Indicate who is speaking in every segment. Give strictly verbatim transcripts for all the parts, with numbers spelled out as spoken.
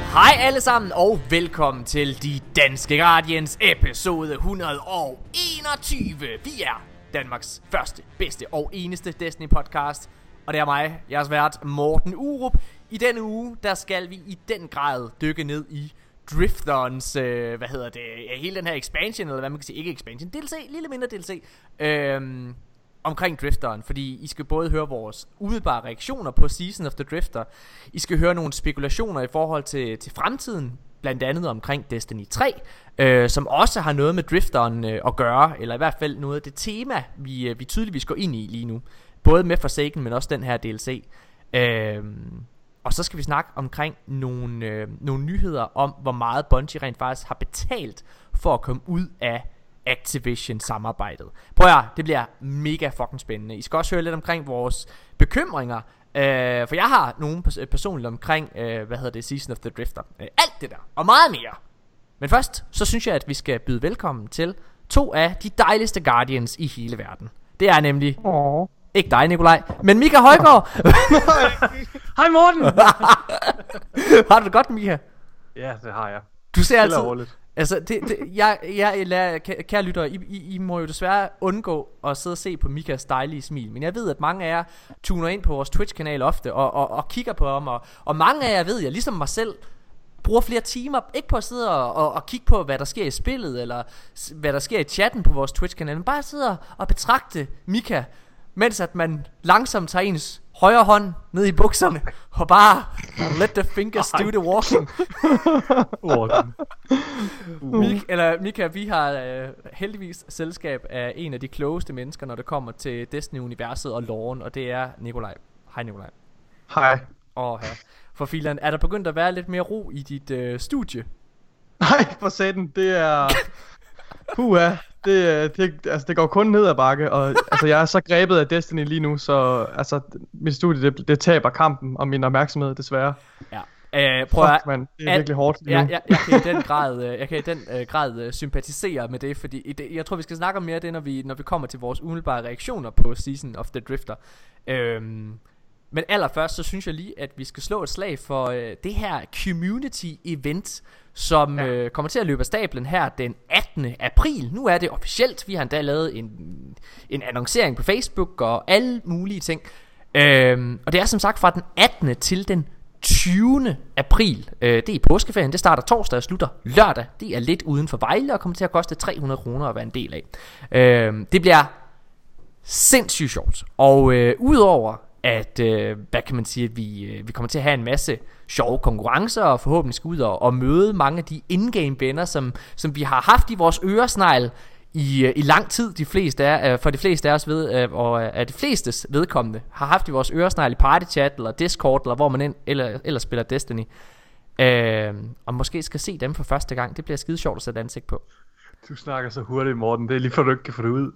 Speaker 1: Hej alle sammen og velkommen til De Danske Guardians episode et hundrede og enogtyve. Vi er Danmarks første, bedste og eneste Destiny podcast. Og det er mig, jeres vært Morten Urup. I denne uge, der skal vi i den grad dykke ned i Drifterens, øh, hvad hedder det, hele den her expansion, eller hvad man kan sige, ikke expansion, D L C, lille mindre D L C, øhm, omkring Drifteren, fordi I skal både høre vores umiddelbare reaktioner på Season of the Drifter, I skal høre nogle spekulationer i forhold til, til fremtiden, blandt andet omkring Destiny tre, øh, som også har noget med Drifteren øh, at gøre, eller i hvert fald noget af det tema, vi, øh, vi tydeligvis går ind i lige nu, både med Forsaken, men også den her D L C. Øh, og så skal vi snakke omkring nogle, øh, nogle nyheder om, hvor meget Bungie rent faktisk har betalt for at komme ud af Activision-samarbejdet. Prøv at høre, det bliver mega fucking spændende. I skal også høre lidt omkring vores bekymringer, øh, for jeg har nogle pers- personligt omkring, øh, hvad hedder det, Season of the Drifter. Øh, alt det der, og meget mere. Men først, så synes jeg, at vi skal byde velkommen til to af de dejligste Guardians i hele verden. Det er nemlig...
Speaker 2: Åh.
Speaker 1: Ikke dig, Nikolaj, men Mika Højgaard.
Speaker 2: Hej Morten.
Speaker 1: Har du det godt, Mika?
Speaker 2: Ja, det har jeg.
Speaker 1: Du ser altid...
Speaker 2: roligt.
Speaker 1: Altså, det, det, jeg, jeg lærer, kære lyttere, I, I, I må jo desværre undgå at sidde og se på Mikas dejlige smil. Men jeg ved, at mange af jer tuner ind på vores Twitch-kanal ofte og, og, og kigger på ham. Og, og mange af jer ved jeg, ligesom mig selv, bruger flere timer, ikke på at sidde og, og, og kigge på, hvad der sker i spillet, eller hvad der sker i chatten på vores Twitch-kanal, men bare sidde og betragte Mika, mens at man langsomt tager ens højre hånd ned i bukserne og bare let the fingers do the walking. Mik, eller Mika, vi har øh, heldigvis selskab af en af de klogeste mennesker, når det kommer til Destiny-universet og loven, og det er Nikolaj. Hej Nikolaj.
Speaker 2: Hej.
Speaker 1: Åh, ja. For filan, er der begyndt at være lidt mere ro i dit øh, studie?
Speaker 2: Nej, for satan, det er... Puha, det, det, altså, det går kun ned ad bakke, og altså, jeg er så grebet af Destiny lige nu, så altså, mit studie, det, det taber kampen om min opmærksomhed, desværre.
Speaker 1: Ja. Uh, prøv
Speaker 2: Fuck, man, det er
Speaker 1: at,
Speaker 2: virkelig hårdt lige
Speaker 1: ja,
Speaker 2: nu.
Speaker 1: ja, jeg kan i den grad, jeg kan i den uh, grad uh, sympatisere med det, fordi det, jeg tror vi skal snakke om mere af det, når vi, når vi kommer til vores umiddelbare reaktioner på Season of the Drifter. Øhm, men allerførst så synes jeg lige, at vi skal slå et slag for uh, det her community event, som ja. uh, kommer til at løbe af stablen her den attende april. Nu er det officielt, vi har endda lavet en, en annoncering på Facebook og alle mulige ting. Øhm, og det er som sagt fra den attende til den tyvende april. øh, Det er i påskeferien. Det starter torsdag og slutter lørdag. Det er lidt uden for Vejle og kommer til at koste tre hundrede kroner at være en del af. øh, Det bliver sindssygt sjovt. Og øh, udover at øh, hvad kan man sige, at vi, øh, vi kommer til at have en masse sjove konkurrencer, og forhåbentlig skal ud og, og møde mange af de in-game venner, som, som vi har haft i vores øresnegl I, i lang tid, de fleste af, for de fleste af os ved, og af de flestes vedkommende, har haft i vores øresnegl i partychat eller Discord, eller hvor man end, eller, eller spiller Destiny, øh, og måske skal se dem for første gang. Det bliver skide sjovt at sætte ansigt på.
Speaker 2: Du snakker så hurtigt, Morten. Det er lige for, du ikke kan få det ud.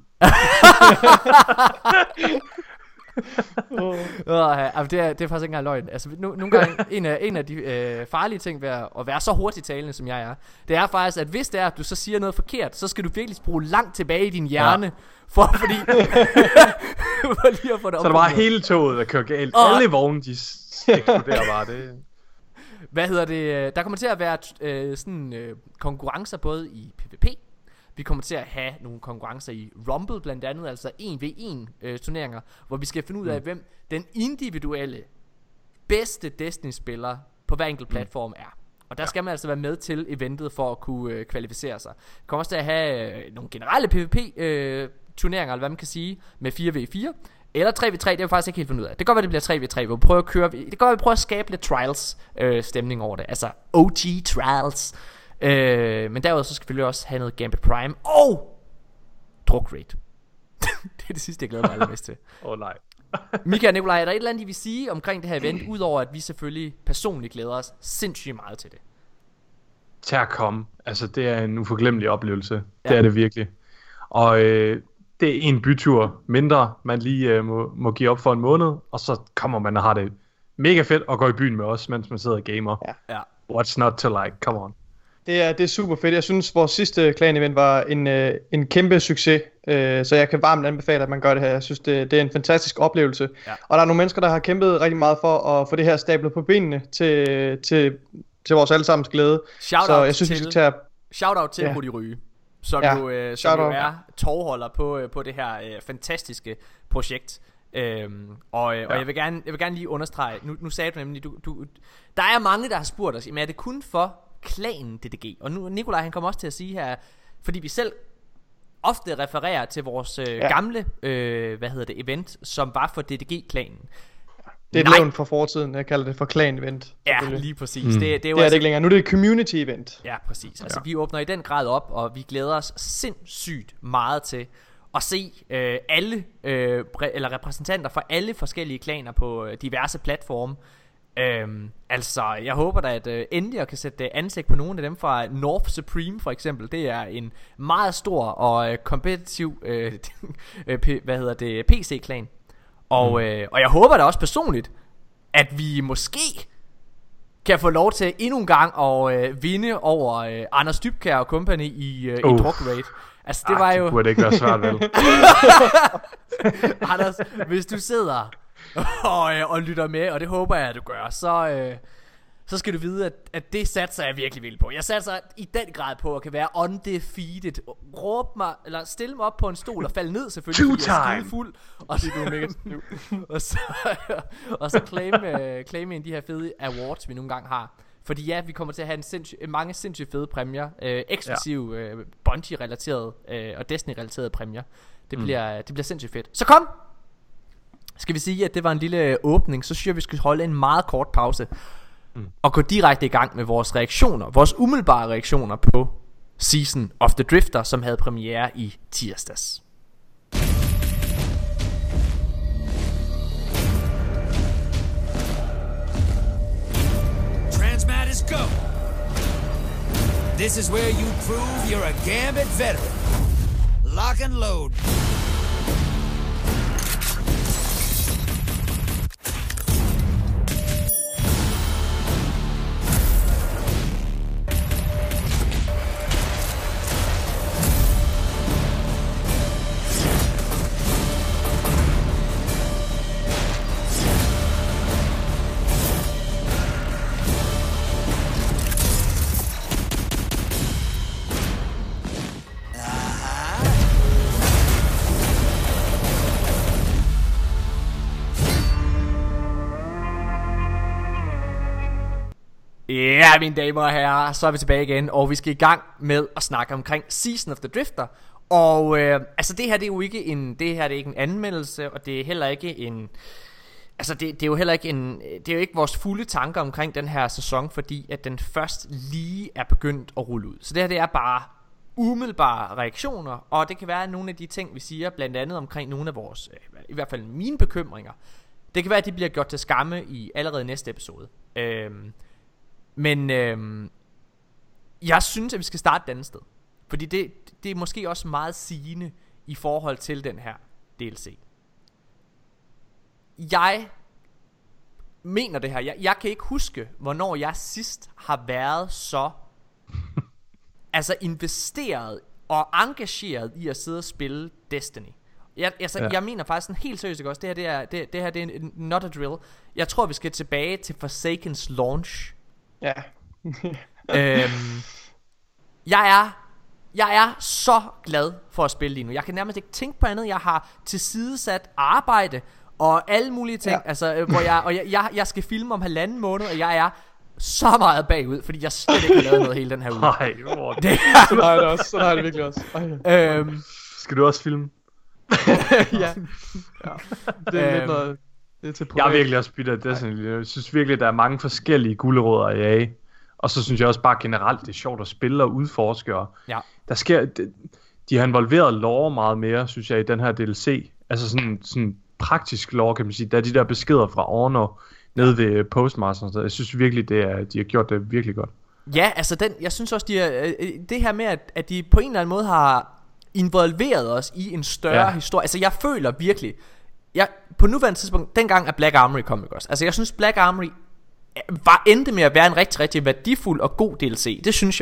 Speaker 1: oh. Oh, ja, det, er, det er faktisk ikke engang løgn. Altså, no, nogle gange en af, en af de øh, farlige ting ved at, at være så hurtigt talende som jeg er, det er faktisk, at hvis det er, at du så siger noget forkert, så skal du virkelig bruge langt tilbage i din hjerne, ja. for, fordi, for lige at få det.
Speaker 2: Så det var hele toget, der kører galt. oh. Alle vogne, de eksploderer bare det.
Speaker 1: Hvad hedder det? Der kommer til at være øh, sådan øh, konkurrencer både i PvP. Vi kommer til at have nogle konkurrencer i Rumble blandt andet, altså en v en øh, turneringer, hvor vi skal finde ud af, mm. hvem den individuelle bedste Destiny-spiller på hver enkelt platform er. Og der skal man altså være med til eventet for at kunne øh, kvalificere sig. Vi kommer også til at have øh, nogle generelle PvP øh, turneringer, eller hvad man kan sige, med fire v fire. Eller tre v tre, det er jo faktisk ikke helt fundet ud af. Det kan godt være, det bliver tre v tre, hvor vi prøver at køre. Det kan godt være, vi prøver at skabe lidt trials øh, stemning over det. Altså O G trials. Øh, men derudover så skal vi selvfølgelig også have noget Gambit Prime og Druk Raid. Det er det sidste jeg glæder mig allermest til.
Speaker 2: Åh oh, nej.
Speaker 1: Mika og Nikolaj, er der et eller andet I vil sige omkring det her event, udover at vi selvfølgelig personligt glæder os sindssygt meget til det?
Speaker 2: Til at komme. Altså det er en uforglemmelig oplevelse. Ja. Det er det virkelig. Og øh, det er en bytur mindre, man lige øh, må, må give op for en måned, og så kommer man og har det mega fedt og går i byen med os, mens man sidder og gamer.
Speaker 3: Ja.
Speaker 1: Ja.
Speaker 2: What's not to like? Come on.
Speaker 3: Det er, det er super fedt. Jeg synes, vores sidste clan-event var en, øh, en kæmpe succes. Øh, så jeg kan varmt anbefale, at man gør det her. Jeg synes, det, det er en fantastisk oplevelse.
Speaker 1: Ja.
Speaker 3: Og der er nogle mennesker, der har kæmpet rigtig meget for at få det her stablet på benene til, til til vores allesammens glæde.
Speaker 1: Shout
Speaker 3: så
Speaker 1: out
Speaker 3: jeg synes,
Speaker 1: til,
Speaker 3: vi skal tage...
Speaker 1: Shout out til
Speaker 3: Ja.
Speaker 1: Rudi Ryge, som
Speaker 3: Ja,
Speaker 1: jo, øh, som
Speaker 3: shout
Speaker 1: jo
Speaker 3: out.
Speaker 1: er tovholder på, øh, på det her øh, fantastiske projekt. Øhm, og, øh, og
Speaker 2: Ja.
Speaker 1: jeg vil gerne jeg vil gerne lige understrege. Nu, nu sagde du nemlig du, du, der er mange der har spurgt os, men er det kun for klanen D D G? Og nu Nikolaj, han kommer også til at sige her, fordi vi selv ofte refererer til vores øh,
Speaker 3: Ja.
Speaker 1: gamle øh, hvad hedder det event, som var for D D G-klanen.
Speaker 3: Det er et
Speaker 1: Nej.
Speaker 3: levn fra fortiden. Jeg kalder det for klan-event.
Speaker 1: Ja,
Speaker 3: selvfølgelig.
Speaker 1: lige præcis.
Speaker 2: Mm.
Speaker 1: Det, det er jo
Speaker 3: Det er det
Speaker 1: altså,
Speaker 3: ikke længere. Nu er det et community-event.
Speaker 1: ja, præcis. Altså
Speaker 2: Ja.
Speaker 1: vi åbner i den grad op, og vi glæder os sindssygt meget til at se øh, alle øh, re- eller repræsentanter fra alle forskellige klaner på øh, diverse platforme. Øhm, altså jeg håber da at øh, endelig jeg kan sætte øh, ansigt på nogle af dem fra North Supreme for eksempel. Det er en meget stor og øh, kompetitiv øh, øh, p- hvad hedder det P C-klan. Og,
Speaker 2: Mm.
Speaker 1: øh, og jeg håber da også personligt at vi måske kan få lov til endnu en gang at øh, vinde over øh, Anders Dybkjær og company i, øh,
Speaker 2: Uh.
Speaker 1: i Druk Raid. Altså det
Speaker 2: Ah,
Speaker 1: var jo
Speaker 2: det burde ikke være svært, vel?
Speaker 1: Anders, hvis du sidder og, øh, og lytter med, og det håber jeg at du gør, så, øh, så skal du vide at, at det satser jeg virkelig vildt på. Jeg satser i den grad på at kan være undefeated. Råb mig, eller stille mig op på en stol og falde ned selvfølgelig, fordi jeg er
Speaker 2: Two-time.
Speaker 1: skide fuld. Og så,
Speaker 3: Mega
Speaker 1: og så, og så claim, øh, claim en af de her fede awards vi nogle gange har. Fordi ja, vi kommer til at have en sindssyg, mange sindssygt fede præmier, øh, eksklusive øh, Bungie-relaterede øh, og Destiny-relaterede præmier. Det bliver, mm. det bliver sindssygt fedt. Så kom! Skal vi sige at det var en lille åbning, så synes jeg vi skal holde en meget kort pause mm. og gå direkte i gang med vores reaktioner, vores umiddelbare reaktioner på Season of the Drifter, som havde premiere i tirsdags.
Speaker 4: Transmat is go. This is where you prove you're a Gambit veteran. Lock and load.
Speaker 1: Ja, mine damer og herrer, så er vi tilbage igen, og vi skal i gang med at snakke omkring Season of the Drifter. Og øh, altså det her det er jo ikke en det her det er ikke en anmeldelse, og det er heller ikke en altså det, det er jo heller ikke en det er jo ikke vores fulde tanker omkring den her sæson, fordi at den først lige er begyndt at rulle ud. Så det her det er bare umiddelbare reaktioner, og det kan være nogle af de ting vi siger, blandt andet omkring nogle af vores øh, i hvert fald mine bekymringer. Det kan være at de bliver gjort til skamme i allerede næste episode. Øhm, Men øhm, jeg synes at vi skal starte et andet sted, fordi det, det er måske også meget sigende i forhold til den her D L C. Jeg mener det her. Jeg, jeg kan ikke huske hvornår jeg sidst har været så altså investeret og engageret i at sidde og spille Destiny. Jeg, altså,
Speaker 2: Ja.
Speaker 1: jeg mener faktisk sådan helt seriøst ikke også. Det her det er det, det her det er en, not a drill. Jeg tror vi skal tilbage til Forsakens launch.
Speaker 3: Ja.
Speaker 1: øhm, jeg er Jeg er så glad for at spille lige nu. Jeg kan nærmest ikke tænke på andet. Jeg har tilsidesat arbejde og alle mulige ting,
Speaker 3: Ja.
Speaker 1: altså, øh, hvor jeg, og jeg, jeg, jeg skal filme om halvanden måned, og jeg er så meget bagud, fordi jeg slet ikke har lavet noget hele den her uge.
Speaker 2: Nej, hvor
Speaker 1: Det
Speaker 3: Sådan har jeg det også. Sådan har jeg det virkelig også. Ej.
Speaker 1: er, øhm,
Speaker 2: skal du også filme?
Speaker 3: Ja. Ja. Det er lidt
Speaker 1: Øhm.
Speaker 3: noget... Det er til
Speaker 2: Jeg er
Speaker 3: privat.
Speaker 2: virkelig også bidt af Destiny. Jeg synes virkelig, der er mange forskellige gulerødder i A. Og så synes jeg også bare generelt, det er sjovt at spille og udforske. Og
Speaker 1: ja.
Speaker 2: der sker, de, de har involveret lore meget mere, synes jeg, i den her D L C. Altså sådan, sådan praktisk lore, kan man sige. Der er de der beskeder fra Orner nede ved Postmaster. Så jeg synes virkelig, det er, de har gjort det virkelig godt.
Speaker 1: Ja, altså den, jeg synes også de er, øh, det her med at, at de på en eller anden måde har involveret os i en større
Speaker 2: Ja.
Speaker 1: historie. Altså jeg føler virkelig jeg, på nuværende tidspunkt, dengang at Black Armory kom, ikke også? Altså jeg synes Black Armory var endte med at være en rigtig rigtig værdifuld og god D L C. Det synes jeg.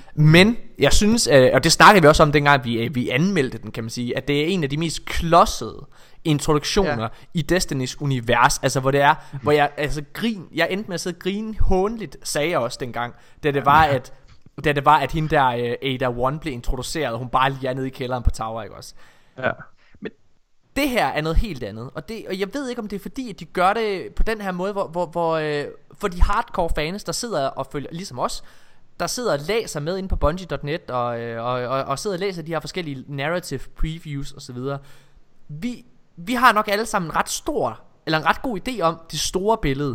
Speaker 1: Men jeg synes, øh, og det snakkede vi også om dengang vi, øh, vi anmeldte den, kan man sige, at det er en af de mest klodsede introduktioner ja. i Destinys univers. Altså hvor det er, mm-hmm. hvor jeg altså grin, jeg endte med at sidde og grine hånligt, sagde jeg også dengang, da det var at da det var at hende der øh, Ada One blev introduceret, og hun bare lige er nede i kælderen på Tower, ikke også?
Speaker 2: Ja.
Speaker 1: Men det her er noget helt andet, og det, og jeg ved ikke om det er fordi at de gør det på den her måde, hvor hvor, hvor øh, for de hardcore fans der sidder og følger ligesom os, der sidder og læser med inde på Bungie punktum net og, og, og, og sidder og læser de her forskellige narrative previews og så videre. Vi vi har nok alle sammen en ret stor eller en ret god idé om det store billede.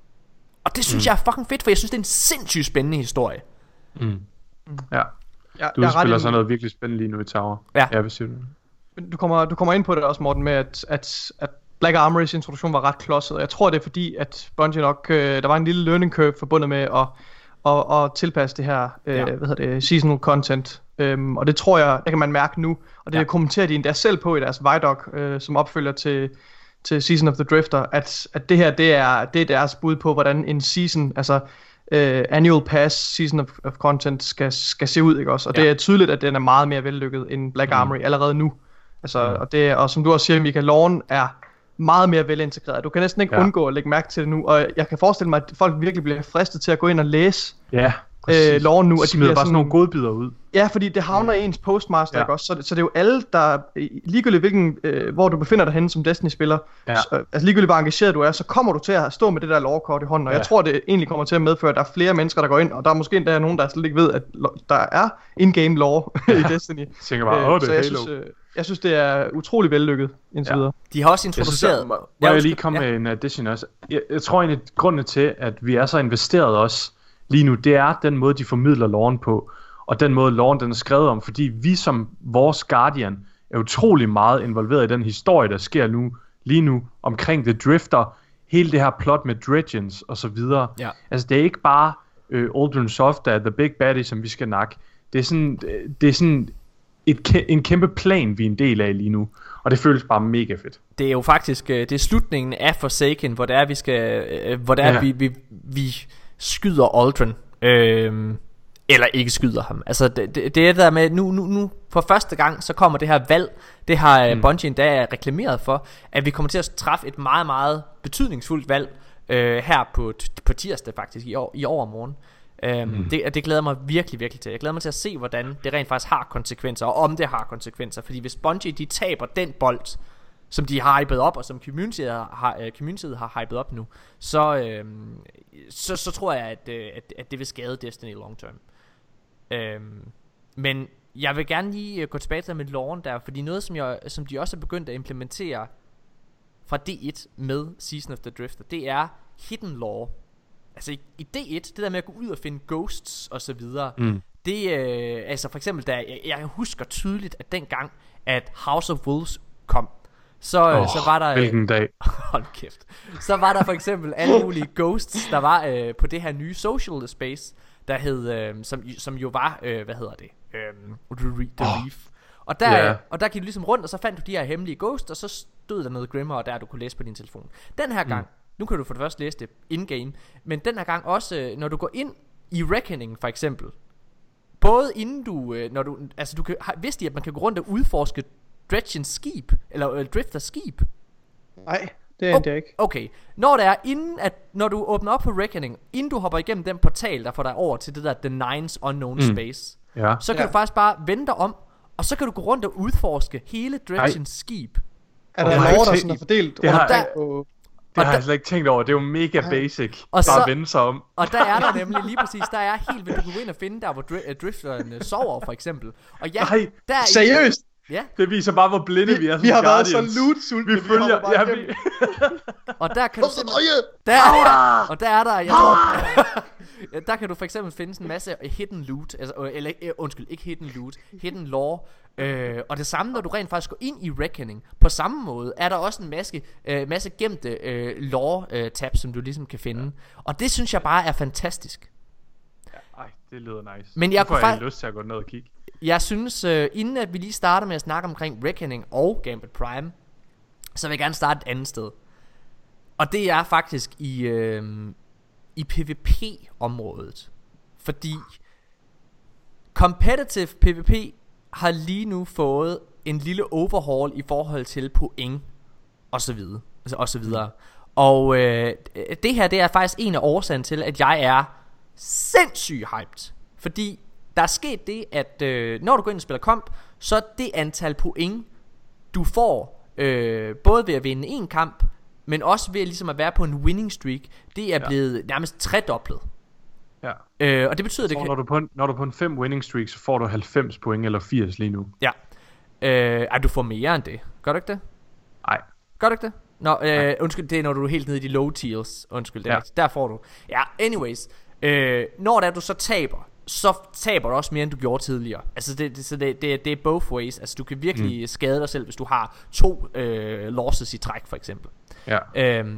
Speaker 1: Og det synes mm. jeg er fucking fedt, for jeg synes det er en sindssygt spændende historie.
Speaker 2: Mm. Ja.
Speaker 3: Ja,
Speaker 2: du spiller sådan noget virkelig spændende lige nu i Tower.
Speaker 1: Ja.
Speaker 2: Ja, hvad siger du?
Speaker 3: Men du kommer, du kommer ind på det også, Morten, med at, at, at Black Armorys introduktion var ret klodset. Jeg tror det er fordi at Bungie nok øh, der var en lille learning curve forbundet med at og, og tilpasse det her øh, ja. hvad hedder det, seasonal content. Øhm, og det tror jeg, det kan man mærke nu. Og det ja. kommenterer de endda selv på i deres Vidoc, øh, som opfølger til til Season of the Drifter, at at det her det er det er deres bud på hvordan en season, altså uh, annual pass season of, of content skal skal se ud, ikke også? Og ja. det er tydeligt at den er meget mere vellykket end Black Armory mm. allerede nu. Altså mm. og det og som du også siger, Michael, Lorne er meget mere velintegreret. Du kan næsten ikke ja. undgå at lægge mærke til det nu, og jeg kan forestille mig at folk virkelig bliver fristet til at gå ind og læse.
Speaker 2: Ja.
Speaker 3: Øh, Lorne nu,
Speaker 2: at de smider bare sådan nogle godbidder ud.
Speaker 3: Ja, fordi det havner i ens postmaster, ja. ikke også? Så det, så det er jo alle, der ligegyldigt hvilken, øh, hvor du befinder dig henne som Destiny-spiller,
Speaker 2: ja.
Speaker 3: så, altså ligegyldigt hvor engageret du er, så kommer du til at stå med det der lore-kort i hånden, og ja. jeg tror det egentlig kommer til at medføre, at der er flere mennesker, der går ind, og der er måske endda nogen, der slet ikke ved, at der er in-game lore ja. i Destiny.
Speaker 2: Jeg tænker bare, åh, det er
Speaker 3: jeg
Speaker 2: Halo.
Speaker 3: Synes, øh, jeg synes, det er utrolig vellykket indtil ja. videre.
Speaker 1: De har også introduceret...
Speaker 2: Jeg, må, må jeg lige komme ja. med en addition også? Jeg, jeg tror egentlig, at grunden til, at vi er så investeret også lige nu, det er den måde, de formidler loven på, og den måde, loven den er skrevet om, fordi vi som vores Guardian er utrolig meget involveret i den historie, der sker nu, lige nu, omkring The Drifter, hele det her plot med Dredgens og så videre.
Speaker 1: Ja.
Speaker 2: Altså, det er ikke bare øh, Aldrin Soft, der er the big baddie, som vi skal nakke. Det er sådan, det er sådan et, en kæmpe plan, vi er en del af lige nu, og det føles bare mega fedt.
Speaker 1: Det er jo faktisk, det er slutningen af Forsaken, hvor det er, vi skal, hvor det er, ja. vi, vi, vi skyder Aldrin, øhm, eller ikke skyder ham. Altså det, det, det er der med nu, nu, nu for første gang så kommer det her valg. Det har mm. Bungie endda reklameret for, at vi kommer til at træffe et meget meget betydningsfuldt valg øh, her på, på tirsdag faktisk i, år, i overmorgen. øhm, mm. det, det glæder mig virkelig virkelig til. Jeg glæder mig til at se hvordan det rent faktisk har konsekvenser, og om det har konsekvenser. Fordi hvis Bungie de taber den bold, som de har hypet op, og som community har, uh, community har hypet op nu, så, øh, så, så tror jeg, at, øh, at, at det vil skade Destiny long term. Øh, men jeg vil gerne lige gå tilbage til med loven der, fordi noget, som, jeg, som de også er begyndt at implementere fra D et med Season of the Drifter, det er hidden lore. Altså i, i D et, det der med at gå ud og finde ghosts og så videre, mm. det øh, altså for eksempel, da jeg, jeg husker tydeligt, at dengang, at House of Wolves kom, Så, oh, så var der
Speaker 2: hvilken dag.
Speaker 1: Hold kæft. Så var der for eksempel alle mulige ghosts, der var øh, på det her nye social space, der hed øh, som som jo var øh, hvad hedder det? Øh, The Reef. Og der yeah. og der gik du ligesom rundt, og så fandt du de her hemmelige ghosts, og så stod der noget Grimmer der du kunne læse på din telefon. Den her gang, mm. nu kan du for det første læse det in game, men den her gang også øh, når du går ind i Reckoning for eksempel. Både inden du øh, når du altså du kan vidste I at man kan gå rundt og udforske Dredgens skib, eller uh, Drifters skib?
Speaker 3: Nej, det er oh, det ikke.
Speaker 1: Okay, når det er inden at når du åbner op på Reckoning, inden du hopper igennem den portal der får dig over til det der The Nines Unknown mm. Space,
Speaker 2: ja.
Speaker 1: så kan
Speaker 3: ja.
Speaker 1: du faktisk bare vende dig om, og så kan du gå rundt og udforske hele Dredgens skib.
Speaker 3: Er der lore der sådan er fordelt?
Speaker 2: Det har,
Speaker 1: der,
Speaker 2: og det har jeg slet ikke tænkt over. Det er jo mega basic.
Speaker 1: Og
Speaker 2: bare
Speaker 1: så,
Speaker 2: at vende sig om.
Speaker 1: Og der er der nemlig lige præcis, der er helt vildt, du kan gå ind og finde der hvor dri- drifteren sover for eksempel. Og ja,
Speaker 2: Ej,
Speaker 1: der er
Speaker 3: seriøst?
Speaker 1: Ja.
Speaker 2: Det viser bare hvor blinde vi, vi er som
Speaker 3: vi har
Speaker 2: Guardians.
Speaker 3: været så loot-sultne.
Speaker 2: Vi følger vi ja, vi...
Speaker 1: Og der kan du simpelthen der er, og der er der jeg tror, der kan du for eksempel finde en masse hidden loot, altså eller undskyld, ikke hidden loot, hidden lore. Øh, og det samme når du rent faktisk går ind i Reckoning. På samme måde er der også en masse øh, masse gemte øh, lore øh, tabs som du ligesom kan finde. Ja. Og det synes jeg bare er fantastisk.
Speaker 2: Ja, ej, det lyder nice.
Speaker 1: Men jeg
Speaker 2: får
Speaker 1: kunne
Speaker 2: jeg
Speaker 1: fa-
Speaker 2: lyst til at gå ned og kigge.
Speaker 1: Jeg synes øh, inden at vi lige starter med at snakke omkring Reckoning og Gambit Prime, så vil jeg gerne starte et andet sted. Og det er faktisk i øh, i PvP området. Fordi Competitive PvP har lige nu fået en lille overhaul i forhold til point og så videre, altså, og så videre. Og øh, det her, det er faktisk en af årsagen til, at jeg er sindssygt hyped. Fordi der er sket det, at øh, når du går ind og spiller komp, så er det antal point, du får, øh, både ved at vinde en kamp, men også ved ligesom at være på en winning streak, det er
Speaker 2: ja.
Speaker 1: blevet nærmest tredoblet.
Speaker 2: Ja.
Speaker 1: Øh, og det betyder, det
Speaker 2: så
Speaker 1: kan...
Speaker 2: når du på en, når du på en fem winning streak, så får du halvfems point eller firs lige nu.
Speaker 1: Ja. Øh, ej, du får mere end det. Gør du ikke det?
Speaker 2: Nej.
Speaker 1: Gør du ikke det? Nå, øh, undskyld, det er når du er helt nede i de low tiers. Undskyld, det er
Speaker 2: ja.
Speaker 1: rigtigt. Der får du. Ja, anyways. Øh, når det er, du så taber, så taber du også mere, end du gjorde tidligere. Altså, det, det, så det, det, det er both ways. Altså, du kan virkelig mm. skade dig selv, hvis du har to øh, losses i træk, for eksempel.
Speaker 2: Ja.
Speaker 1: Øh,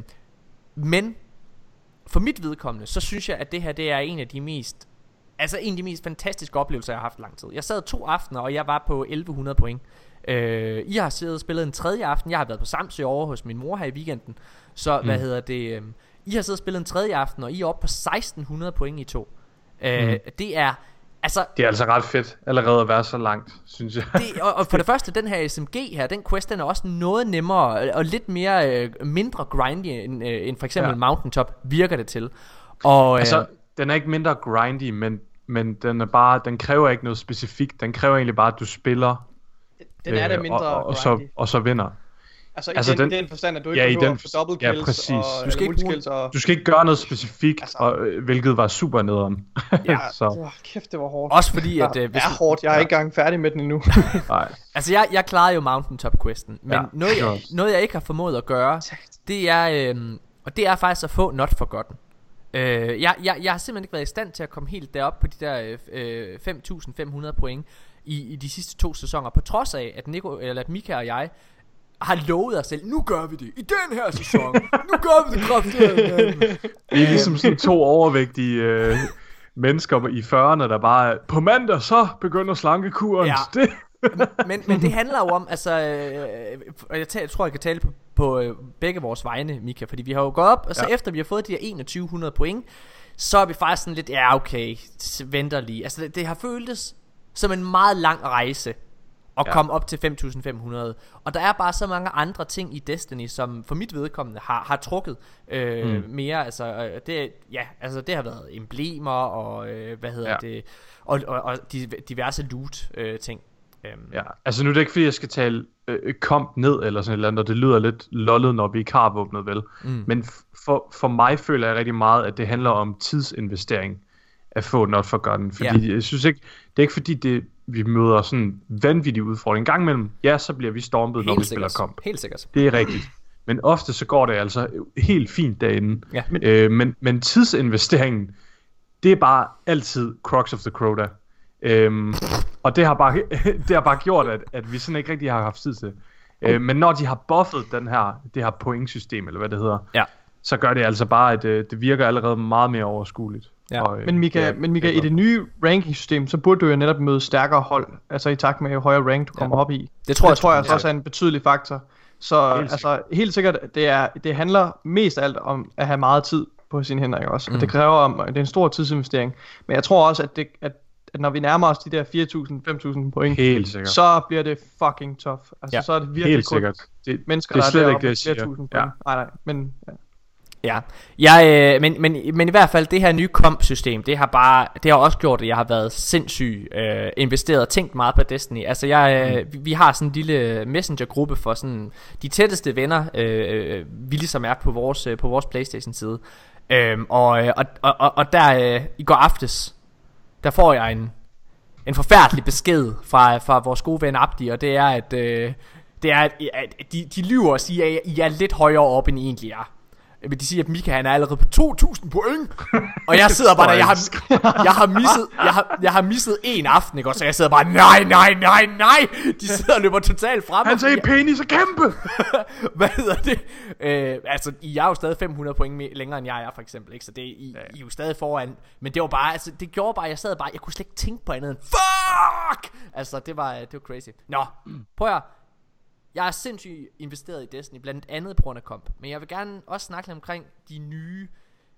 Speaker 1: men for mit vedkommende, så synes jeg, at det her, det er en af de mest... Altså, en af de mest fantastiske oplevelser, jeg har haft lang tid. Jeg sad to aftener, og jeg var på elleve hundrede point. Øh, I har siddet og spillet en tredje aften. Jeg har været på Samsø over hos min mor her i weekenden. Så mm. hvad hedder det øh, I har siddet og spillet en tredje aften, og I er oppe på seksten hundrede point i to. øh, mm. Det er altså,
Speaker 2: det er altså ret fedt allerede at være så langt, synes jeg.
Speaker 1: det, og, og for det første, den her S M G her, den quest, den er også noget nemmere og lidt mere øh, mindre grindy end, øh, end for eksempel ja. Mountaintop, virker det til. Og
Speaker 2: altså
Speaker 1: øh,
Speaker 2: den er ikke mindre grindy, men, men den er bare, den kræver ikke noget specifikt. Den kræver egentlig bare, at du spiller.
Speaker 3: Den er det mindre
Speaker 2: og, og, og, så,
Speaker 3: grindy.
Speaker 2: og så vinder.
Speaker 3: Altså i
Speaker 2: altså
Speaker 3: den, den, den forstand, at du ikke
Speaker 2: ja,
Speaker 3: behøver
Speaker 2: den,
Speaker 3: at få double kills,
Speaker 2: ja, præcis.
Speaker 3: og
Speaker 2: Du skal, ikke
Speaker 3: multikills og...
Speaker 2: du skal ikke gøre noget specifikt, altså, og, hvilket var super nederen.
Speaker 3: Ja,
Speaker 2: så.
Speaker 3: Oh, kæft, det var hårdt.
Speaker 1: Også fordi, at...
Speaker 3: Det er hårdt, jeg er ja. ikke engang færdig med den endnu.
Speaker 1: Nej. Altså, jeg, jeg klarede jo Mountaintop-questen, men ja, noget, jeg, noget, jeg ikke har formået at gøre, det er... Øhm, og det er faktisk at få Not Forgotten. Øh, jeg, jeg, jeg har simpelthen ikke været i stand til at komme helt derop på de der øh, fem tusind fem hundrede point i, i de sidste to sæsoner, på trods af, at, Nico, eller at Mika og jeg har lovet os selv, nu gør vi det i den her sæson. Nu gør vi det kraftigt.
Speaker 2: Vi er ligesom sådan to overvægtige øh, mennesker i fyrrerne, der bare på mandag så begynder slankekuren.
Speaker 1: Ja.
Speaker 2: Det.
Speaker 1: men, men det handler jo om, altså, øh, jeg, jeg tror jeg kan tale på, på øh, begge vores vegne, Mika, fordi vi har jo gået op, og så ja. efter vi har fået de her enogtyve hundrede point, så er vi faktisk sådan lidt, ja okay, venter lige. Altså det, det har føltes som en meget lang rejse og ja. komme op til fem tusind fem hundrede. Og der er bare så mange andre ting i Destiny, som for mit vedkommende har, har trukket øh, mm. mere. Altså det, ja, altså det har været emblemer og øh, hvad hedder ja. det, og, og, og diverse loot øh, ting.
Speaker 2: Ja, altså nu er det ikke fordi jeg skal tale øh, komp ned eller sådan et eller andet, og det lyder lidt lollet, når vi ikke har våbnet vel. Mm. Men for, for mig føler jeg rigtig meget, at det handler om tidsinvestering at få Not Forgotten. Fordi ja. jeg synes ikke, det er ikke fordi det, vi møder sådan en vanvittig udfordring. En gang imellem, ja, så bliver vi stormet, helt når vi sikkert. spiller komp.
Speaker 1: Helt sikkert.
Speaker 2: Det er rigtigt. Men ofte så går det altså helt fint derinde.
Speaker 1: Ja.
Speaker 2: Men, øh, men, men tidsinvesteringen, det er bare altid Crux of the Crota. Øhm, og det har bare det har bare gjort at, at vi sådan ikke rigtig har haft tid til. Øh, men når de har buffet den her det her pointsystem eller hvad det hedder,
Speaker 1: ja.
Speaker 2: så gør det altså bare at øh, det virker allerede meget mere overskueligt.
Speaker 3: Ja.
Speaker 2: Og, øh,
Speaker 3: men Mika,
Speaker 2: ja,
Speaker 3: men Mika i det nye ranking-system, så burde du jo netop møde stærkere hold, altså i takt med højere rank du kommer ja. op i.
Speaker 1: Det tror
Speaker 3: det
Speaker 1: jeg,
Speaker 3: tror jeg så også er en betydelig faktor. Så helt altså helt sikkert det er det handler mest af alt om at have meget tid på sine hænder, ikke også? Mm. Og det kræver om det er en stor tidsinvestering. Men jeg tror også at det at at når vi nærmer os de der fire tusind fem tusind point, så bliver det fucking tough. Altså
Speaker 2: ja.
Speaker 3: så er det virkelig
Speaker 2: helt sikkert. Det,
Speaker 3: mennesker
Speaker 2: det er
Speaker 3: der
Speaker 2: slet
Speaker 3: er
Speaker 2: ikke det, jeg
Speaker 3: siger. Tusind point. Ja. Nej nej, men ja.
Speaker 1: Ja, jeg, øh, men, men, men i hvert fald det her nye komp-system, det har bare, det har også gjort, at jeg har været sindssygt øh, investeret og tænkt meget på Destiny. Altså jeg, øh, vi, vi har sådan en lille messenger-gruppe for sådan de tætteste venner, øh, vi ligesom er på vores, øh, på vores PlayStation-side. Øh, og, og, og, og der øh, i går aftes, der får jeg en, en forfærdelig besked fra, fra vores gode ven Abdi, og det er, at, øh, det er, at, at de, de lyver og siger, at I er lidt højere op, end I egentlig er. Men de siger, at Mika han er allerede på to tusind point. Og jeg sidder bare der, jeg har, jeg har misset jeg har, jeg har misset en aften, ikke? Og så jeg sidder bare, nej, nej, nej, nej. De sidder og løber totalt frem.
Speaker 2: Han sagde, penis er kæmpe.
Speaker 1: Hvad hedder det? Øh, altså, I er jo stadig fem hundrede point mere, længere end jeg er, for eksempel, ikke? Så det, I, ja. I er jo stadig foran. Men det var bare, altså, det gjorde bare, jeg sad bare, jeg kunne slet ikke tænke på andet end, fuck! Altså, det var, det var crazy. Nå, prøv at jeg er sindssygt investeret i Destiny, blandt andet på grund af komp. Men jeg vil gerne også snakke lidt omkring de nye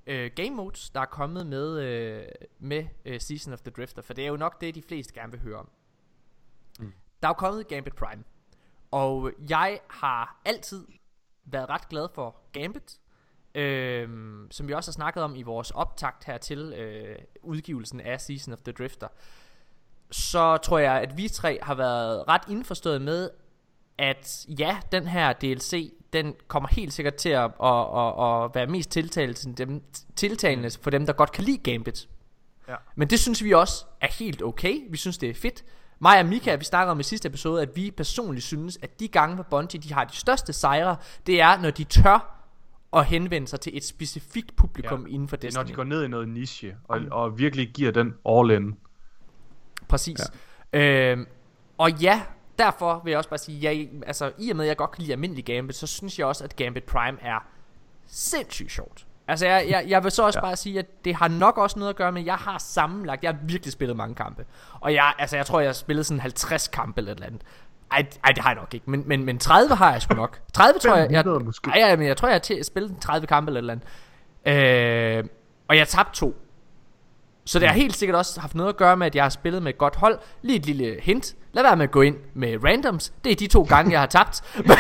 Speaker 1: øh, game modes, der er kommet med, øh, med øh, Season of the Drifter. For det er jo nok det, de fleste gerne vil høre om. mm. Der er jo kommet Gambit Prime, og jeg har altid været ret glad for Gambit, øh, som vi også har snakket om i vores optakt her til øh, udgivelsen af Season of the Drifter. Så tror jeg, at vi tre har været ret indforstået med, at ja, den her D L C, den kommer helt sikkert til at, at, at, at være mest tiltalende, dem, tiltalende for dem, der godt kan lide Gambit. Ja. Men det synes vi også er helt okay. Vi synes, det er fedt. Mig og Mika, vi snakker om i sidste episode, at vi personligt synes, at de gange, hvor Bungie de har de største sejre, det er, når de tør at henvende sig til et specifikt publikum, ja, inden for Destiny.
Speaker 2: Når de går ned i noget niche, og, og virkelig giver den all in.
Speaker 1: Præcis. Ja. Øhm, og ja, derfor vil jeg også bare sige, jeg, altså i og med at jeg godt kan lide almindelig Gambit, så synes jeg også, at Gambit Prime er sindssygt sjovt. Altså jeg, jeg, jeg vil så også ja. bare sige, at det har nok også noget at gøre med, at jeg har sammenlagt, jeg har virkelig spillet mange kampe. Og jeg, altså jeg tror jeg har spillet sådan halvtreds kampe eller et eller andet. Ej, ej det har jeg nok ikke, men, men, men tredive har jeg sgu nok. tredive tror jeg, jeg, måske. Ej, jeg, men jeg tror jeg har spillet tredive kampe eller et eller andet. øh, Og jeg tabte to. Så det har helt sikkert også haft noget at gøre med, at jeg har spillet med et godt hold. Lige et lille hint. Lad være med at gå ind med randoms. Det er de to gange, jeg har tabt.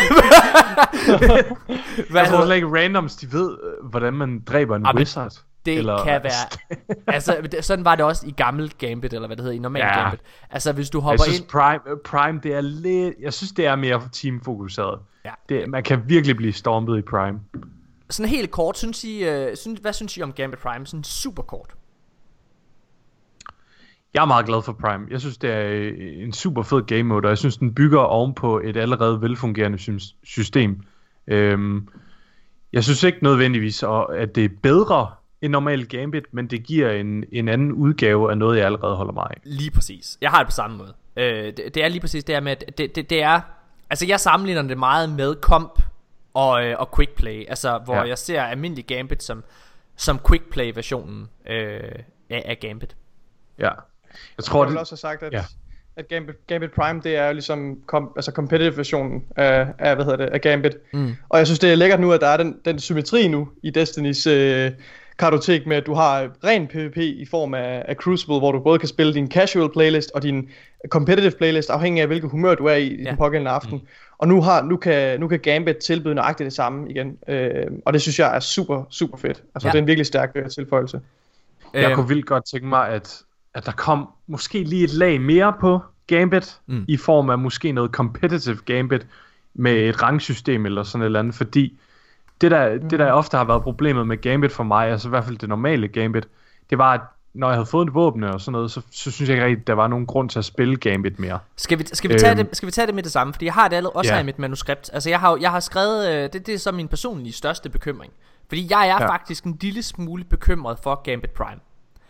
Speaker 2: Jeg tror slet ikke randoms, de ved, hvordan man dræber en Jamen, wizard.
Speaker 1: Det eller... kan være. Altså, sådan var det også i gammel Gambit, eller hvad det hedder, i normal ja. Gambit. Altså, hvis du hopper
Speaker 2: jeg synes,
Speaker 1: ind...
Speaker 2: Prime, Prime, det er lidt... Jeg synes, det er mere teamfokuseret.
Speaker 1: Ja.
Speaker 2: Det, man kan virkelig blive stormet i Prime.
Speaker 1: Sådan helt kort, synes I, uh, synes, hvad synes I om Gambit Prime? Sådan super kort.
Speaker 2: Jeg er meget glad for Prime. Jeg synes, det er en super fed game mode, og jeg synes, den bygger ovenpå et allerede velfungerende system. Øhm, jeg synes ikke nødvendigvis, at det er bedre end normal Gambit, men det giver en, en anden udgave af noget, jeg allerede holder mig af.
Speaker 1: Lige præcis. Jeg har det på samme måde. Øh, det, det er lige præcis det her med, at det, det, det er... Altså, jeg sammenligner det meget med comp og, øh, og quick play. Altså, hvor ja. jeg ser almindelig Gambit som, som quick play versionen øh, af, af Gambit.
Speaker 2: Ja. Jeg tror,
Speaker 3: jeg vil det... også have sagt, at, ja. at Gambit, Gambit Prime, det er jo ligesom kom, altså competitive versionen af, af, hvad hedder det, af Gambit. Mm. Og jeg synes, det er lækkert nu, at der er den, den symmetri nu i Destinys øh, kartotek med, at du har ren PvP i form af, af Crucible, hvor du både kan spille din casual playlist og din competitive playlist, afhængig af hvilket humør du er i, i ja. den pågældende aften. Mm. Og nu, har, nu, kan, nu kan Gambit tilbyde nøjagtigt det samme igen. Øh, og det synes jeg er super, super fedt. Altså, ja. det er en virkelig stærk øh, tilføjelse.
Speaker 2: Jeg kunne vildt godt tænke mig, at at der kom måske lige et lag mere på Gambit, mm. i form af måske noget competitive Gambit med et rangsystem eller sådan et eller andet, fordi det der, mm. det der ofte har været problemet med Gambit for mig, altså i hvert fald det normale Gambit, det var, at når jeg havde fået et våben og sådan noget, så, så synes jeg ikke rigtig, at der var nogen grund til at spille Gambit mere.
Speaker 1: Skal vi, skal vi, tage, øhm, det, skal vi tage det med det samme? Fordi jeg har det allerede også yeah. her i mit manuskript. Altså jeg har, jeg har skrevet, øh, det, det er så min personlige største bekymring. Fordi jeg er ja. faktisk en lille smule bekymret for Gambit Prime.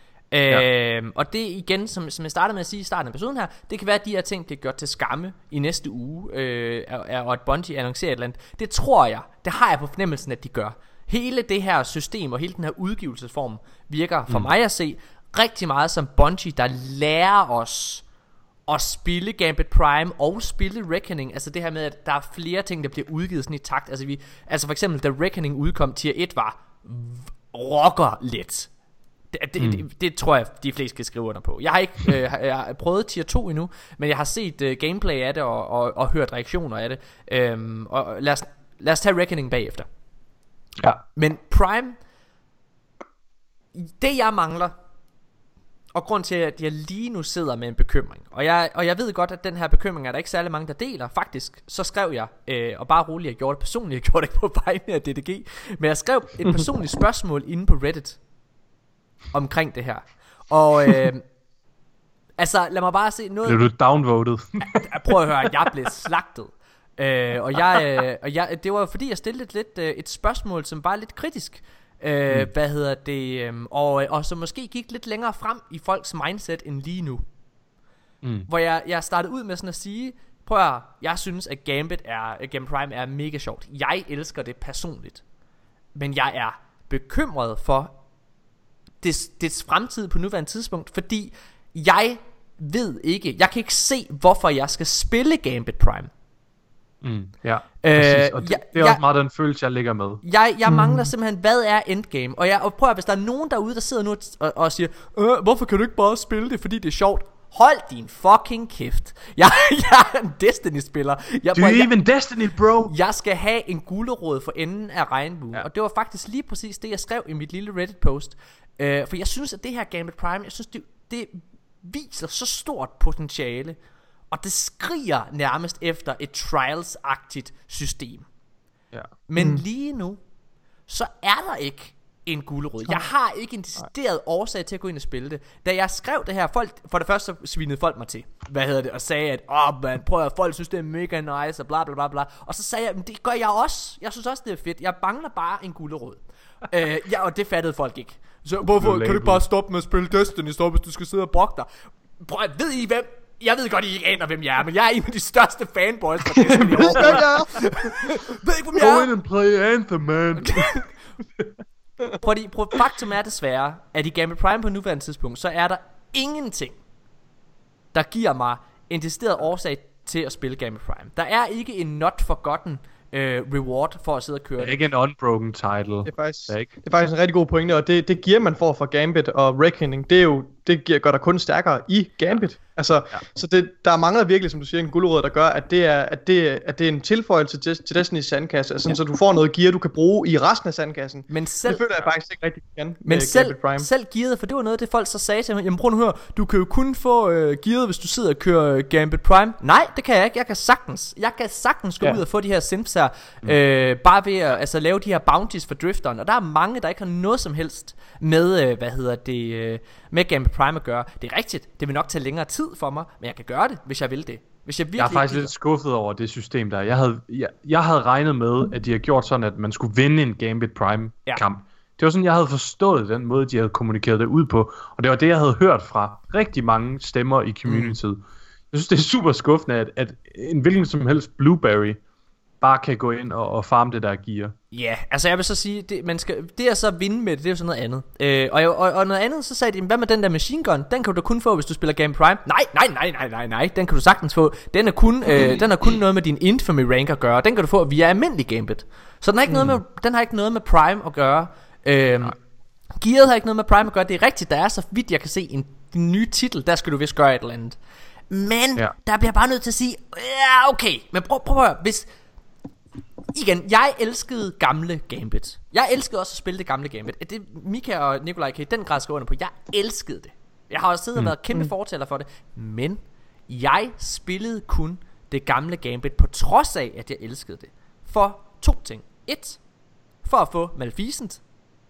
Speaker 1: Ja. Øhm, og det igen, som, som jeg startede med at sige i starten af episoden her, det kan være, at de her ting bliver gjort til skamme i næste uge, øh, og at Bungie annoncerer et eller andet. Det tror jeg, det har jeg på fornemmelsen, at de gør. Hele det her system og hele den her udgivelsesform virker for mm. mig at se rigtig meget som Bungie, der lærer os at spille Gambit Prime og spille Reckoning. Altså det her med, at der er flere ting, der bliver udgivet sådan i takt. Altså, vi, altså for eksempel, da Reckoning udkom, tier et var rocker lidt. Det, det, mm. det, det tror jeg de fleste kan skrive under på. Jeg har ikke øh, jeg har prøvet tier to endnu, men jeg har set øh, gameplay af det og, og, og hørt reaktioner af det. øhm, Og lad os, lad os tage Reckoning bagefter.
Speaker 2: Ja.
Speaker 1: Men Prime, det jeg mangler, og grund til at jeg lige nu sidder med en bekymring, Og jeg, og jeg ved godt, at den her bekymring er der ikke særlig mange der deler. Faktisk så skrev jeg øh, Og bare roligt, jeg gjorde det personligt, jeg gjorde det ikke på vegne af D D G, men jeg skrev et personligt spørgsmål inde på Reddit omkring det her. Og øh, altså lad mig bare se noget.
Speaker 2: Blev du downvoted?
Speaker 1: Prøv at høre, jeg blev slagtet. øh, Og jeg, øh, og jeg det var jo fordi jeg stillede lidt øh, et spørgsmål, som var lidt kritisk. øh, mm. Hvad hedder det øh, og, og som måske gik lidt længere frem i folks mindset end lige nu. mm. Hvor jeg, jeg startede ud med sådan at sige, prøv at høre, jeg synes at Gambit er Gambit Prime er mega sjovt. Jeg elsker det personligt, men jeg er bekymret for Dets, dets fremtid på nuværende tidspunkt, fordi jeg ved ikke, jeg kan ikke se, hvorfor jeg skal spille Gambit Prime.
Speaker 2: Mm, ja,
Speaker 1: Øh,
Speaker 2: præcis. Og det,
Speaker 1: jeg-
Speaker 2: det er også
Speaker 1: jeg-
Speaker 2: meget den følelse, jeg ligger med.
Speaker 1: Jeg, jeg mangler simpelthen, hvad er endgame? Og, jeg, og prøv at, hvis der er nogen derude, der sidder nu og, og siger, øh, hvorfor kan du ikke bare spille det, fordi det er sjovt? Hold din fucking kæft. Jeg, jeg er en Destiny-spiller. Jeg,
Speaker 2: Do
Speaker 1: prøv,
Speaker 2: you
Speaker 1: jeg,
Speaker 2: even Destiny, bro?
Speaker 1: jeg skal have en gulerod for enden af regnbuen. Ja.
Speaker 2: Ja.
Speaker 1: Og det var faktisk lige præcis det, jeg skrev i mit lille Reddit-post. Øh, for jeg synes, at det her Gambit Prime, jeg synes, det, det viser så stort potentiale. Og det skriger nærmest efter et Trials-agtigt system.
Speaker 2: Ja.
Speaker 1: Men mm. lige nu, så er der ikke en gulerod. Jeg har ikke en decideret årsag til at gå ind og spille det. Da jeg skrev det her, folk, for det første så svinede folk mig til, hvad hedder det, og sagde, at åh oh, man, prøv at folk synes det er mega nice, og bla bla bla bla. Og så sagde jeg, men det gør jeg også. Jeg synes også det er fedt. Jeg mangler bare en gulerod. øh, ja, og det fattede folk ikke. Så hvorfor kan du ikke bare stoppe med at spille Destiny, stop, hvis du skal sidde og brokke dig? Prøv at, ved I hvem? Jeg ved godt, I ikke aner, hvem jeg er, men jeg er en af de største fanboys fra Destiny overhovedet. Ved ikke, hvem jeg
Speaker 2: Go
Speaker 1: er?
Speaker 2: in and play Anthem, man.
Speaker 1: Prøv at, prøv, faktum er desværre, at i Gambit Prime på nuværende tidspunkt, så er der ingenting, der giver mig en decideret årsag til at spille Gambit Prime. Der er ikke en not forgotten øh, reward for at sidde og køre
Speaker 2: Det er
Speaker 1: det.
Speaker 2: ikke en unbroken title.
Speaker 3: Det er faktisk,
Speaker 2: Det er ikke.
Speaker 3: det er faktisk en rigtig god pointe, og det, det gear man får fra Gambit og Reckoning, det er jo, det giver, gør dig kun stærkere i Gambit. Altså, ja. Så det, der mangler virkelig, som du siger, en gulerod, der gør, at det er, at det, at det er en tilføjelse til, til Destiny's sandkasse, altså, ja. Så du får noget gear, du kan bruge i resten af sandkassen.
Speaker 1: Men selv,
Speaker 3: Det føler jeg faktisk ikke rigtig kan
Speaker 1: men
Speaker 3: med
Speaker 1: selv,
Speaker 3: Gambit Prime.
Speaker 1: selv gearet, for det var noget af det folk så sagde til mig. Jamen prøv nu at høre, du kan jo kun få øh, gearet, hvis du sidder og kører øh, Gambit Prime. Nej, det kan jeg ikke. Jeg kan sagtens Jeg kan sagtens gå
Speaker 3: Ja.
Speaker 1: ud og få de her simps her, øh, bare ved at altså, lave de her bounties for drifteren. Og der er mange, der ikke har noget som helst med, øh, hvad hedder det, øh, med Gambit Prime at gøre. Det er rigtigt, det vil nok tage længere tid for mig, men jeg kan gøre det, hvis jeg vil det. Hvis jeg virkelig
Speaker 2: Jeg er faktisk
Speaker 1: gider.
Speaker 2: lidt skuffet over det system der. Jeg havde, jeg, jeg havde regnet med, at de havde gjort sådan, at man skulle vinde en Gambit Prime
Speaker 1: Ja.
Speaker 2: kamp. Det var sådan, jeg havde forstået den måde, de havde kommunikeret det ud på. Og det var det, jeg havde hørt fra rigtig mange stemmer i communityet. Mm. Jeg synes, det er super skuffende, at, at en hvilken som helst Blueberry bare kan gå ind og, og farme det der gear.
Speaker 1: Ja, altså jeg vil så sige, det, man skal, det at så vinde med det, det er jo sådan noget andet. øh, og, og, og noget andet, så sagde de, hvad med den der machine gun? Den kan du da kun få, hvis du spiller Game Prime. Nej, nej, nej, nej, nej, nej, den kan du sagtens få. Den er kun, øh, den har kun noget med din infamy rank at gøre. Den kan du få via almindelig Gambit. Så den har ikke, mm. noget med, den har ikke noget med Prime at gøre. øh, Gearet har ikke noget med Prime at gøre. Det er rigtigt, der er så vidt jeg kan se en, en ny titel. Der skal du vist gøre et eller andet. Men
Speaker 2: Ja.
Speaker 1: der bliver bare nødt til at sige, ja okay, men prøv, prøv at høre, hvis igen, jeg elskede gamle Gambit. Jeg elskede også at spille det gamle Gambit. Det Mika og Nikolaj kan i den grad skrive under på. Jeg elskede det. Jeg har også siddet og været kæmpe mm. fortæller for det. Men jeg spillede kun det gamle Gambit, på trods af at jeg elskede det, for to ting. Et, for at få Maleficent.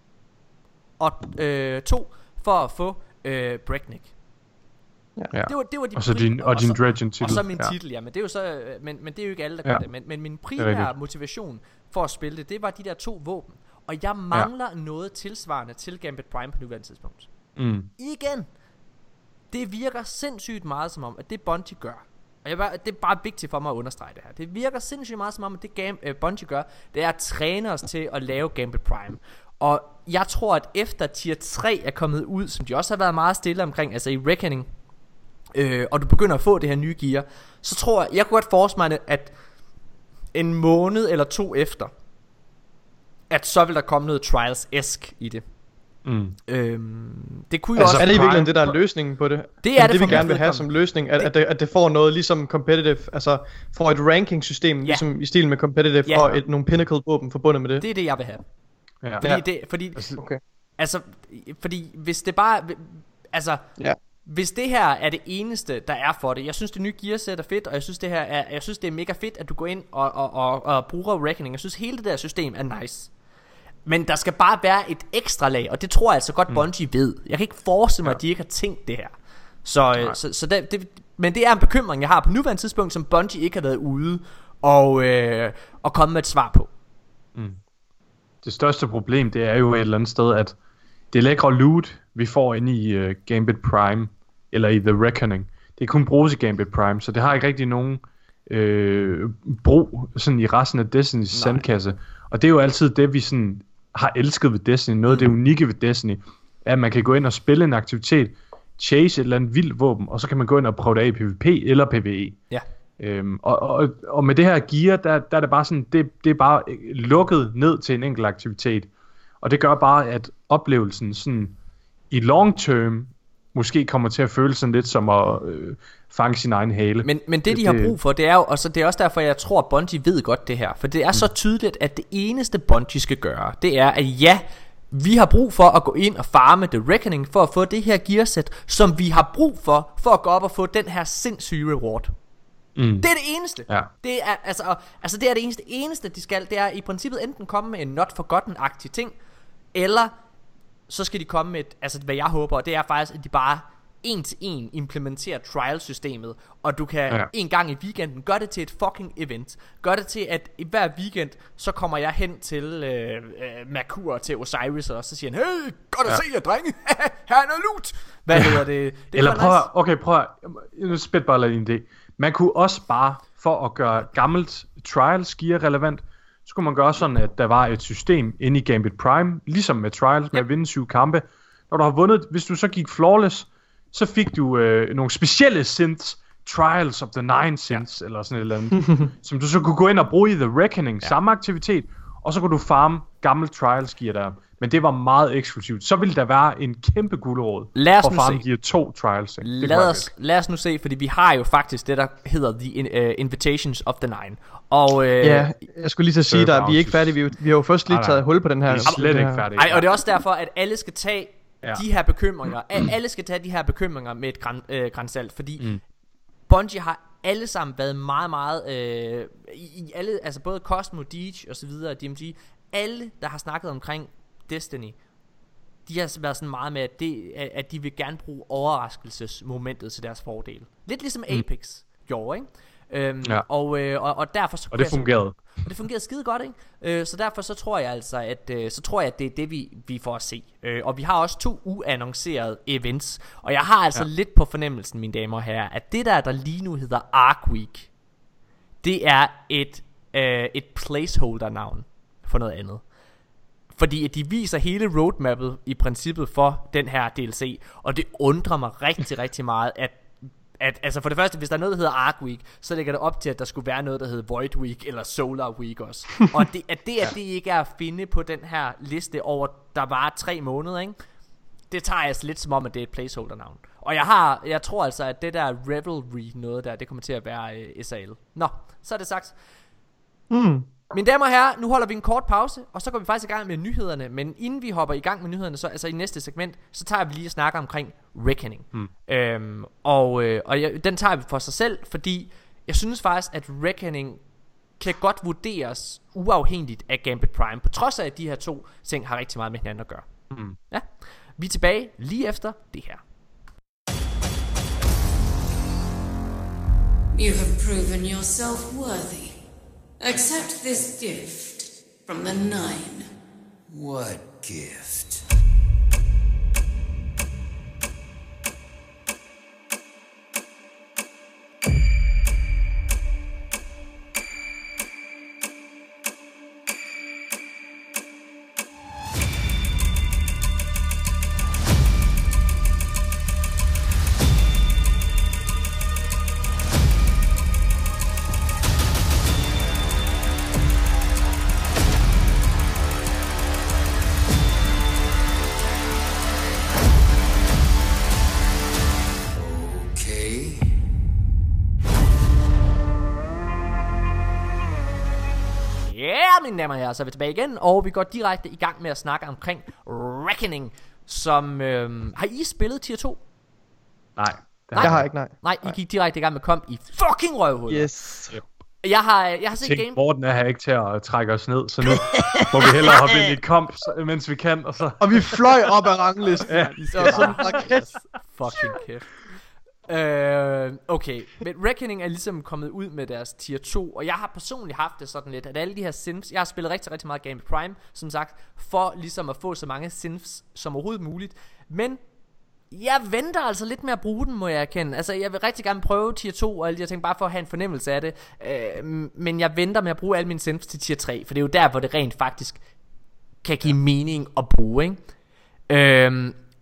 Speaker 1: Og øh, to, for at få øh, Breakneck.
Speaker 2: Ja.
Speaker 1: Det var, det var de
Speaker 2: Og så
Speaker 1: pri-
Speaker 2: din, og din
Speaker 1: så-
Speaker 2: Dredgen titel.
Speaker 1: Og så min
Speaker 2: ja.
Speaker 1: titel, ja, men det er jo så, øh, men, men det er jo ikke alle, der gør
Speaker 2: Ja.
Speaker 1: det. Men, men min
Speaker 2: Det er
Speaker 1: primære
Speaker 2: rigtigt.
Speaker 1: motivation for at spille det, det var de der to våben. Og jeg mangler ja. noget tilsvarende til Gambit Prime på nuværende tidspunkt.
Speaker 2: Mm.
Speaker 1: Igen, det virker sindssygt meget som om, at det Bungie gør. Og jeg bare, det er bare vigtigt for mig at understrege det her. Det virker sindssygt meget som om, at det game, uh, Bungie gør, det er at træne os til at lave Gambit Prime. Og jeg tror, at efter tier tre er kommet ud, som de også har været meget stille omkring, altså i Reckoning, øh, og du begynder at få det her nye gear, så tror jeg, jeg kunne godt forestille mig, at en måned eller to efter, at så vil der komme noget Trials-esk i det.
Speaker 2: Mm.
Speaker 1: Øhm, det kunne jo
Speaker 3: Altså,
Speaker 1: også
Speaker 3: er det i virkeligheden det, der er løsningen på det?
Speaker 1: Det er det
Speaker 3: det,
Speaker 1: for
Speaker 3: vi
Speaker 1: mit
Speaker 3: gerne vil have
Speaker 1: vedkommende.
Speaker 3: som løsning, at, at, det, at det får noget ligesom competitive, altså får et ranking-system,
Speaker 1: Ja.
Speaker 3: ligesom i stil med competitive,
Speaker 1: Ja.
Speaker 3: og et, nogle pinnacle-våben forbundet med det.
Speaker 1: Det er det, jeg vil have.
Speaker 2: Ja.
Speaker 1: Fordi,
Speaker 3: Ja.
Speaker 1: det, fordi,
Speaker 3: Okay.
Speaker 1: altså, fordi hvis det bare, altså,
Speaker 3: Ja.
Speaker 1: hvis det her er det eneste, der er for det, jeg synes det nye gearsæt er fedt, og jeg synes det her er, jeg synes det er mega fedt, at du går ind og, og, og, og bruger Reckoning. Jeg synes hele det der system er nice. Men der skal bare være et ekstra lag, og det tror jeg altså godt Bungie ved. Jeg kan ikke forestille mig, ja. at de ikke har tænkt det her. Så, øh, så, så det, det, men det er en bekymring, jeg har på nuværende tidspunkt, som Bungie ikke har været ude og, øh, og komme med et svar på.
Speaker 2: Mm. Det største problem, det er jo et eller andet sted, at det lækre loot, vi får inde i uh, Gambit Prime, eller i The Reckoning, det kan kun bruges i Gambit Prime, så det har ikke rigtig nogen øh, brug sådan i resten af Destiny's sandkasse. Og det er jo altid det, vi sådan har elsket ved Destiny. Noget af det unikke ved Destiny, er, at man kan gå ind og spille en aktivitet, chase et eller andet vildt våben, og så kan man gå ind og prøve det af i PvP eller PvE.
Speaker 1: Ja.
Speaker 2: Øhm, og, og, og med det her gear, der, der er det bare sådan, det, det er bare lukket ned til en enkelt aktivitet. Og det gør bare, at oplevelsen sådan i long term måske kommer til at føle sådan lidt som at øh, fange sin egen hale.
Speaker 1: Men, men det de har brug for, det er jo, og så det er også derfor jeg tror at Bungie ved godt det her. For det er mm. så tydeligt, at det eneste Bungie skal gøre, det er at ja, vi har brug for at gå ind og farme The Reckoning for at få det her gearset, som vi har brug for for at gå op og få den her sindssyge reward. Mm. Det er det eneste. Ja. Det er altså, altså det er det eneste eneste de skal. Det er i princippet enten komme med en not forgotten-agtig ting, eller så skal de komme med et, altså hvad jeg håber, det er faktisk at de bare en til en implementerer trial-systemet, og du kan ja. en gang i weekenden gøre det til et fucking event. Gør det til at i hver weekend så kommer jeg hen til øh, øh, Merkur, til Osiris, og så siger han, hey, godt at ja. se jer drenge. Her er noget loot. Hvad hedder det? Det
Speaker 2: eller prøv, nice. okay prøv nu spæt bare en idé. Man kunne også bare, for at gøre gammelt Trials gear relevant, så kunne man gøre sådan, at der var et system inde i Gambit Prime, ligesom med Trials, med yep. at vinde syv kampe. Når du har vundet, hvis du så gik flawless, så fik du øh, nogle specielle synths, Trials of the Nine synths, ja. eller sådan et eller andet, som du så kunne gå ind og bruge i The Reckoning, ja. samme aktivitet, og så kunne du farme gammel Trials gear der. Men det var meget eksklusivt. Så ville der være en kæmpe guldråd for at farme gear to Trials.
Speaker 1: Lad os, lad os nu se, fordi vi har jo faktisk det, der hedder The uh, Invitations of the Nine. Og, uh,
Speaker 3: ja, jeg skulle lige så sige dig, vi er ikke færdige. Vi, vi har jo først lige taget hul på den her.
Speaker 2: Vi er slet ikke færdige.
Speaker 1: Ej, og det er også derfor, at alle skal tage ja. de her bekymringer. Alle skal tage de her bekymringer med et gran, øh, grænsalt, fordi mm. Bungie har alle sammen været meget, meget øh, i, i alle, altså både Cosmo, Deej og så videre, D M G, alle der har snakket omkring Destiny, de har været sådan meget med at, det, at de vil gerne bruge overraskelsesmomentet til deres fordel. Lidt ligesom mm. Apex gjorde, ikke? Øhm, ja. og, øh, og, og derfor så
Speaker 2: og det fungerede
Speaker 1: så, og det fungerede skide godt, ikke? Øh, så derfor så tror jeg altså at øh, så tror jeg at det er det vi, vi får at se. øh, Og vi har også to uannoncerede events, og jeg har altså ja. lidt på fornemmelsen, mine damer og herrer, at det der der lige nu hedder Arc Week, det er et, øh, et placeholder navn for noget andet. Fordi at de viser hele roadmappet i princippet for den her D L C, og det undrer mig rigtig rigtig meget at At, altså for det første, hvis der er noget, der hedder Arc Week, så lægger det op til, at der skulle være noget, der hedder Void Week eller Solar Week også. Og det, at det, at det ikke er at finde på den her liste over, der var tre måneder, ikke? Det tager jeg altså lidt som om, at det er et placeholder-navn. Og jeg har, jeg tror altså, at det der Revelry noget der, det kommer til at være øh, S A L. Nå, så er det sagt. Mm. Mine damer og herrer, nu holder vi en kort pause, og så går vi faktisk i gang med nyhederne. Men inden vi hopper i gang med nyhederne, så altså i næste segment, så tager vi lige og snakker omkring Reckoning. Mm. øhm, Og, øh, og jeg, den tager vi for sig selv, fordi jeg synes faktisk at Reckoning kan godt vurderes uafhængigt af Gambit Prime, på trods af at de her to ting har rigtig meget med hinanden at gøre. mm. Ja, vi er tilbage lige efter det her.
Speaker 5: You have proven yourself worthy. Accept this gift from the Nine.
Speaker 4: What gift?
Speaker 1: Mine damer og herrer, så er vi tilbage igen, og vi går direkte i gang med at snakke omkring Reckoning, som øhm, har I spillet tier to?
Speaker 2: Nej,
Speaker 3: det har jeg ikke, nej.
Speaker 1: Nej, I gik direkte i gang med komp i fucking røvhul.
Speaker 3: Yes.
Speaker 1: Yep. Jeg har, jeg har set
Speaker 2: Tænk,
Speaker 1: game.
Speaker 2: Morten er her ikke til at trække os ned, så nu må vi hellere hoppe ind i komp, mens vi kan, og så...
Speaker 3: Og vi fløj op ad ranglisten.
Speaker 2: Ja,
Speaker 3: det var sådan en raket.
Speaker 1: Fucking kæft. Uh, okay, men Reckoning er ligesom kommet ud med deres tier to, og jeg har personligt haft det sådan lidt, at alle de her synths, jeg har spillet rigtig rigtig meget Gambit Prime, som sagt, for ligesom at få så mange synths som overhovedet muligt. Men jeg venter altså lidt med at bruge den, må jeg erkende. Altså jeg vil rigtig gerne prøve tier to og alle de her ting, bare for at have en fornemmelse af det. uh, Men jeg venter med at bruge alle mine synths til tier tre, for det er jo der, hvor det rent faktisk kan give mening at bruge, ikke? uh,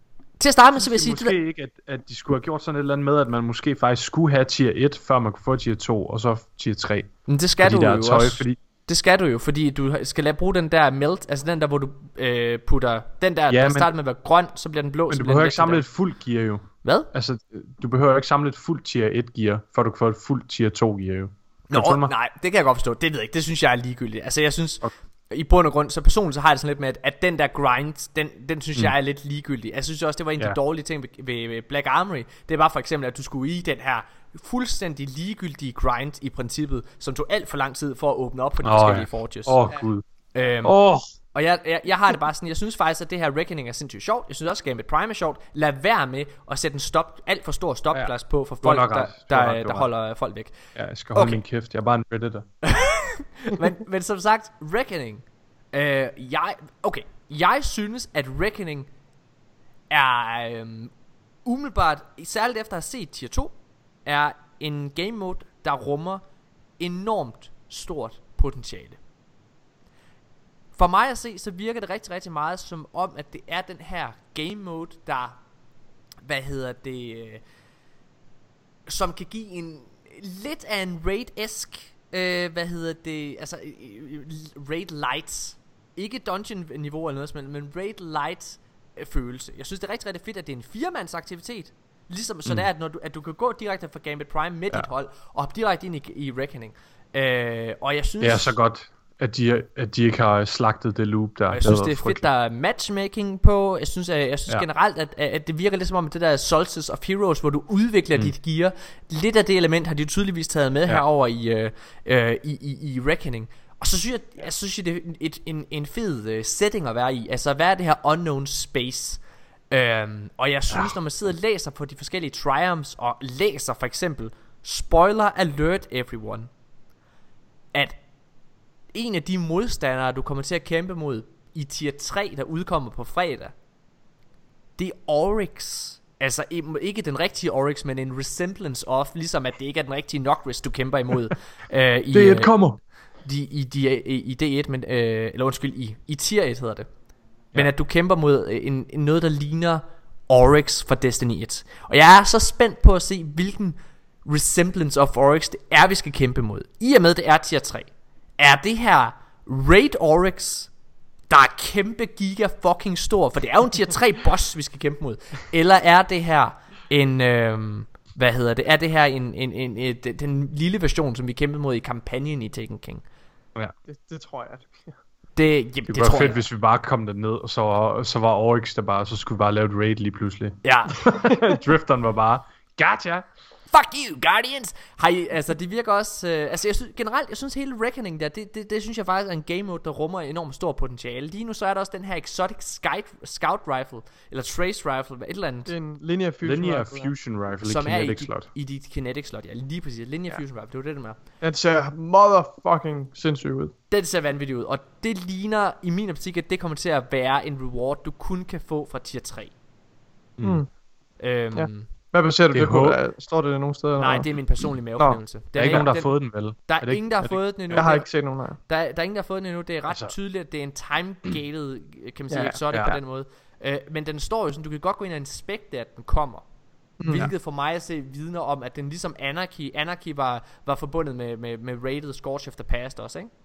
Speaker 1: Til at starte med, så vil jeg sige...
Speaker 2: Måske det der... ikke, at, at de skulle have gjort sådan et eller andet med, at man måske faktisk skulle have tier et, før man kunne få tier to, og så tier tre.
Speaker 1: Men det skal
Speaker 2: fordi
Speaker 1: du jo
Speaker 2: tøj,
Speaker 1: også.
Speaker 2: fordi...
Speaker 1: Det skal du jo, fordi du skal lade bruge den der melt, altså den der, hvor du øh, putter... Den der,
Speaker 2: ja,
Speaker 1: der
Speaker 2: men...
Speaker 1: starter med at være grøn, så bliver den blå.
Speaker 2: Men
Speaker 1: så
Speaker 2: du behøver
Speaker 1: den
Speaker 2: ikke samle
Speaker 1: der.
Speaker 2: et fuldt gear jo.
Speaker 1: Hvad?
Speaker 2: Altså, du behøver ikke samle et fuldt tier et gear, før du kan få et fuldt tier to gear jo.
Speaker 1: Nå, nej, det kan jeg godt forstå. Det ved jeg ikke, det synes jeg er ligegyldigt. Altså jeg synes, okay. i bund og grund, så personligt så har jeg det sådan lidt med, at, at den der grind, den, den synes mm. jeg er lidt ligegyldig. Jeg synes også, det var en af ja. de dårlige ting ved, ved, ved Black Armory. Det var for eksempel, at du skulle i den her fuldstændig ligegyldige grind i princippet, som tog alt for lang tid for at åbne op for de oh, forskellige ja. forges.
Speaker 2: Åh oh, gud.
Speaker 1: Øhm,
Speaker 2: oh.
Speaker 1: Og jeg, jeg, jeg har det bare sådan, jeg synes faktisk, at det her Reckoning er sindssygt sjovt. Jeg synes også, at Gambit Prime er sjovt. Lad være med at sætte en stop, alt for stor stopglas ja. på for folk, der, der, der, der holder folk væk.
Speaker 2: Ja, jeg skal holde okay. min kæft. Jeg er bare en redditor.
Speaker 1: men, men som sagt, Reckoning. Øh, jeg, okay, jeg synes, at Reckoning er øh, umiddelbart, særligt efter at have set tier to, er en game mode, der rummer enormt stort potentiale. For mig at se, så virker det rigtig, rigtig meget som om, at det er den her game mode, der, hvad hedder det, øh, som kan give en lidt af en raid-esk, øh, hvad hedder det, altså øh, raid light, ikke dungeon niveau eller noget, men, men raid light øh, følelse. Jeg synes det er rigtig, rigtig fedt, at det er en firemands aktivitet, ligesom mm. så det er, at, når du, at du kan gå direkte fra Gambit Prime med ja. dit hold, og hoppe direkte ind i, i Reckoning. Øh, og jeg synes...
Speaker 2: Det er så godt. At de, at de ikke har slagtet det loop der.
Speaker 1: Og jeg synes det er fedt, der er matchmaking på. Jeg synes, jeg, jeg synes ja. generelt at, at det virker lidt som om det der Solstice of Heroes, hvor du udvikler mm. dit gear. Lidt af det element har de tydeligvis taget med ja. herover i, øh, øh, i, i, i Reckoning. Og så synes jeg, jeg synes det er et, en, en fed uh, setting at være i. Altså hvad er det her unknown space? øhm, Og jeg synes ja. når man sidder og læser på de forskellige triumphs, og læser for eksempel spoiler alert everyone, at en af de modstandere, du kommer til at kæmpe mod i tier tre, der udkommer på fredag, det er Oryx. Altså ikke den rigtige Oryx, men en resemblance of, ligesom at det ikke er den rigtige Nokris, du kæmper imod. øh, i,
Speaker 2: D et kommer.
Speaker 1: De, i, de, i, i D et, men, øh, eller undskyld, i, i tier et hedder det. Ja. Men at du kæmper mod en, en noget, der ligner Oryx fra Destiny et. Og jeg er så spændt på at se, hvilken resemblance of Oryx det er, vi skal kæmpe mod. I og med det er tier tre. Er det her Raid Oryx, der er kæmpe giga fucking stor, for det er jo en tier tre boss vi skal kæmpe mod, eller er det her en øhm, hvad hedder det, er det her en, en, en, en, en den lille version som vi kæmpede mod i kampagnen i Taken King?
Speaker 3: Ja, det, det tror jeg.
Speaker 1: Det, jamen,
Speaker 2: det,
Speaker 1: det
Speaker 2: var
Speaker 1: tror
Speaker 2: fedt
Speaker 1: jeg.
Speaker 2: Hvis vi bare kom derned, og så var, så var Oryx der bare, så skulle vi bare lave et raid lige pludselig.
Speaker 1: Ja.
Speaker 2: Drifteren var bare gotcha.
Speaker 1: Fuck you, Guardians! Har I, altså det virker også øh, altså jeg synes, generelt, jeg synes hele Reckoning der, det, det, det synes jeg faktisk er en game mode, der rummer enormt stor potentiale. Lige nu så er der også den her Exotic Scout, Scout Rifle, eller Trace Rifle, et eller andet.
Speaker 3: Det er en Linear Fusion
Speaker 2: Linear
Speaker 3: Rifle,
Speaker 2: Fusion Rifle,
Speaker 1: som
Speaker 2: i
Speaker 1: er
Speaker 2: Kinetic
Speaker 1: i,
Speaker 2: Slot.
Speaker 1: i dit Kinetic Slot, ja, lige præcis. Linear ja. Fusion Rifle, det var det, det med.
Speaker 3: Den ser motherfucking sindssygt ud.
Speaker 1: Den ser vanvittigt ud, og det ligner i min optik, at det kommer til at være en reward, du kun kan få fra tier tre.
Speaker 3: Mm. Mm.
Speaker 1: Øhm,
Speaker 3: ja. Hvad baserer du det, det på? Står det nogen steder?
Speaker 1: Nej, det er min personlige mavefornemmelse.
Speaker 2: Der er ikke nogen, der har fået den, vel?
Speaker 1: Der er, er ingen, der har fået den endnu.
Speaker 3: Jeg har ikke set nogen af.
Speaker 1: Der er, der er ingen, der har fået den endnu. Det er ret altså. tydeligt, at det er en time-gated, kan man sige, ja, exotic ja. på den måde. Uh, men den står jo sådan, du kan godt gå ind og inspekte, at den kommer. Mm, hvilket ja. for mig at se vidner om, at den ligesom Anarchy, Anarchy var, var forbundet med, med, med rated Scorch of the Past også, ikke?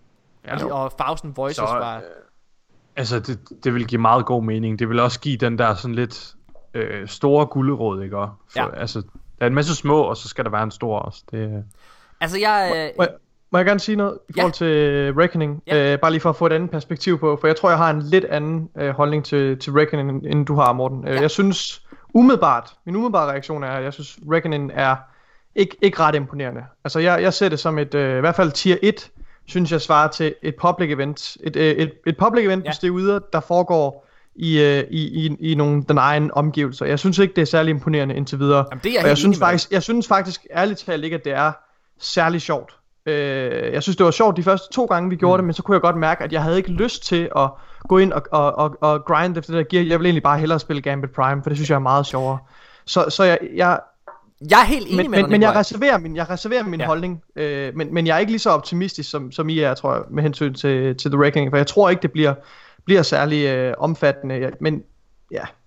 Speaker 1: Ja, og Thousand Voices så, var... Øh,
Speaker 2: altså, det, det vil give meget god mening. Det vil også give den der sådan lidt... Øh, store gulderåd, ikke? For, ja. Altså, der er en masse små, og så skal der være en stor også. Det,
Speaker 1: altså, jeg... Øh,
Speaker 3: må, må, må jeg gerne sige noget i forhold ja. til Reckoning? Ja. Øh, bare lige for at få et andet perspektiv på, for jeg tror, jeg har en lidt anden øh, holdning til, til Reckoning, end du har, Morten. Ja. Jeg synes umiddelbart, min umiddelbare reaktion er, at jeg synes, Reckoning er ikke, ikke ret imponerende. Altså, jeg, jeg ser det som et, øh, i hvert fald tier et, synes jeg svarer til et public event. Et, øh, et, et public event, ja. hvis det er ude, der foregår... I, øh, i, i, i nogle den egen omgivelser. Jeg synes ikke det er særlig imponerende indtil videre.
Speaker 1: Jamen, det er
Speaker 3: og jeg synes faktisk, jeg synes faktisk ærligt talt ikke at det er særlig sjovt. Øh, jeg synes det var sjovt de første to gange vi gjorde mm. det, men så kunne jeg godt mærke at jeg havde ikke lyst til at gå ind og, og, og, og grind efter det der gear. Jeg vil egentlig bare hellere spille Gambit Prime, for det synes jeg er meget sjovere. Så, så jeg, jeg
Speaker 1: Jeg er helt enig
Speaker 3: men,
Speaker 1: med dig,
Speaker 3: men, men jeg reserverer min, jeg reserverer min ja. holdning, øh, men, men jeg er ikke lige så optimistisk som, som I er, tror jeg, med hensyn til, til The Reckoning, for jeg tror ikke det bliver bliver særlig øh, omfattende, ja, men ja,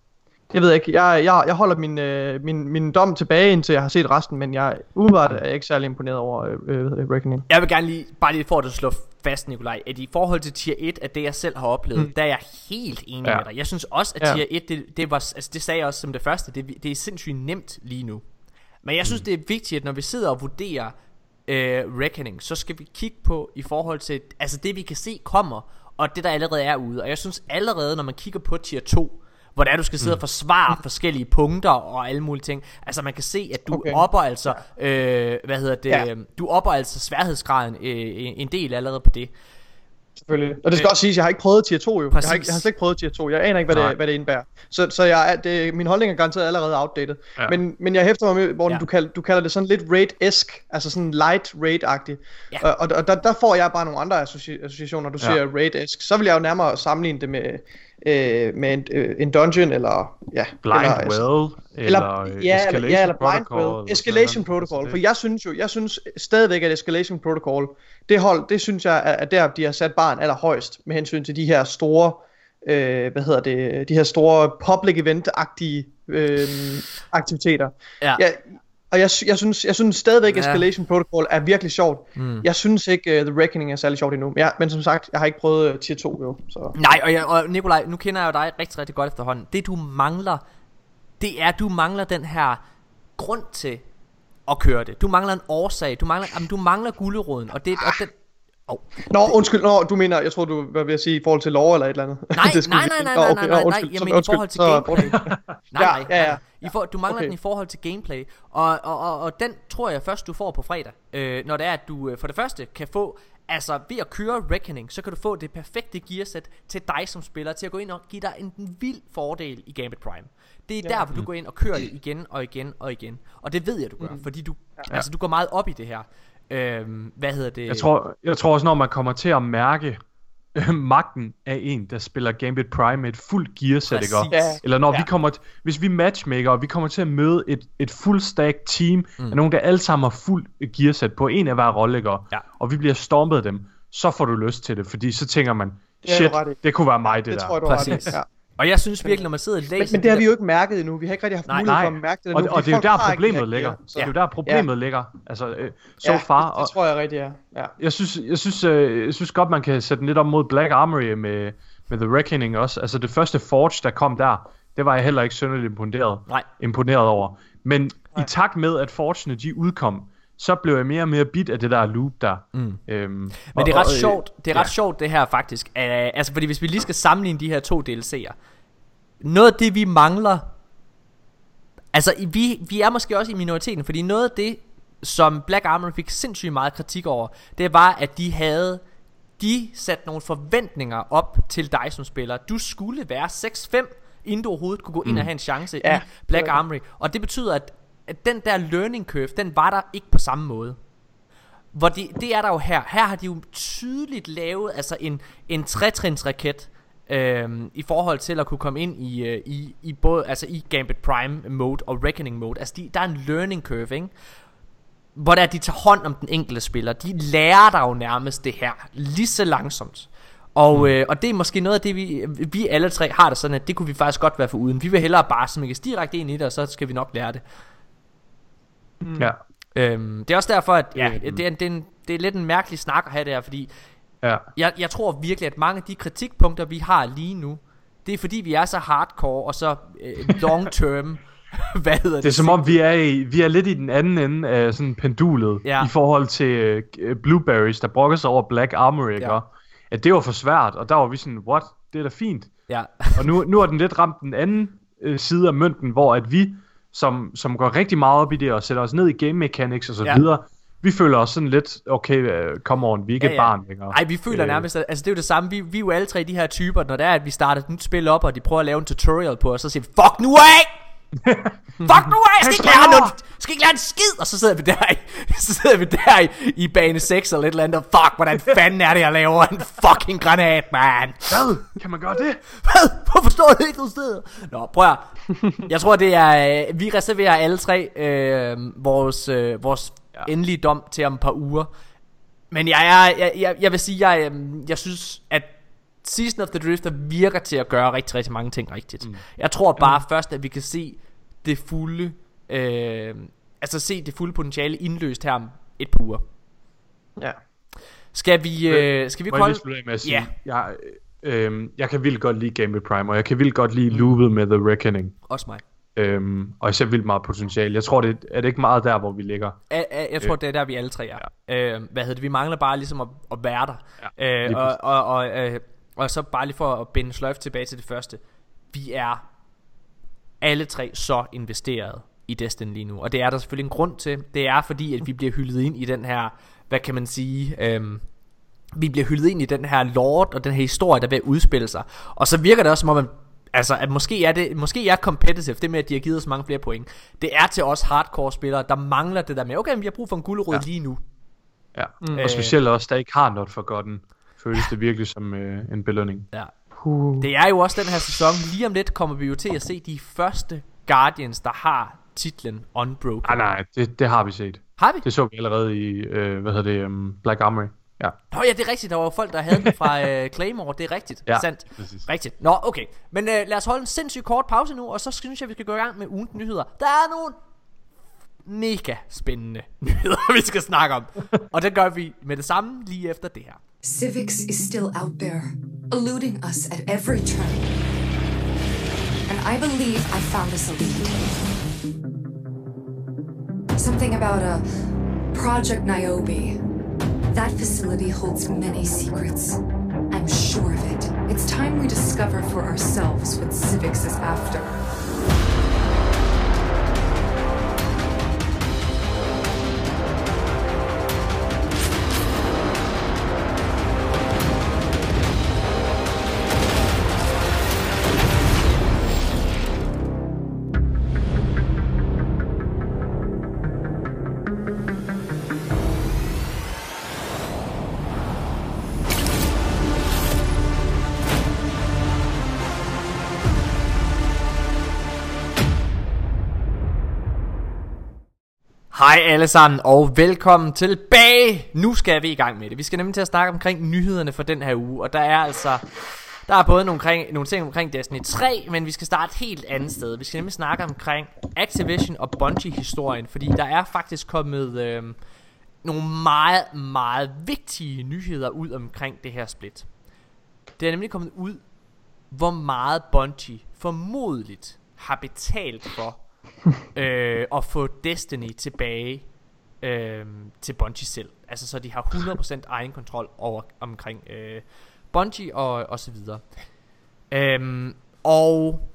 Speaker 3: Jeg ved ikke, jeg, jeg, jeg holder min, øh, min, min dom tilbage, indtil jeg har set resten, men jeg umiddelbart er jeg ikke særlig imponeret over øh, øh, Reckoning.
Speaker 1: Jeg vil gerne lige, bare lige for at slå fast, Nikolaj, at i forhold til tier et, at det jeg selv har oplevet, mm. der er jeg helt enig ja. med dig. Jeg synes også, at tier et, det, det, var, altså det sagde jeg også som det første, det, det er sindssygt nemt lige nu. Men jeg synes, mm. det er vigtigt, at når vi sidder og vurderer øh, Reckoning, så skal vi kigge på i forhold til, altså det vi kan se kommer, og det der allerede er ude. Og jeg synes allerede, når man kigger på tier to, hvor der du skal sidde og forsvare mm. forskellige punkter og alle mulige ting. Altså man kan se, at du okay. opper altså, øh, hvad hedder det, ja. du opper altså sværhedsgraden øh, en del allerede på det.
Speaker 3: Selvfølgelig. Og det skal øh, også siges, at jeg har ikke prøvet tier to jo. Jeg har, ikke, jeg har slet ikke prøvet tier to. Jeg aner ikke, hvad det, hvad det indebærer. Så, så jeg, det, min holdning er garanteret allerede outdated. Ja. Men, men jeg hæfter mig med, hvor ja. du, kalder, du kalder det sådan lidt raid-esk, altså sådan light raid-agtigt. Ja. Og, og, og der, der får jeg bare nogle andre associ- associationer, du ja. siger raid-esk. Så vil jeg jo nærmere sammenligne det med, øh, med en, øh, en dungeon, eller ja.
Speaker 2: Blind
Speaker 3: eller,
Speaker 2: Well,
Speaker 3: altså,
Speaker 2: eller,
Speaker 3: eller ja,
Speaker 2: Escalation
Speaker 3: ja, eller Blind
Speaker 2: Protocol.
Speaker 3: Well. Escalation Protocol. For jeg synes jo, jeg synes stadigvæk, at Escalation Protocol, det hold, det synes jeg er der, de har sat barn allerhøjst, med hensyn til de her store, øh, hvad hedder det, de her store public event-agtige øh, aktiviteter. Ja. Jeg, og jeg, jeg, synes, jeg synes stadigvæk, ja. Escalation Protocol er virkelig sjovt. Mm. Jeg synes ikke, uh, The Reckoning er særlig sjovt endnu. Ja, men som sagt, jeg har ikke prøvet uh, tier to jo. Så.
Speaker 1: Nej, og, jeg, og Nikolaj, nu kender jeg jo dig rigtig, rigtig godt efterhånden. Det du mangler, det er, du mangler den her grund til at køre det. Du mangler en årsag. Du mangler, jamen, du mangler guleroden. Og det, og det, Oh.
Speaker 3: Nå, undskyld, nå, du mener, jeg tror du var ved at sige i forhold til lov eller et eller andet.
Speaker 1: Nej, nej, nej, nej, nej, nej, nej, nej, jeg mener i forhold til gameplay. Nej, nej, ja, ja. I for, du mangler okay. den i forhold til gameplay, og, og, og, og den tror jeg først du får på fredag, øh, når det er at du for det første kan få, altså ved at køre Reckoning, så kan du få det perfekte gearset til dig som spiller, til at gå ind og give dig en, en vild fordel i Gambit Prime. Det er ja. der hvor du går ind og kører det igen og igen og igen, og det ved jeg du gør, mm. fordi du, ja. altså du går meget op i det her. Øhm, hvad hedder det?
Speaker 2: Jeg tror, jeg tror også, når man kommer til at mærke øh, magten af en, der spiller Gambit Prime med et fuldt gearset, ikke?
Speaker 3: Ja.
Speaker 2: Eller når
Speaker 3: ja.
Speaker 2: vi kommer t- hvis vi matchmaker, og vi kommer til at møde et, et full stack team mm. af nogen, der alle sammen har fuldt gearset på en af hver rolle, ja. og vi bliver stormet af dem, så får du lyst til det, fordi så tænker man, shit, det, det kunne være mig, det, det der.
Speaker 3: Tror, Præcis. Ja.
Speaker 1: Og jeg synes virkelig, når man sidder og læser...
Speaker 3: Men, men det har vi jo ikke mærket endnu. Vi har ikke rigtig haft nej, mulighed for at mærke det endnu.
Speaker 2: Og, og det er jo der problemet ligger. Så. Det er jo der problemet ja. ligger. Altså, øh, so
Speaker 3: ja,
Speaker 2: far.
Speaker 3: Det, det tror jeg rigtigt, ja. ja.
Speaker 2: Jeg synes, jeg synes, øh, jeg synes godt, man kan sætte den lidt op mod Black Armory med, med The Reckoning også. Altså det første Forge, der kom der, det var jeg heller ikke synderligt imponeret,
Speaker 1: nej.
Speaker 2: imponeret over. Men
Speaker 3: nej.
Speaker 2: i takt med, at Forge'ene de udkom, så blev jeg mere og mere bit af det der loop der.
Speaker 1: Mm.
Speaker 2: Øhm,
Speaker 1: Men og, det er ret og, sjovt, det er ret ja. sjovt det her faktisk. Uh, altså fordi hvis vi lige skal sammenligne de her to D L C'er, noget af det vi mangler, altså vi, vi er måske også i minoriteten, fordi noget af det som Black Armory fik sindssygt meget kritik over, det var at de havde de sat nogle forventninger op til dig som spiller. Du skulle være seks fem, inden du overhovedet kunne gå ind mm. og have en chance ja. i Black Armory. Og det betyder at, at den der learning curve, den var der ikke på samme måde. Hvor de, det er der jo her. Her har de jo tydeligt lavet altså en, en tretrinsraket Øhm, i forhold til at kunne komme ind i, øh, i, i både altså i Gambit Prime mode og Reckoning mode. Altså de, der er en learning curve, ikke? Hvor der de tager hånd om den enkelte spiller. De lærer dig jo nærmest det her lige så langsomt. Og, mm. øh, og det er måske noget af det vi, vi alle tre har det sådan, at det kunne vi faktisk godt være foruden. Vi vil hellere bare smækkes direkte ind i det, og så skal vi nok lære det.
Speaker 2: mm. Ja.
Speaker 1: øhm, Det er også derfor at ja, det, er, det, er en, det er lidt en mærkelig snak at have det her, fordi
Speaker 2: Ja.
Speaker 1: Jeg, jeg tror virkelig at mange af de kritikpunkter vi har lige nu, det er fordi vi er så hardcore og så øh, long term. Hvad hedder det?
Speaker 2: Det er som om vi er i, vi er lidt i den anden ende af sådan pendulet ja. i forhold til uh, Blueberries, der brokker sig over Black Armory, ikke? Ja. At det var for svært, og der var vi sådan, what? Det er da fint.
Speaker 1: Ja.
Speaker 2: Og nu, nu er den lidt ramt den anden øh, side af mønten, hvor at vi som, som går rigtig meget op i det og sætter os ned i game mechanics og så ja. videre, vi føler os sådan lidt, okay, uh, come on, vi er ikke ja, ja. et barn længere.
Speaker 1: Nej, vi føler øh. nærmest, altså det er jo det samme, vi, vi er jo alle tre de her typer, når det er, at vi starter et nyt spil op, og de prøver at lave en tutorial på os, så siger vi, fuck nu af! Fuck nu af! Jeg skal ikke lære noget, skal ikke lære en skid! Og så sidder vi der i, så sidder vi der i, i bane seks eller et eller andet, fuck, hvordan fanden er det, jeg laver en fucking granat, man?
Speaker 2: Hvad? Kan man gøre det?
Speaker 1: Hvad? Hvorfor står det ikke nogen steder? Nå, prøv at jeg tror det er, vi reserverer alle tre øh, vores, øh, vores ja. endelige dom til om et par uger. Men jeg, er, jeg, jeg, jeg vil sige, jeg, jeg synes, at Season of the Drifter virker til at gøre rigtig, rigtig mange ting rigtigt. Mm. Jeg tror bare mm. først, at vi kan se det fulde, øh, altså se det fulde potentiale indløst her om et par uger.
Speaker 3: Ja.
Speaker 1: Skal vi, øh, skal vi
Speaker 2: holde? Må jeg med at sige,
Speaker 1: ja.
Speaker 2: jeg, øh, jeg kan vildt godt lide Gambit Prime, og jeg kan vildt godt lide mm. loopet med The Reckoning.
Speaker 1: Også mig.
Speaker 2: Øhm, og jeg ser vildt meget potentiale. Jeg tror, det er det ikke meget der, hvor vi ligger.
Speaker 1: Jeg, jeg, jeg tror, øh. det er der, vi alle tre er. Ja. Øh, hvad hedder det? Vi mangler bare ligesom at, at være der. Ja, øh, og, og, og, øh, og så bare lige for at binde sløjf tilbage til det første. Vi er alle tre så investeret i Destiny lige nu. Og det er der selvfølgelig en grund til. Det er fordi, at vi bliver hyldet ind i den her, hvad kan man sige... Øhm, vi bliver hyldet ind i den her lore og den her historie, der er ved at udspille sig. Og så virker det også som om, at altså at måske er det måske er competitive, det med at de har givet os mange flere point. Det er til os hardcore spillere, der mangler det der med, okay, vi har brug for en gulerod ja. lige nu.
Speaker 2: Ja. Mm. Og specielt også der ikke har Not Forgotten, føles det virkelig som øh, en belønning.
Speaker 1: Ja. Uh. Det er jo også den her sæson. Lige om lidt kommer vi jo til at se de første Guardians, der har titlen Unbroken.
Speaker 2: Ah, nej, det, det har vi set.
Speaker 1: Har vi?
Speaker 2: Det så vi allerede i øh, hvad hedder det, um, Black Armory. Ja.
Speaker 1: Nå ja, det er rigtigt. Der var folk, der havde den fra øh, Claymore. Det er rigtigt.
Speaker 2: Ja,
Speaker 1: sandt.
Speaker 2: Præcis.
Speaker 1: Rigtigt. Nå, okay. Men øh, lad os holde en sindssygt kort pause nu, og så synes jeg, vi skal gå i gang med ugens nyheder. Der er nogle mega spændende nyheder, vi skal snakke om. Og det gør vi med det samme lige efter det her.
Speaker 5: Civics is still out there, eluding us at every turn. And I believe I found us a lead. Something about a Project Niobe. That facility holds many secrets. I'm sure of it. It's time we discover for ourselves what Civics is after.
Speaker 1: Hej alle sammen og velkommen tilbage. Nu skal vi i gang med det. Vi skal nemlig til at snakke omkring nyhederne for den her uge. Og der er altså Der er både nogle, nogle ting omkring Destiny tre, men vi skal starte et helt andet sted. Vi skal nemlig snakke omkring Activision og Bungie historien, fordi der er faktisk kommet øh, nogle meget, meget vigtige nyheder ud omkring det her split. Det er nemlig kommet ud, hvor meget Bungie formodentligt har betalt for øh, at få Destiny tilbage øh, til Bungie selv. Altså så de har hundrede procent egen kontrol over omkring øh, Bungie og, og så videre. Øhm, og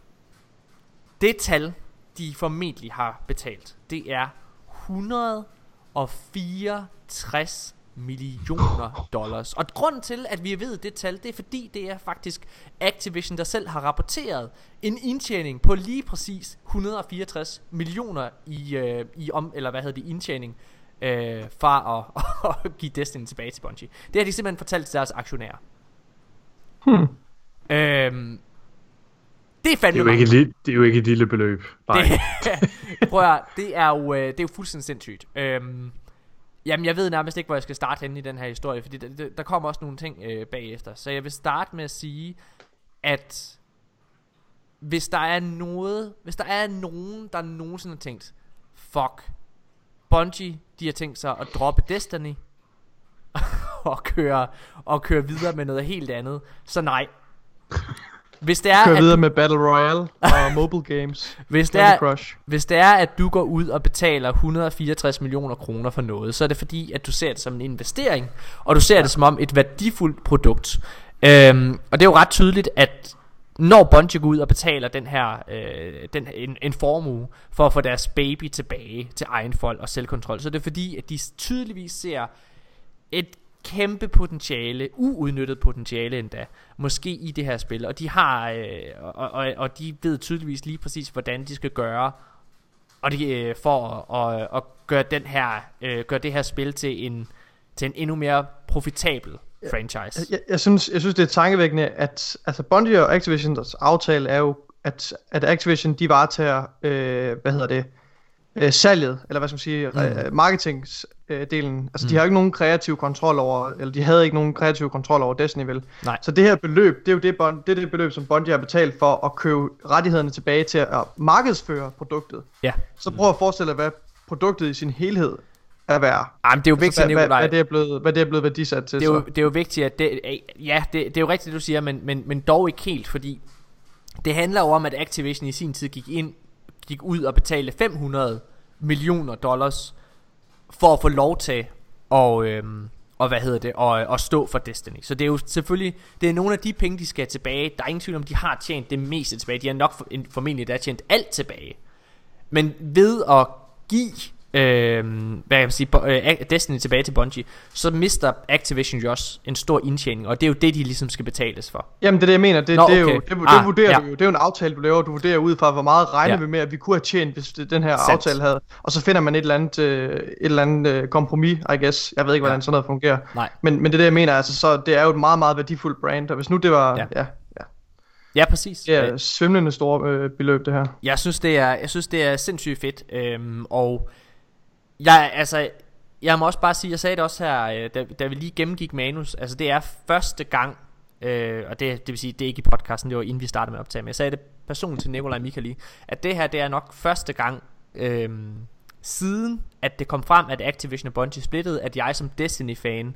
Speaker 1: det tal de formentlig har betalt, det er et hundrede og fireogtres millioner dollars. Og grunden til at vi ved det tal, det er fordi det er faktisk Activision der selv har rapporteret en indtjening på lige præcis et hundrede og fireogtres millioner i, øh, i om, eller hvad hedder det, indtjening øh, fra at, at give Destiny tilbage til Bungie. Det har de simpelthen fortalt til deres aktionærer.
Speaker 3: Hmm.
Speaker 1: Øhm, det er fandme
Speaker 2: det er, jo ikke li- det er jo ikke et lille beløb.
Speaker 1: Det, prøv at, det er jo det er jo fuldstændig sindssygt. Øhm, jamen jeg ved nærmest ikke hvor jeg skal starte henne i den her historie, fordi der, der, der kommer også nogle ting øh, bagefter. Så jeg vil starte med at sige, at hvis der er noget, hvis der er nogen der nogensinde har tænkt, fuck, Bungie de har tænkt sig at droppe Destiny og køre og køre videre med noget helt andet, så nej. Hvis det er
Speaker 3: køre videre
Speaker 1: du,
Speaker 3: med Battle Royale og mobile games.
Speaker 1: Hvis det er hvis det er at du går ud og betaler et hundrede og fireogtres millioner kroner for noget, så er det fordi at du ser det som en investering, og du ser ja. det som om et værdifuldt produkt. Øhm, og det er jo ret tydeligt at når Bungie går ud og betaler den her øh, den, en, en formue for at få deres baby tilbage til egenfold og selvkontrol, så er det fordi at de tydeligvis ser et kæmpe potentiale, uudnyttet potentiale endda, måske i det her spil, og de har øh, og, og, og de ved tydeligvis lige præcis hvordan de skal gøre, og de øh, for at, at, at gøre den her øh, gøre det her spil til en til en endnu mere profitabel franchise.
Speaker 3: Jeg, jeg, jeg synes jeg synes det er tankevækkende at altså Bungie og Activisions aftale er jo at at Activision de varetager øh, hvad hedder det øh, salget, eller hvad skal man sige,
Speaker 1: Mm.
Speaker 3: øh, marketingsdelen. Altså,
Speaker 1: Mm.
Speaker 3: de har jo ikke nogen kreativ kontrol over, eller de havde ikke nogen kreativ kontrol over Destiny, vel?
Speaker 1: Nej.
Speaker 3: Så det her beløb, det er jo det, Bon- det, er det beløb, som Bungie har betalt for at købe rettighederne tilbage til at markedsføre produktet.
Speaker 1: Ja.
Speaker 3: Så prøv at forestille dig, hvad produktet i sin helhed er værd.
Speaker 1: Ej, men det er jo vigtigt,
Speaker 3: Altså, hvad, hvad,
Speaker 1: Nikolaj.
Speaker 3: hvad, det er blevet, hvad det er blevet værdisat til.
Speaker 1: Det er, jo,
Speaker 3: så.
Speaker 1: det er jo vigtigt, at det, ja, det, det er jo rigtigt, det du siger, men, men, men dog ikke helt, fordi det handler jo om, at Activision i sin tid gik ind, gik ud og betalte fem hundrede millioner dollars for at få lov til og, øhm, og hvad hedder det, og, og stå for Destiny. Så det er jo selvfølgelig, det er nogle af de penge, de skal tilbage. Der er ingen tvivl om, de har tjent det meste tilbage. De har nok for, formentlig der tjent alt tilbage. Men ved at give øh, hvad kan man sige, øh, Destiny tilbage til Bungie, så mister Activision jo også en stor indtjening, og det er jo det, de ligesom skal betales for.
Speaker 3: Jamen det er det jeg mener, det,
Speaker 1: Nå,
Speaker 3: det, er jo,
Speaker 1: okay.
Speaker 3: det, det
Speaker 1: Ah,
Speaker 3: vurderer
Speaker 1: ja.
Speaker 3: du jo, det er jo en aftale du laver, du vurderer ud fra hvor meget regner
Speaker 1: Ja.
Speaker 3: vi med at vi kunne have tjent, hvis det, den her
Speaker 1: Sandt.
Speaker 3: aftale havde, og så finder man et eller andet, øh, et eller andet øh, kompromis, I guess, jeg ved ikke hvordan
Speaker 1: Ja.
Speaker 3: sådan noget fungerer,
Speaker 1: Nej.
Speaker 3: men, men det er det jeg mener, altså så det er jo et meget meget værdifuldt brand, og hvis nu det var,
Speaker 1: Ja.
Speaker 3: ja, ja, ja
Speaker 1: Ja, præcis.
Speaker 3: det er svimlende store øh, beløb det her.
Speaker 1: Jeg synes det er, jeg synes det er sindssygt fedt, øhm, og jeg altså, jeg må også bare sige, jeg sagde det også her, øh, da, da vi lige gennemgik manus. Altså det er første gang, øh, og det, det vil sige, det er ikke i podcasten, det var inden vi startede med at optage, men jeg sagde det personligt til Nikolaj Michaeli, at det her det er nok første gang øh, siden at det kom frem, at Activision og Bungie splittede, at jeg som Destiny-fan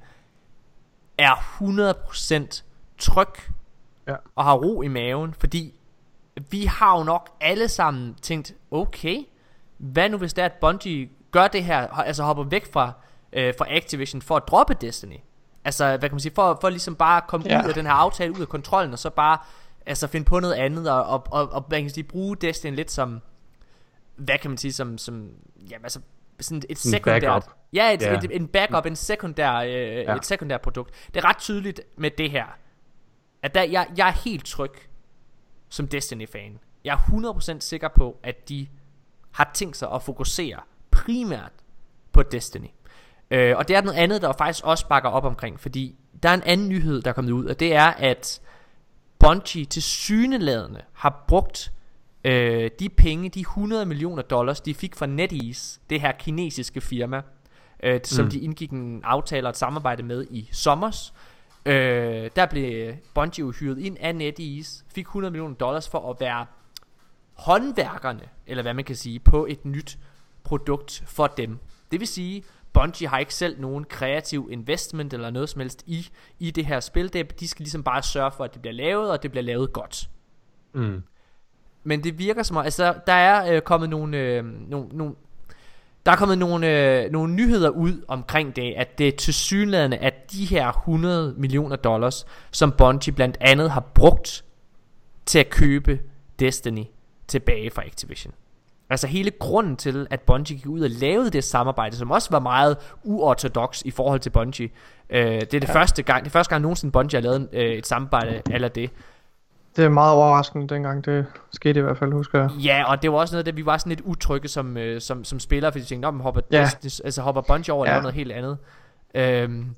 Speaker 1: er hundrede procent tryg
Speaker 3: Ja.
Speaker 1: og har ro i maven, fordi vi har jo nok alle sammen tænkt, okay, hvad nu hvis det er, at Bungie gør det her, altså hopper væk fra, øh, fra Activision for at droppe Destiny. Altså, hvad kan man sige, for, for ligesom bare at komme
Speaker 3: Ja.
Speaker 1: ud af den her aftale, ud af kontrollen, og så bare altså finde på noget andet, og, og, og, og hvad kan man sige, bruge Destiny lidt som, hvad kan man sige, som, som jamen altså, sådan et sekundært,
Speaker 2: backup.
Speaker 1: ja, et,
Speaker 2: Ja.
Speaker 1: et, en backup, en sekundær, øh, ja. et sekundært produkt. Det er ret tydeligt med det her, at der, jeg, jeg er helt tryg som Destiny-fan. Jeg er hundrede procent sikker på, at de har tænkt sig at fokusere primært på Destiny. øh, Og det er noget andet, der faktisk også bakker op omkring, fordi der er en anden nyhed, der er kommet ud, og det er, at Bungie tilsyneladende har brugt øh, de penge, de hundrede millioner dollars, de fik fra NetEase, det her kinesiske firma, øh, som
Speaker 2: Mm.
Speaker 1: de indgik en aftale og et samarbejde med i sommers. Øh, der blev Bungie jo hyret ind af NetEase, fik hundrede millioner dollars for at være håndværkerne, eller hvad man kan sige, på et nyt produkt for dem. Det vil sige, Bungie har ikke selv nogen kreativ investment eller noget som helst i, i det her spil. Det, de skal ligesom bare sørge for, at det bliver lavet, og det bliver lavet godt.
Speaker 2: Mm.
Speaker 1: Men det virker som om, altså der er øh, kommet nogle, øh, nogle, nogle der er kommet nogle, øh, nogle nyheder ud omkring det, at det er tilsyneladende, at de her hundrede millioner dollars, som Bungie blandt andet har brugt til at købe Destiny tilbage fra Activision. Altså hele grunden til, at Bungie gik ud og lavede det samarbejde, som også var meget uortodox i forhold til Bungie. Øh, det er det ja. første gang, det er første gang nogensinde Bungie har lavet øh, et samarbejde eller det.
Speaker 3: Det er meget overraskende dengang det skete i hvert fald, husker jeg.
Speaker 1: Ja, og det var også noget, der vi var sådan lidt utrygge som, øh, som, som spillere, fordi vi tænkte, nå, hopper,
Speaker 3: Ja.
Speaker 1: Destiny, altså, hopper Bungie over og
Speaker 3: Ja.
Speaker 1: laver noget helt andet. Øhm,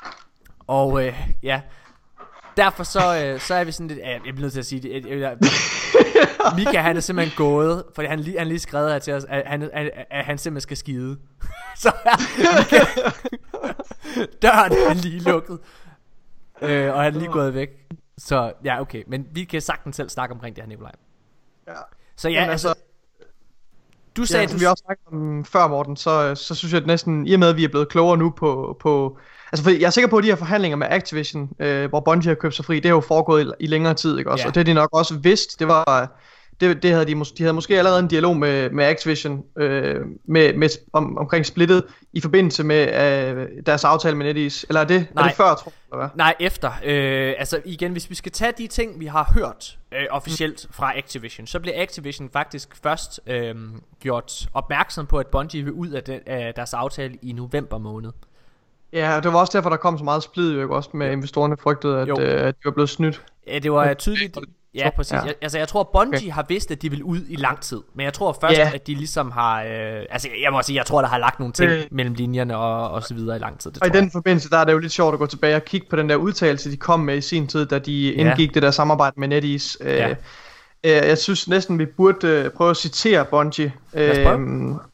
Speaker 1: og øh, ja, derfor så, øh, så er vi sådan lidt, ja, jeg bliver nødt til at sige det, jeg, jeg, Mika han er simpelthen gået, fordi han, lige, han lige skrevet her til os, at han, at, at han simpelthen skal skide. Så er Mika, døren er lige lukket, øh, og han er lige gået væk. Så ja, okay, men vi kan sagtens selv snakke omkring det her, Nikolaj.
Speaker 3: Ja.
Speaker 1: Så ja,
Speaker 3: Men
Speaker 1: altså,
Speaker 3: altså,
Speaker 1: du
Speaker 3: ja,
Speaker 1: sagde,
Speaker 3: som
Speaker 1: du,
Speaker 3: vi også snakkede om før, Morten, så, så synes jeg at næsten, i og med at vi er blevet klogere nu på, på altså for jeg er sikker på, at de her forhandlinger med Activision, øh, hvor Bungie har købt sig fri, det har jo foregået i, i længere tid, ikke også?
Speaker 1: Ja.
Speaker 3: Og det har de nok også vidst, det var, det, det havde de, mås- de havde måske allerede en dialog med, med Activision, øh, med, med, om, omkring splittet, i forbindelse med øh, deres aftale med NetEase, eller er det,
Speaker 1: Nej.
Speaker 3: er det før, tror jeg, eller hvad?
Speaker 1: nej, efter, øh, altså igen, hvis vi skal tage de ting, vi har hørt øh, officielt fra Activision, så bliver Activision faktisk først øh, gjort opmærksom på, at Bungie vil ud af, den, af deres aftale i november måned.
Speaker 3: Ja, det var også derfor, der kom så meget splid, jo ikke også, med investorerne frygtede, at,
Speaker 1: Jo.
Speaker 3: øh, at de var blevet snydt.
Speaker 1: Ja, det var tydeligt. Ja, præcis.
Speaker 3: Ja.
Speaker 1: Jeg, altså, jeg tror, Bungie
Speaker 3: Okay.
Speaker 1: har vidst, at de vil ud i lang tid. Men jeg tror først,
Speaker 3: Ja.
Speaker 1: at de ligesom har... Øh, altså, jeg må sige, jeg tror, der har lagt nogle ting
Speaker 3: Øh.
Speaker 1: mellem linjerne og, og så videre i lang tid. Det
Speaker 3: Og i
Speaker 1: tror
Speaker 3: den forbindelse, der er det jo lidt sjovt at gå tilbage og kigge på den der udtalelse, de kom med i sin tid, da de indgik det der samarbejde med NetEase.
Speaker 1: Ja.
Speaker 3: Øh, øh, jeg synes næsten, vi burde øh, prøve at citere Bungie.
Speaker 1: os prøve.
Speaker 3: Øh,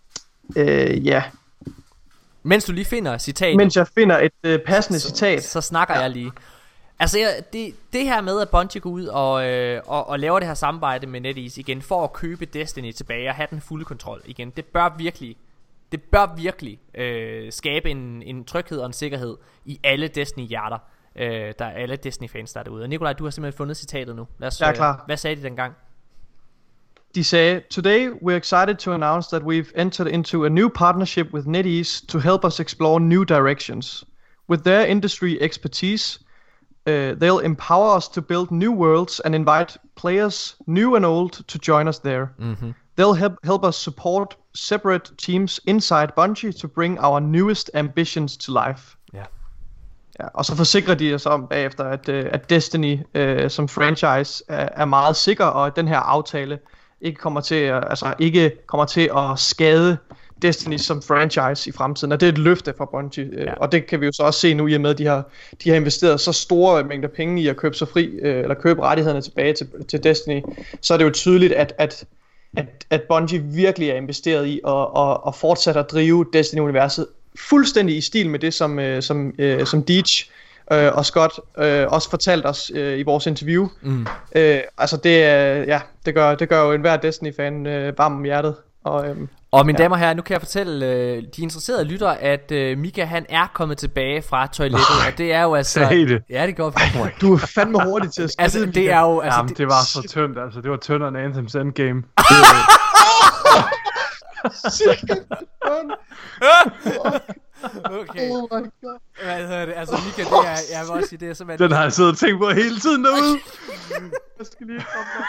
Speaker 3: øh, ja.
Speaker 1: Mens du lige finder citatet.
Speaker 3: Mens jeg finder et øh, passende
Speaker 1: så,
Speaker 3: citat.
Speaker 1: Så snakker ja. jeg lige. Altså jeg, det, det her med at Bungie går ud og, øh, og, og laver det her samarbejde med NetEase igen for at købe Destiny tilbage og have den fulde kontrol igen, det bør virkelig Det bør virkelig øh, skabe en, en tryghed og en sikkerhed i alle Destiny-hjerter. øh, Der er alle Destiny-fans der er derude. Og Nikolaj, du har simpelthen fundet citatet nu. Lad os,
Speaker 3: Jeg er klar.
Speaker 1: øh, Hvad sagde de dengang?
Speaker 3: De sagde, "Today we're excited to announce that we've entered into a new partnership with NetEase to help us explore new directions. With their industry expertise, uh, they'll empower us to build new worlds and invite players, new and old, to join us there.
Speaker 1: Mm-hmm.
Speaker 3: They'll help help us support separate teams inside Bungie to bring our newest ambitions to life."
Speaker 1: Ja.
Speaker 3: Ja, og så forsikrer de os om bagefter, at, uh, at Destiny uh, som franchise er, er meget sikker, og at den her aftale ikke kommer til at, altså ikke kommer til at skade Destiny som franchise i fremtiden. Og det er et løfte fra Bungie, ja. Og det kan vi jo så også se nu i og med, at de har, de har investeret så store mængder penge i at købe sig fri, øh, eller købe rettighederne tilbage til, til Destiny. Så er det jo tydeligt, at, at, at, at Bungie virkelig er investeret i at, at, at fortsætte at drive Destiny-universet fuldstændig i stil med det, som, øh, som, øh, som Deitch øh, og Scott øh, også fortalte os øh, i vores interview. Mm. Øh, altså det, øh, ja, det, gør, det gør jo enhver Destiny-fan øh, varm om hjertet. Og, øhm,
Speaker 1: og mine
Speaker 3: ja.
Speaker 1: damer og herrer, nu kan jeg fortælle øh, de interesserede lyttere, at øh, Mika han er kommet tilbage fra toilettet. Nej, og det er jo altså...
Speaker 2: Sagde det.
Speaker 1: Ja, det går for
Speaker 3: Du er fandme hurtig til at skrive.
Speaker 1: Altså det er jo... Altså,
Speaker 2: Jamen, det var så tyndt, altså det var tyndere end Anthem's Endgame.
Speaker 1: Okay.
Speaker 3: Oh my god.
Speaker 1: Hvad hedder det? Altså Mika, det er... Jeg vil også sige, det er simpelthen...
Speaker 2: Den har jeg siddet og tænkt på hele tiden derude.
Speaker 3: Jeg skal lige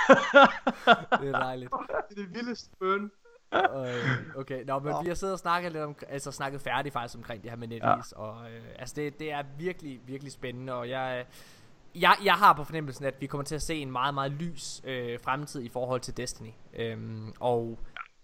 Speaker 3: komme.
Speaker 1: Det er dejligt.
Speaker 3: Det er det vildeste bøn.
Speaker 1: Okay, nå, men vi har siddet og snakket lidt om, altså snakket færdigt faktisk omkring det her med NetEase, ja. Og øh, altså det, det er virkelig, virkelig spændende, og jeg, jeg, jeg har på fornemmelsen, at vi kommer til at se en meget, meget lys øh, fremtid i forhold til Destiny, øhm, og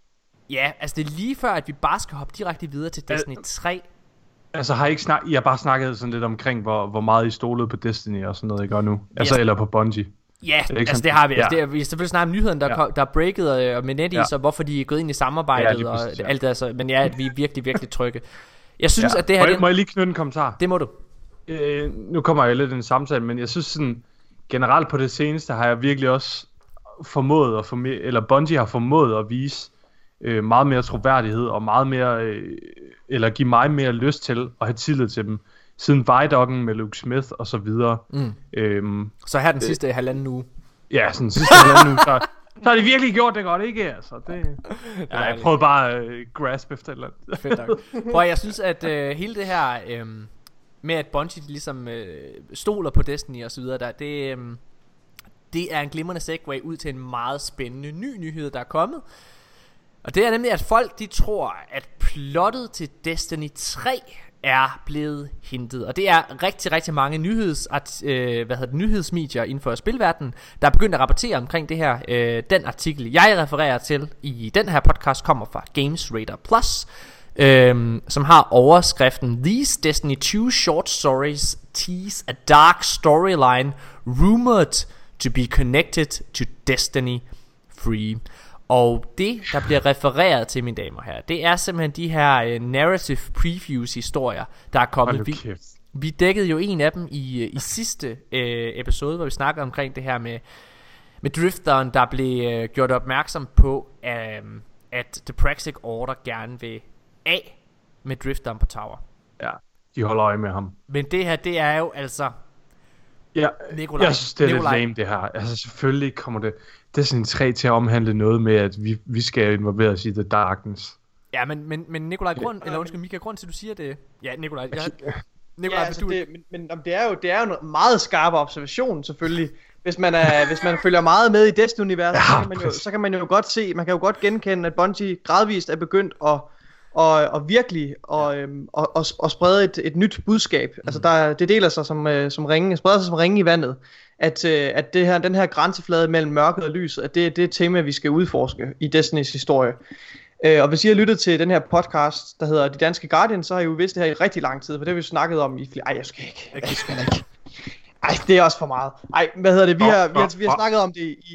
Speaker 1: ja, altså det er lige før, at vi bare skal hoppe direkte videre til Destiny tre.
Speaker 2: Altså har I ikke snak- I har bare snakket sådan lidt omkring, hvor, hvor meget I stolede på Destiny og sådan noget, I gør nu, altså yes. Eller på Bungie.
Speaker 1: Ja, det altså det har vi.
Speaker 2: Ja.
Speaker 1: Altså, det er, vi har selvfølgelig snakket om nyheden, der, ja. kom, der er breaket og med NetEase, ja. Og hvorfor de er gået ind i samarbejdet, ja, præcis, og ja. Alt det altså. Men ja, at vi er virkelig, virkelig trygge. Jeg synes, ja. At det her...
Speaker 2: Må jeg,
Speaker 1: den...
Speaker 2: må jeg lige knytte en kommentar?
Speaker 1: Det må du.
Speaker 2: Øh, nu kommer jeg lidt i en samtale, men jeg synes sådan, generelt på det seneste har jeg virkelig også formået at formå- eller Bungie har formået at vise øh, meget mere troværdighed, og meget mere, øh, eller give mig mere lyst til at have tillid til dem. Siden Vidocken med Luke Smith og så videre. Mm. Øhm,
Speaker 1: så her den sidste øh, halvanden uge.
Speaker 2: Ja, sådan sidste halvanden uge, så, så har de virkelig gjort det godt, ikke? Altså, det, ja, jeg prøvede bare at uh, grasp efter et eller andet.
Speaker 1: Fedt nok. Prøv, jeg synes, at uh, hele det her uh, med, at Bungie ligesom uh, stoler på Destiny og så videre, der, det, um, det er en glimrende segue ud til en meget spændende ny nyhed, der er kommet. Og det er nemlig, at folk de tror, at plottet til Destiny tre er blevet hintet. Og det er rigtig, rigtig mange nyheds, at, øh, hvad hedder det, nyhedsmedier inden for spilverdenen, der er begyndt at rapportere omkring det her. øh, Den artikel, jeg refererer til i den her podcast, kommer fra Games Radar Plus, øh, som har overskriften "These Destiny to short stories tease a dark storyline rumored to be connected to Destiny Free". Og det, der bliver refereret til, mine damer her, det er simpelthen de her uh, narrative previews historier, der er kommet. Vi, vi dækkede jo en af dem i, i sidste uh, episode, hvor vi snakkede omkring det her med, med drifteren, der blev uh, gjort opmærksom på, uh, at The Praxic Order gerne vil af med drifteren på Tower.
Speaker 2: Ja, de holder øje med ham.
Speaker 1: Men det her, det er jo altså...
Speaker 2: Ja,
Speaker 1: Nikolaj,
Speaker 2: jeg synes det er
Speaker 1: Nikolaj.
Speaker 2: lidt lame det her. Altså selvfølgelig kommer det Destiny tre til at omhandle noget med, at vi, vi skal involvere os i The Darkness.
Speaker 1: Ja, men, men, men Nikolaj, grund, eller undskyld Mika, grund til at du siger det. Ja, Nikolaj, jeg, Nikolaj,
Speaker 3: ja, altså
Speaker 1: du...
Speaker 3: det, men, men det er jo det er jo en meget skarp observation selvfølgelig. Hvis man er hvis man følger meget med i Destiny-universet, ja, så, kan man jo, så kan man jo godt se, man kan jo godt genkende, at Bungie gradvist er begyndt at og, og virkelig og, ja. øhm, og, og, og sprede et, et nyt budskab. Mm. Altså der, det deler sig som, øh, som ringe, spreder sig som ringe i vandet. At, øh, at det her, den her grænseflade mellem mørket og lyset, at det, det er et tema, vi skal udforske i Destinys historie. Øh, og hvis I har lyttet til den her podcast, der hedder De Danske Guardians, så har I jo vidst det her i rigtig lang tid, for det har vi jo snakket om i flere... Ej, jeg skal ikke. Jeg skal ikke. Ej, det er også for meget. Ej, hvad hedder det? Vi har, vi har, vi har snakket om det i...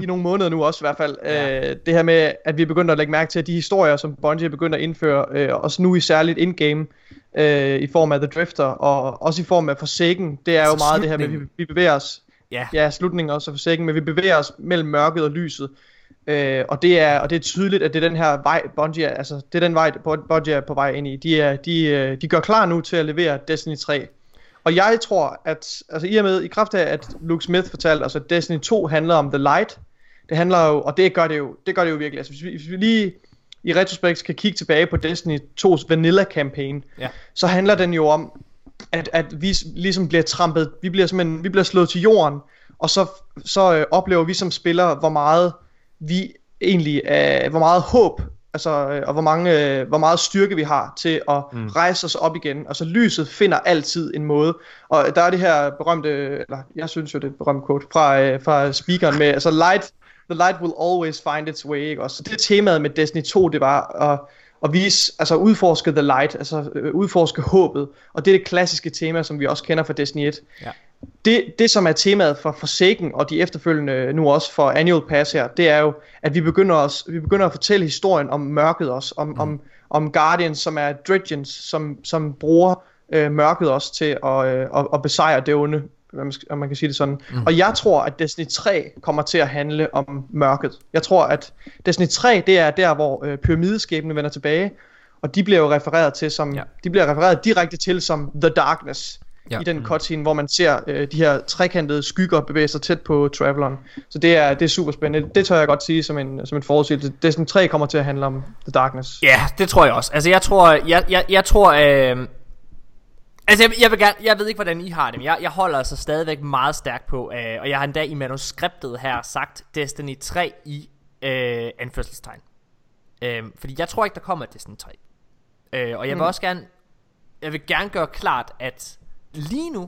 Speaker 3: i nogle måneder nu også i hvert fald. Ja. Øh, det her med, at vi er begyndt at lægge mærke til, at de historier, som Bungie er begyndt at indføre, øh, også nu i særligt in-game, øh, i form af The Drifter, og også i form af Forsaken, det er altså jo meget det her med, at vi, vi bevæger os.
Speaker 1: Ja,
Speaker 3: ja slutningen også af Forsaken, men vi bevæger os mellem mørket og lyset. Øh, og, det er, og det er tydeligt, at det er den her vej, Bungie er, altså, det er den vej, Bungie er på vej ind i. De, er, de, de gør klar nu til at levere Destiny tre. Og jeg tror, at altså, i og med, i kraft af, at Luke Smith fortalte, altså Destiny to handler om The Light, det handler jo, og det gør det jo, det gør det jo virkelig. Altså, hvis vi, hvis vi lige i retrospekt kan kigge tilbage på Destiny to's Vanilla Campaign, ja. Så handler den jo om, at, at vi ligesom bliver trampet, vi bliver simpelthen, vi bliver slået til jorden, og så, så øh, oplever vi som spillere, hvor meget vi egentlig, øh, hvor meget håb, altså, øh, og hvor, mange, øh, hvor meget styrke vi har til at mm. rejse os op igen. Altså lyset finder altid en måde. Og der er det her berømte, eller jeg synes jo det er et berømt quote fra, øh, fra speakeren med, altså light, the light will always find its way, ikke? Og så det temaet med Destiny to, det var at, at vise, altså udforske the light, altså øh, udforske håbet. Og det er det klassiske tema, som vi også kender fra Destiny et. Ja. Det, det som er temaet for Forsaken og de efterfølgende nu også for Annual Pass her, det er jo, at vi begynder, os, vi begynder at fortælle historien om mørket også, om, mm. om, om Guardians, som er Dredgens, som, som bruger øh, mørket også til at, øh, at, at besejre det onde, om man kan sige det sådan. Mm. Og jeg tror, at Destiny tre kommer til at handle om mørket. Jeg tror, at Destiny tre, det er der, hvor øh, pyramideskæbene vender tilbage, og de bliver jo refereret til som, ja. de bliver refereret direkte til som The Darkness. Ja. I den cutscene, hvor man ser øh, de her trekantede skygger bevæge sig tæt på Traveleren. Så det er, det er super spændende. Det tør jeg godt sige som en, som en forudsigelse. Destiny tre kommer til at handle om The Darkness.
Speaker 1: Ja, det tror jeg også. Altså jeg tror, jeg, jeg, jeg tror, øh... altså jeg, jeg, vil gerne, jeg ved ikke hvordan I har det, men jeg, jeg holder altså stadigvæk meget stærkt på, øh, og jeg har endda i manuskriptet her sagt Destiny tre i øh, anførselstegn. Øh, fordi jeg tror ikke der kommer Destiny tre. Øh, og jeg vil mm. også gerne, jeg vil gerne gøre klart, at lige nu,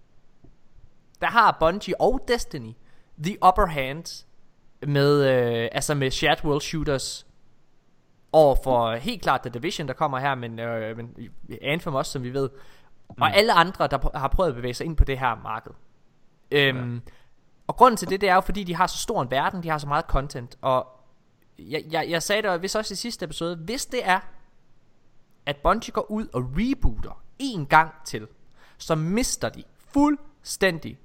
Speaker 1: der har Bungie og Destiny the upper hand med, øh, altså med shared world shooters over for helt klart The Division, der kommer her, men, øh, men Anthem også, som vi ved, mm. og alle andre, der har prøvet at bevæge sig ind på det her marked. Øhm, ja. Og grunden til det, det er jo, fordi de har så stor en verden, de har så meget content, og jeg, jeg, jeg sagde det vist også i sidste episode, hvis det er, at Bungie går ud og rebooter en gang til, så mister de fuldstændig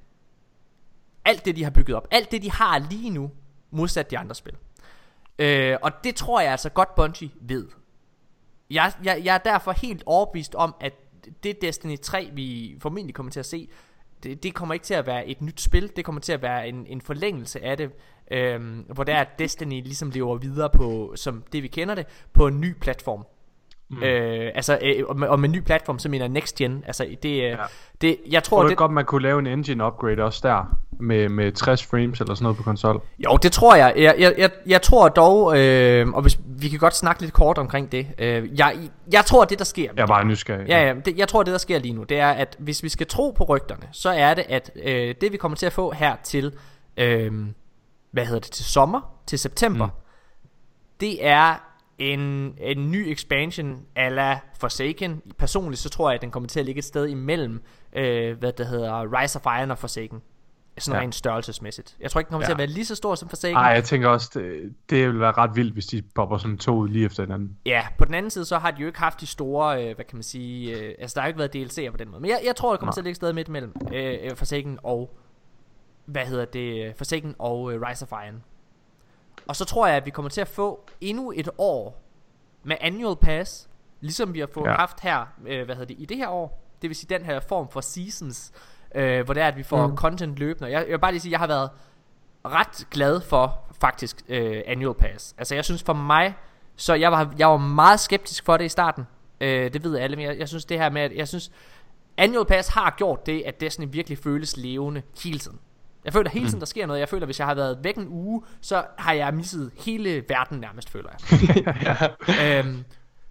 Speaker 1: alt det de har bygget op, alt det de har lige nu, modsat de andre spil. øh, Og det tror jeg altså godt Bungie ved. jeg, jeg, jeg er derfor helt overbevist om, at det Destiny tre vi formentlig kommer til at se, det, det kommer ikke til at være et nyt spil. Det kommer til at være en, en forlængelse af det, øhm, hvor der at Destiny ligesom lever videre på, som det vi kender det, på en ny platform. Mm. Øh, altså øh, og, med, og med en ny platform, så mener jeg next gen. Altså det, øh, ja. det jeg tror,
Speaker 2: tror
Speaker 1: det
Speaker 2: godt man kunne lave en engine upgrade også der med med tres frames eller sådan noget på konsol.
Speaker 1: Jo, det tror jeg. Jeg jeg jeg, jeg tror dog, øh, og hvis vi kan godt snakke lidt kort omkring det. Øh, jeg jeg tror det der sker.
Speaker 2: Jeg er bare nysgerrig.
Speaker 1: Ja, ja det, jeg tror det der sker lige nu, det er at hvis vi skal tro på rygterne, så er det at øh, det vi kommer til at få her til øh, hvad hedder det til sommer, til september. Mm. Det er En, en ny expansion a la Forsaken. Personligt så tror jeg at den kommer til at ligge et sted imellem øh, hvad det hedder Rise of Iron og Forsaken, sådan ja. rent størrelsesmæssigt. Jeg tror ikke den kommer ja. til at være lige så stor som Forsaken.
Speaker 2: Nej, jeg tænker også det, det vil være ret vildt hvis de popper sådan to ud lige efter hinanden.
Speaker 1: Ja, på den anden side så har de jo ikke haft de store øh, hvad kan man sige, øh, altså der har jo ikke været D L C'er på den måde. Men jeg, jeg tror det kommer Nej. til at ligge et sted midt imellem øh, Forsaken og hvad hedder det Forsaken og øh, Rise of Iron. Og så tror jeg at vi kommer til at få endnu et år med Annual Pass, ligesom vi har fået ja. haft her øh, hvad hedder det, i det her år. Det vil sige den her form for seasons, øh, hvor det er at vi får mm. content løbende. jeg, jeg vil bare lige sige at jeg har været ret glad for faktisk øh, Annual Pass. Altså jeg synes for mig, så jeg var, jeg var meget skeptisk for det i starten, øh, det ved alle. Men jeg, jeg synes det her med at jeg synes Annual Pass har gjort det at Destiny virkelig føles levende hele tiden. Jeg føler hele tiden der sker noget. Jeg føler hvis jeg har været væk en uge, så har jeg misset hele verden nærmest, føler jeg. øhm,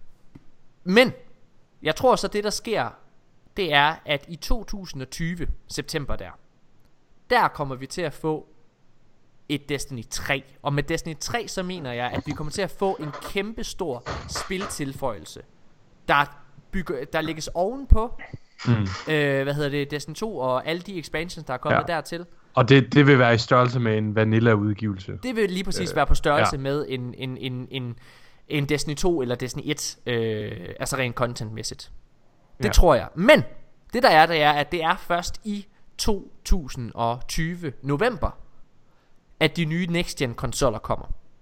Speaker 1: Men jeg tror så det der sker, det er at i to tusind og tyve september der Der kommer vi til at få et Destiny tre. Og med Destiny tre så mener jeg at vi kommer til at få en kæmpe stor spiltilføjelse, Der, bygger, der lægges ovenpå Mm. Øh, hvad hedder det, Destiny to og alle de expansions der er kommet ja. dertil.
Speaker 2: Og det, det vil være i størrelse med en vanilla-udgivelse.
Speaker 1: Det vil lige præcis øh, være på størrelse
Speaker 2: ja.
Speaker 1: med en, en, en, en, en Destiny to eller Destiny et, øh, altså rent contentmæssigt. Det ja. tror jeg. Men det der er, det er, at det er først i to tusind og tyve november, at de nye next-gen konsoller kommer.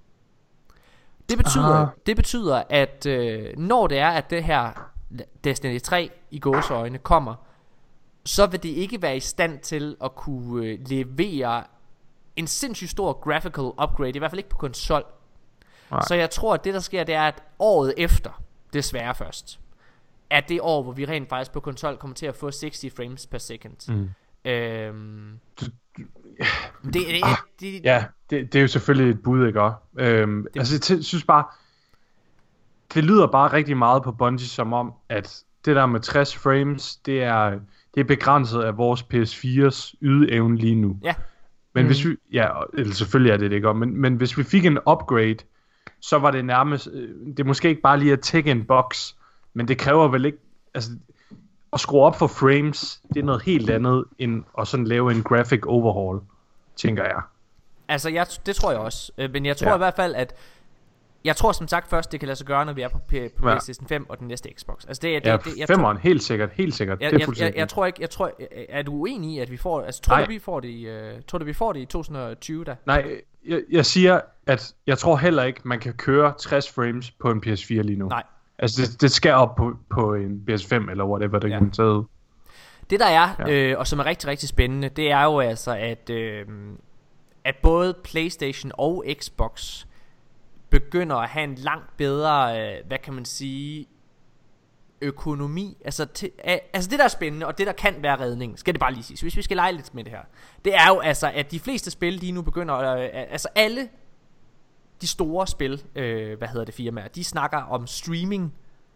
Speaker 1: Det betyder, det betyder at øh, når det er, at det her Destiny tre i gåseøjne kommer, så vil det ikke være i stand til at kunne øh, levere en sindssygt stor graphical upgrade, i hvert fald ikke på konsol. Nej. Så jeg tror, at det der sker, det er, at året efter, desværre først, er det år, hvor vi rent faktisk på konsol kommer til at få tres frames per second. Mm. Øhm, det, det, det,
Speaker 2: ah,
Speaker 1: det,
Speaker 2: ja, det, det er jo selvfølgelig et bud, ikke? Øhm, det, altså, jeg synes bare, det lyder bare rigtig meget på Bungie som om, at det der med tres frames, det er, det er begrænset af vores P S fires ydeevne lige nu.
Speaker 1: Ja.
Speaker 2: Men
Speaker 1: mm.
Speaker 2: hvis vi, ja, eller selvfølgelig er det det ikke, men, men hvis vi fik en upgrade, så var det nærmest, det er måske ikke bare lige at tick en box, men det kræver vel ikke, altså, at skrue op for frames, det er noget helt andet, end at sådan lave en graphic overhaul, tænker jeg.
Speaker 1: Altså, jeg, det tror jeg også. Men jeg tror ja. i hvert fald, at jeg tror som sagt først, det kan lade sig gøre, når vi er på, P- på ja. PlayStation fem og den næste Xbox. Altså, det, det,
Speaker 2: ja,
Speaker 1: det, jeg
Speaker 2: femmeren, helt sikkert, helt sikkert.
Speaker 1: Jeg,
Speaker 2: det er
Speaker 1: jeg,
Speaker 2: fuldstændig.
Speaker 1: Jeg, jeg tror ikke, jeg tror, er du uenig i, at vi får, altså, tror du, vi får det i, uh, tror du, vi får det i to tusind og tyve da?
Speaker 2: Nej, jeg, jeg siger, at jeg tror heller ikke, man kan køre tres frames på en P S fire lige nu.
Speaker 1: Nej.
Speaker 2: Altså, det, det skal op på, på en P S fem, eller whatever, det ja. kan tage.
Speaker 1: Det der er, ja. øh, og som er rigtig, rigtig spændende, det er jo altså, at, øh, at både PlayStation og Xbox begynder at have en langt bedre, øh, hvad kan man sige, økonomi. Altså, til, øh, altså det der er spændende, og det der kan være redning, skal det bare lige sige, hvis vi skal lege lidt med det her, det er jo altså, at de fleste spil lige nu begynder, øh, altså alle de store spil, øh, hvad hedder det firmaer, de snakker om streaming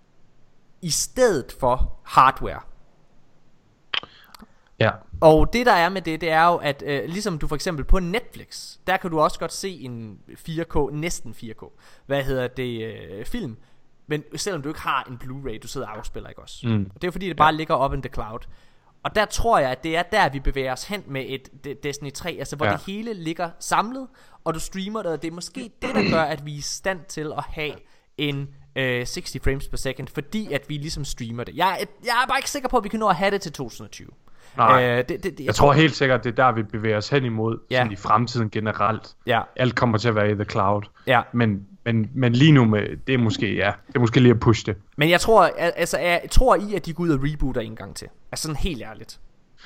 Speaker 1: i stedet for hardware.
Speaker 2: Ja.
Speaker 1: Og det der er med det, det er jo, at øh, ligesom du for eksempel på Netflix, der kan du også godt se en fire K, næsten fire K, hvad hedder det, øh, film, men selvom du ikke har en Blu-ray, du sidder og afspiller, ikke også? Mm. Og det er jo fordi, det bare ja. ligger up in the cloud. Og der tror jeg, at det er der, vi bevæger os hen med et Destiny tre, altså hvor ja. det hele ligger samlet, og du streamer det, og det er måske det, der gør, at vi er i stand til at have en øh, tres frames per second, fordi at vi ligesom streamer det. Jeg, jeg er bare ikke sikker på, at vi kan nå at have det til to tusind og tyve.
Speaker 2: Nej, øh, det, det, det, jeg, jeg tror, tror helt sikkert, det er der, vi bevæger os hen imod, ja. sådan i fremtiden generelt. Ja. Alt kommer til at være i the cloud. Ja. Men, men, men lige nu, med, det er måske, ja, det er måske lige at pushe det. Men
Speaker 1: jeg tror, altså, jeg tror I, at de går ud og rebooter en gang til? Altså sådan helt ærligt.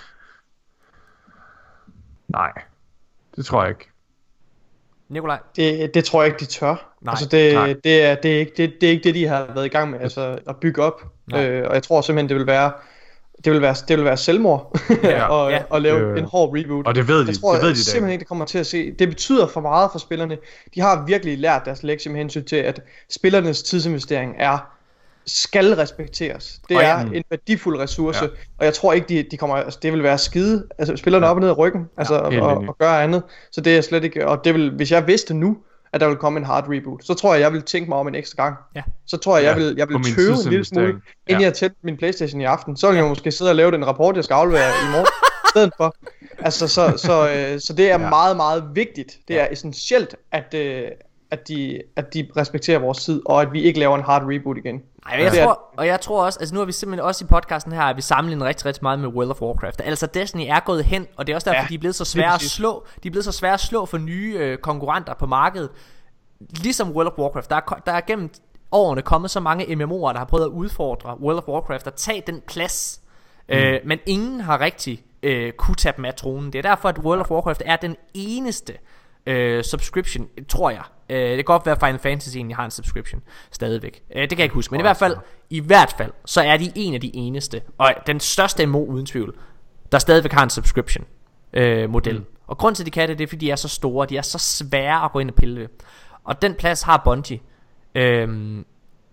Speaker 2: Nej, det tror jeg ikke.
Speaker 1: Nikolaj?
Speaker 3: Det, det tror jeg ikke, de tør. Nej. Altså det, Nej. det, er, det, er ikke, det, det er ikke det, de har været i gang med, altså at bygge op. Øh, og jeg tror simpelthen, det vil være... Det vil være, det vil være selvmord ja, og, ja. og lave øh, en hård reboot.
Speaker 2: Og det ved de.
Speaker 3: Jeg tror
Speaker 2: det ved de
Speaker 3: simpelthen ikke, det kommer til at se. Det betyder for meget for spillerne. De har virkelig lært deres lektie med hensyn til, at spillernes tidsinvestering er skal respekteres. Det er ja. en værdifuld ressource, ja. og jeg tror ikke, de, de kommer. Altså, det vil være skide. Altså spillerne ja. op og ned af ryggen, altså ja, og, og, og gøre andet. Så det er slet ikke. Og det vil, hvis jeg vidste nu, at der vil komme en hard reboot, så tror jeg, jeg vil tænke mig om en ekstra gang. Ja. Så tror jeg, jeg vil, jeg vil tøve en lille smule, inden ja. jeg tændte min PlayStation i aften. Så vil jeg måske sidde og lave den rapport, jeg skal aflevere i morgen, i stedet for. Altså, så, så, så, så det er ja. meget, meget vigtigt. Det er essentielt, at, at, de, at de respekterer vores tid, og at vi ikke laver en hard reboot igen.
Speaker 1: Ej, jeg tror, og jeg tror også, altså nu har vi simpelthen også i podcasten her, at vi sammenligner rigtig, rigtig meget med World of Warcraft. Altså Destiny er gået hen, og det er også derfor, ja, de er blevet så svære at slå. De er blevet så svære at slå for nye øh, konkurrenter på markedet. Ligesom World of Warcraft, der er, der er gennem årene kommet så mange M M O'er, der har prøvet at udfordre World of Warcraft og tage den plads. Mm. Øh, men ingen har rigtig øh, kunne tage dem af tronen. Det er derfor, at World of Warcraft er den eneste øh, subscription, tror jeg. Øh, det kan godt være, at Final Fantasy egentlig har en subscription stadigvæk. Øh, det kan jeg ikke huske, men i hvert fald, i hvert fald, så er de en af de eneste, og den største M M O uden tvivl, der stadigvæk har en subscription øh, model. Mm. Og grunden til, at de kan det, det er, fordi de er så store, de er så svære at gå ind og pille ved. Og den plads har Bungie. øhm,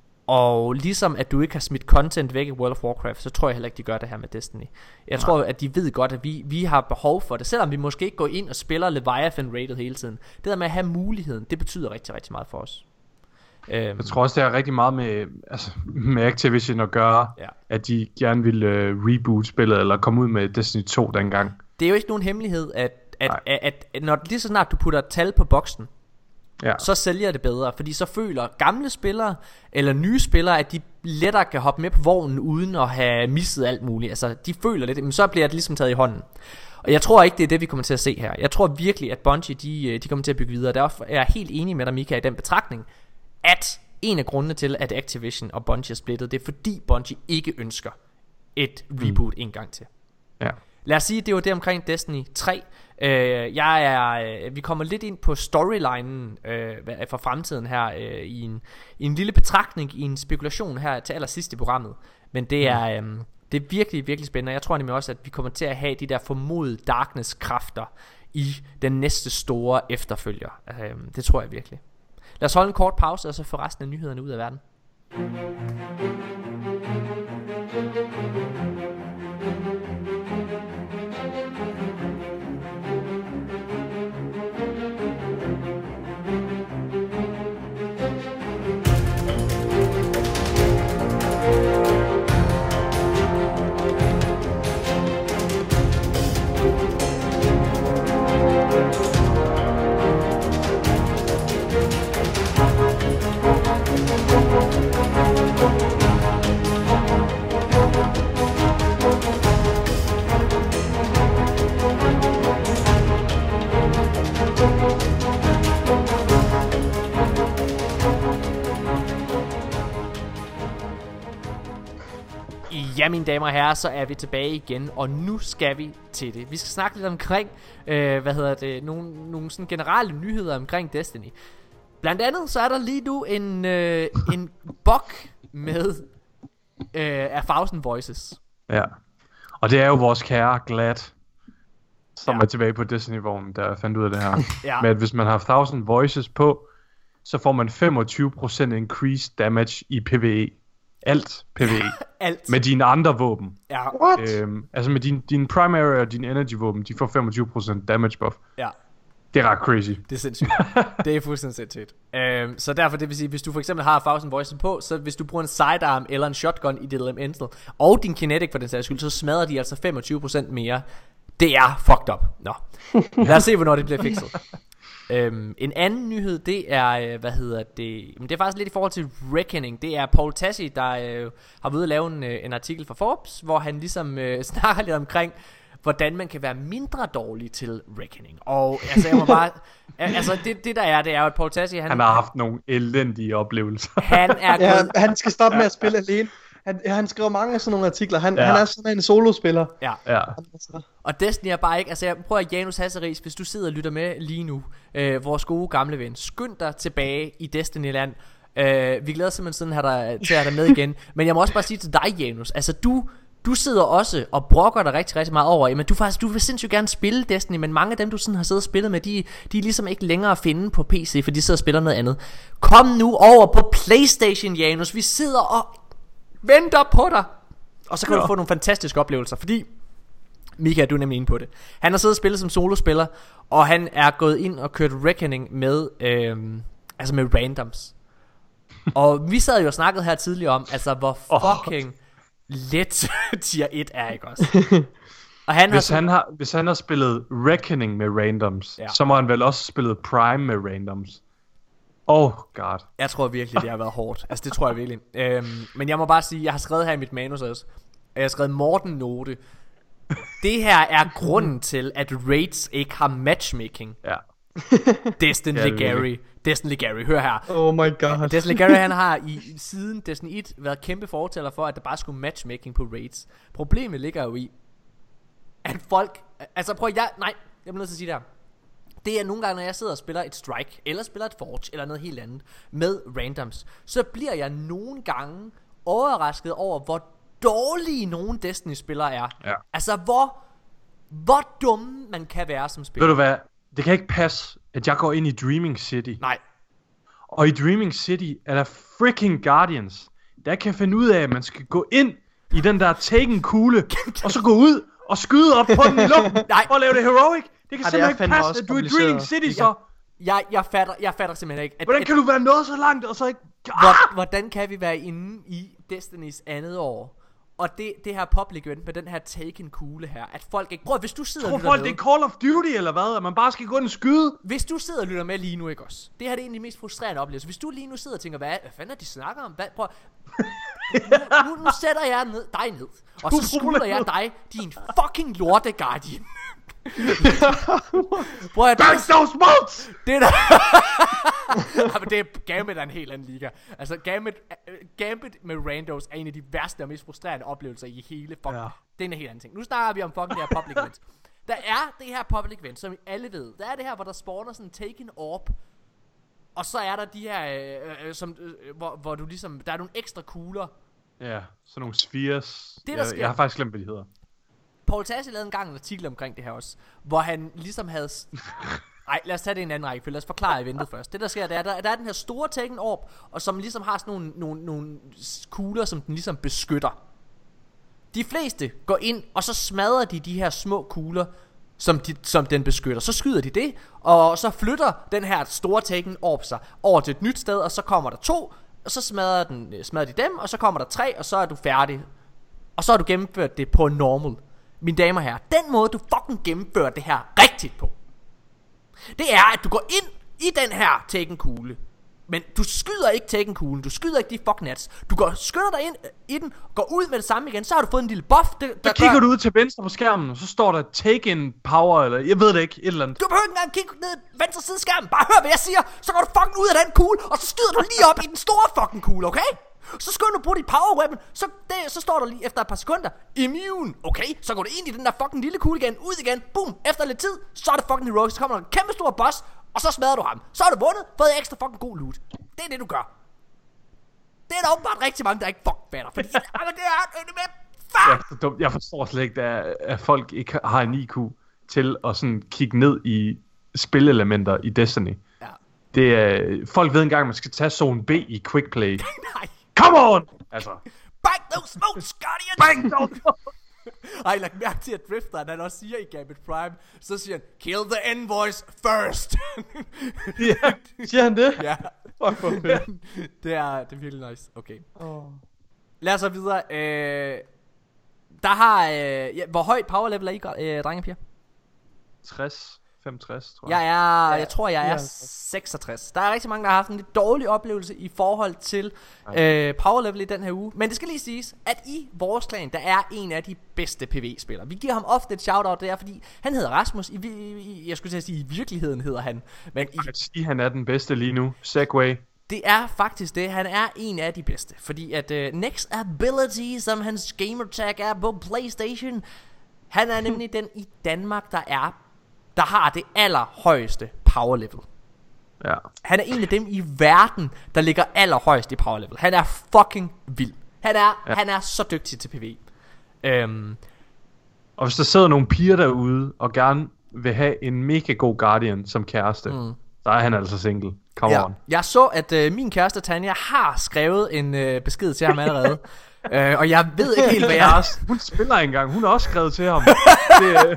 Speaker 1: Og ligesom at du ikke har smidt content væk i World of Warcraft, så tror jeg heller ikke de gør det her med Destiny. Jeg Nej. tror at de ved godt, at vi, vi har behov for det. Selvom vi måske ikke går ind og spiller Leviathan rated hele tiden. Det der med at have muligheden, det betyder rigtig, rigtig meget for os. øhm, Jeg tror også det er rigtig meget med, altså, med Activision at gøre, ja. At de gerne vil uh, reboot spillet, eller komme ud med Destiny to dengang. Det er jo ikke nogen hemmelighed, at at, at, at, at når lige så snart du putter et tal på boksen,
Speaker 2: Ja.
Speaker 1: så sælger det bedre, fordi så føler gamle spillere eller nye spillere, at de lettere kan hoppe med på vognen uden at have misset alt muligt. Altså de føler lidt, men så bliver det ligesom taget i hånden. Og jeg tror ikke det er det vi kommer til at se her. Jeg tror virkelig at Bungie de, de kommer til at bygge videre. Derfor er jeg helt enig med dig, Mika, i den betragtning, at en af grundene til at Activision og Bungie er splittet, det er fordi Bungie ikke ønsker et reboot mm. en gang til.
Speaker 2: Ja.
Speaker 1: Lad os sige at det var det omkring Destiny tre. Uh, jeg er, uh, vi kommer lidt ind på storylinen uh, for fremtiden her uh, i, en, i en lille betragtning, i en spekulation her til allersidst i programmet. Men det er, um, det er virkelig, virkelig spændende. Jeg tror nemlig også, at vi kommer til at have de der formodede darkness-kræfter i den næste store efterfølger. Uh, det tror jeg virkelig. Lad os holde en kort pause, og så få resten af nyhederne ud af verden. Ja, mine damer og herrer, så er vi tilbage igen, og nu skal vi til det. Vi skal snakke lidt omkring, øh, hvad hedder det, nogle, nogle sådan generelle nyheder omkring Destiny. Blandt andet så er der lige nu en, øh, en bug med øh, A Thousand Voices.
Speaker 2: Ja, og det er jo vores kære Glad, som
Speaker 1: ja.
Speaker 2: er tilbage på Destiny-vognen, der fandt ud af det her.
Speaker 1: ja.
Speaker 2: Med at hvis man har Thousand Voices på, så får man femogtyve procent increased damage i PvE. Alt PvE.
Speaker 1: Alt.
Speaker 2: Med dine andre våben.
Speaker 1: Ja.
Speaker 2: Øhm, altså med din, din primary og din energy våben, de får femogtyve procent damage buff.
Speaker 1: Ja.
Speaker 2: Det er ret crazy.
Speaker 1: Det er sindssygt. Det er fuldstændig sindssygt. øhm, Så derfor det vil sige, hvis du for eksempel har Thousand Voices på, så hvis du bruger en sidearm eller en shotgun i dit elemental, og din kinetic for den sags skyld, så smadrer de altså femogtyve procent mere. Det er fucked up. Nå. Lad os se hvornår det bliver fikset. øhm, En anden nyhed, det er, hvad hedder det, men det er faktisk lidt i forhold til Reckoning. Det er Paul Tassi, der øh, har været ude at lave en, øh, en artikel for Forbes, hvor han ligesom øh, snakker lidt omkring, hvordan man kan være mindre dårlig til Reckoning. Og altså jeg må bare altså det, det der er, det er jo at Paul Tassi han,
Speaker 2: han har haft nogle elendige oplevelser.
Speaker 1: Han er
Speaker 3: ja,
Speaker 1: gået,
Speaker 3: han skal stoppe med at spille alene. Han, han skriver mange af sådan nogle artikler. Han,
Speaker 2: ja.
Speaker 3: han er sådan en solospiller.
Speaker 1: Ja.
Speaker 2: Ja.
Speaker 1: Og Destiny er bare ikke, altså jeg prøver at Janus Hasseris, hvis du sidder og lytter med lige nu, øh, vores gode gamle ven, skynd dig tilbage i Destiny-land. øh, Vi glæder simpelthen sådan her der, til at have dig med igen. Men jeg må også bare sige til dig, Janus, altså du Du sidder også og brokker dig rigtig, rigtig meget over, jamen du faktisk, du vil sindssygt gerne spille Destiny, men mange af dem, du sådan har siddet og spillet med, de, de er ligesom ikke længere at finde på P C, for de sidder og spiller noget andet. Kom nu over på PlayStation, Janus, vi sidder og venter på dig. Og så kan ja. du få nogle fantastiske oplevelser, fordi Mika, du er nemlig inde på det. Han har siddet og spillet som solospiller, og han er gået ind og kørt Reckoning med, øhm, altså med randoms. Og vi sad jo og snakkede her tidligere om, altså hvor fucking... Oh. let tier et er, ikke også? Og han
Speaker 2: hvis,
Speaker 1: har
Speaker 2: han har, hvis han har spillet Reckoning med randoms, ja. så må han vel også spillet Prime med randoms. Oh god.
Speaker 1: Jeg tror virkelig det har været hårdt. Altså det tror jeg virkelig. øhm, Men jeg må bare sige, jeg har skrevet her i mit manus også, jeg har skrevet Morten note. Det her er grunden til at Raids ikke har matchmaking.
Speaker 2: Ja.
Speaker 1: Destiny
Speaker 2: ja,
Speaker 1: Gary Destiny Gary, hør her.
Speaker 3: Oh my god.
Speaker 1: Destiny Gary han har i siden Destiny et været kæmpe fortæller for at der bare skulle matchmaking på raids. Problemet ligger jo i at folk, altså prøv jeg, nej, jeg må nødt til at sige det her. Det er nogle gange når jeg sidder og spiller et Strike eller spiller et Forge eller noget helt andet med randoms, så bliver jeg nogle gange overrasket over hvor dårlige nogle Destiny spillere er.
Speaker 2: Ja.
Speaker 1: Altså hvor hvor dumme man kan være som spiller.
Speaker 2: Ved du hvad? Det kan ikke passe, at jeg går ind i Dreaming City.
Speaker 1: Nej.
Speaker 2: Og i Dreaming City er der freaking Guardians, der kan finde ud af, at man skal gå ind i den der Taken kugle, og så gå ud og skyde op på den i luften, for at lave det heroic. Det kan
Speaker 3: ja,
Speaker 2: simpelthen ikke passe, at du er i Dreaming City så.
Speaker 1: Jeg, jeg, fatter, jeg fatter simpelthen ikke. At,
Speaker 2: hvordan kan
Speaker 1: at,
Speaker 2: du være nået så langt, og så ikke...
Speaker 1: Hvor, hvordan kan vi være inde i Destinys andet år, Og det, det her public event med den her Taken kugle her, at folk ikke... Prøv, hvis du sidder
Speaker 2: Tror
Speaker 1: og lytter
Speaker 2: folk,
Speaker 1: med...
Speaker 2: det er Call of Duty, eller hvad? At man bare skal gå ind og skyde?
Speaker 1: Hvis du sidder og lytter med lige nu, ikke også? Det her det er en af de mest frustrerende oplevelser. Hvis du lige nu sidder og tænker, hvad, hvad fanden er de snakker om? Hvad, prøv, nu, nu, nu sætter jeg ned, dig ned, og så skuler jeg dig, din fucking lorte Guardian. Prøv at...
Speaker 2: Burn those motes!
Speaker 1: Det er der... ja, men det er Gambit er en helt anden liga. Altså Gambit, Gambit med randos er en af de værste og mest frustrerende oplevelser i hele fuck. Ja. Det er en helt anden ting. Nu snakker vi om fucking det her public event. Der er det her public event, som I alle ved. Der er det her, hvor der spawner sådan en Taken orb. Og så er der de her, øh, øh, som, øh, hvor, hvor du ligesom, der er nogle ekstra kugler.
Speaker 2: Ja, sådan nogle spheres.
Speaker 1: Det, der
Speaker 2: jeg,
Speaker 1: sker...
Speaker 2: jeg har faktisk glemt, hvad de hedder.
Speaker 1: Paul Tassi lavede en gang en artikel omkring det her også, hvor han ligesom havde... Ej, lad os tage det i en anden række, for lad os forklare eventet først. Det der sker, det er, der, der er den her store Taken orb, og som ligesom har sådan nogle, nogle, nogle kugler, som den ligesom beskytter. De fleste går ind, og så smadrer de de her små kugler, som, de, som den beskytter. Så skyder de det, og så flytter den her store Taken orb sig over til et nyt sted, og så kommer der to, og så smadrer, den, smadrer de dem, og så kommer der tre, og så er du færdig. Og så har du gennemført det på normal. Mine damer og herrer, den måde du fucking gennemfører det her rigtigt på, det er at du går ind i den her Taken kugle. Men du skyder ikke Taken kuglen, du skyder ikke de fucking nats. Du går, skynder dig ind i den, går ud med det samme igen. Så har du fået en lille buff det,
Speaker 2: der Så kigger gør... du ud til venstre på skærmen, og så står der Taken power, eller jeg ved det ikke, et eller andet.
Speaker 1: Du behøver ikke engang kigge ned venstre side af skærmen. Bare hør hvad jeg siger. Så går du fucking ud af den kugle, og så skyder du lige op i den store fucking kugle, okay? Så skal du bruge dit power weapon. Så, det, så står der lige efter et par sekunder immune. Okay, så går du ind i den der fucking lille kugle igen. Ud igen, boom. Efter lidt tid, så er det fucking heroic. Så kommer der en kæmpe stor boss, og så smadrer du ham. Så har du vundet, fået ekstra fucking god loot. Det er det du gør. Det er der åbenbart rigtig mange der ikke fuck fatter. Fordi det er det med fuck.
Speaker 2: Ja, jeg forstår slet ikke der, at folk ikke har en I Q til at sådan kigge ned i spillelementer i Destiny. Ja. Det er folk ved engang man skal tage zone B i quick play.
Speaker 1: Nej.
Speaker 2: Come on! Altså.
Speaker 1: Bang those smokes, Guardians!
Speaker 2: Bang those
Speaker 1: Ej, lagt mærke til at Drifteren han også siger i Gambit Prime, så siger han, kill the envoys first.
Speaker 3: Ja, siger han det?
Speaker 1: Ja.
Speaker 3: Fuck for fedt.
Speaker 1: Det er, det er virkelig nice. Okay. Oh. Lad os så videre. Øh, der har, øh, ja, hvor højt power level er I, øh, drenge og piger?
Speaker 2: tres. femogtres, tror jeg.
Speaker 1: Jeg er, jeg tror jeg er seksogtres. Der er rigtig mange der har haft en lidt dårlig oplevelse i forhold til øh, power level i den her uge. Men det skal lige siges at i vores klan der er en af de bedste P V spillere. Vi giver ham ofte et shoutout der, fordi han hedder Rasmus. I, i, jeg skulle til at sige i virkeligheden hedder han. Men i,
Speaker 2: jeg kan sige han er den bedste lige nu. Segway.
Speaker 1: Det er faktisk det. Han er en af de bedste, fordi at uh, Next Ability, som hans gamertag er på PlayStation, han er nemlig den i Danmark der er der har det allerhøjeste power level.
Speaker 2: Ja.
Speaker 1: Han er en af dem i verden der ligger allerhøjst i power level. Han er fucking vild. Han er, ja. han er så dygtig til PvE. øhm.
Speaker 2: Og hvis der sidder nogle piger derude og gerne vil have en mega god Guardian som kæreste, mm. så er han altså single. Come
Speaker 1: ja.
Speaker 2: on.
Speaker 1: Jeg så at øh, min kæreste Tanja har skrevet en øh, besked til ham allerede. øh, Og jeg ved ikke helt hvad jeg
Speaker 2: også, hun spiller engang. Hun har også skrevet til ham. det,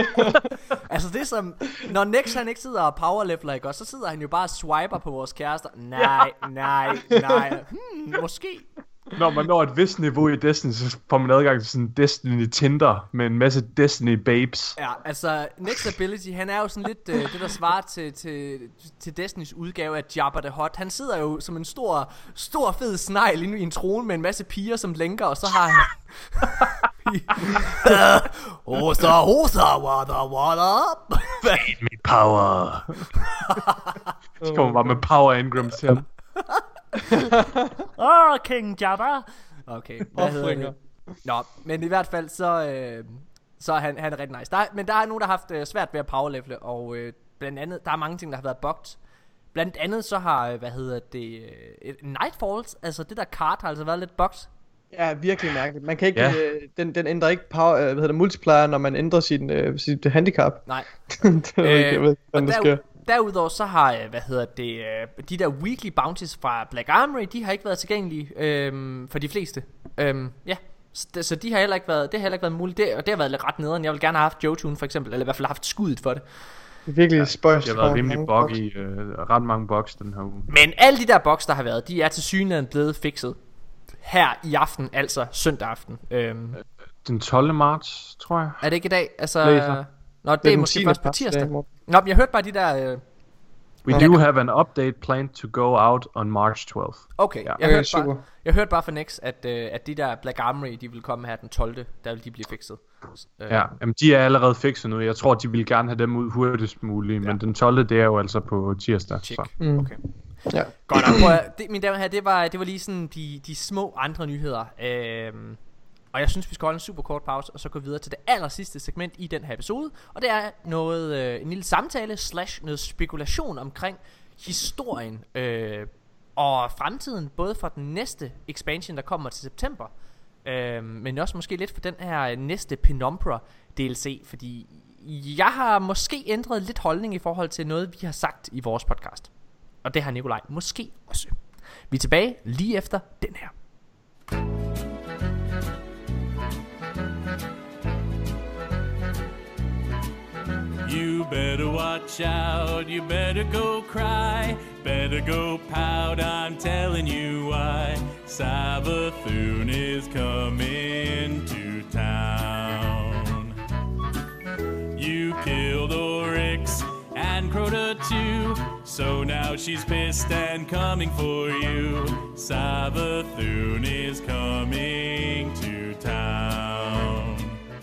Speaker 1: Altså det som når Nex han ikke sidder og power leveler, ikke? Og så sidder han jo bare og swiper på vores kærester. Nej, nej, nej. hmm, Måske.
Speaker 2: Når man når et vist niveau i Destiny, så får man adgang til sådan Destiny Tinder med en masse Destiny babes.
Speaker 1: Ja, altså Next Ability, han er jo sådan lidt øh, det der svarer til, til, til Destinys udgave af Jabba the Hutt. Han sidder jo som en stor, stor fed snegl inde i en trone med en masse piger som lænker. Og så har han Hosa, hosa, wada, wada.
Speaker 2: Feed me power. Så kommer bare med power engrams til ham.
Speaker 1: Åh, oh, King Jabba. Okay, hvad hedder det? Nå, men i hvert fald så øh, så er han, han er rigtig nice. Der er, men der er nogen der har haft øh, svært ved at powerlevele. Og øh, blandt andet, der er mange ting der har været bugged. Blandt andet så har, øh, hvad hedder det, øh, Nightfalls, altså det der kart har altså været lidt bugged.
Speaker 3: Ja, virkelig mærkeligt. Man kan ikke, ja. øh, den, den ændrer ikke power, øh, hvad hedder det, multiplier, når man ændrer sin, øh, sit handicap.
Speaker 1: Nej.
Speaker 3: det er øh, ikke, jeg ved,
Speaker 1: hvordan det sker. Derudover så har, hvad hedder det, de der weekly bounties fra Black Armory, de har ikke været tilgængelige øhm, for de fleste. Øhm, ja, så, det, så de har heller ikke været, det har heller ikke været muligt. Det, og det har været lidt ret nederen. Jeg vil gerne have haft Jotun for eksempel, eller i hvert fald haft skuddet for det.
Speaker 3: Det er virkelig spøjst.
Speaker 2: Det har været rimelig buggy, øh, ret mange bugs den her uge.
Speaker 1: Men alle de der bugs der har været, de er til synligheden blevet fikset her i aften, altså søndag aften. Øhm,
Speaker 2: Den tolvte marts, tror jeg.
Speaker 1: er det ikke i dag? Altså,
Speaker 2: Læser.
Speaker 1: nå, det
Speaker 3: Det er
Speaker 1: er
Speaker 3: den
Speaker 1: måske
Speaker 3: tiende
Speaker 1: først på
Speaker 3: pas,
Speaker 1: tirsdag.
Speaker 3: det er i morgen.
Speaker 1: Nå, men jeg hørte bare de der... Øh,
Speaker 2: We
Speaker 1: Ja.
Speaker 2: do have an update planned to go out on March twelfth.
Speaker 1: okay,
Speaker 2: Ja.
Speaker 1: jeg,
Speaker 3: Okay,
Speaker 1: hørte
Speaker 3: super.
Speaker 1: bare, jeg hørte bare fra Nex, at, øh, at de der Black Armory, de vil komme her den tolvte. Der vil de blive fikset. Øh,
Speaker 2: Ja, jamen, de er allerede fikset nu. Jeg tror, de vil gerne have dem ud hurtigst muligt,
Speaker 1: Ja.
Speaker 2: men den tolvte det er jo altså på tirsdag.
Speaker 1: Check.
Speaker 2: Så.
Speaker 3: Mm.
Speaker 1: Okay.
Speaker 3: Ja.
Speaker 1: Godt nok, prøv at, det, mine damer og herrer, det var, det var lige sådan de, de små andre nyheder. Øhm, og jeg synes, vi skal holde en super kort pause, og så gå videre til det aller sidste segment i den her episode. Og det er noget, øh, en lille samtale slash noget spekulation omkring historien øh, og fremtiden, både for den næste expansion, der kommer til september, øh, men også måske lidt for den her næste Penumbra D L C, fordi jeg har måske ændret lidt holdning i forhold til noget, vi har sagt i vores podcast. Og det har Nikolaj måske også. Vi er tilbage lige efter den her.
Speaker 6: You better watch out, you better go cry, better go pout, I'm telling you why. Savathun is coming to town. You killed Oryx and Crota too, so now she's pissed and coming for you. Savathun is coming to town.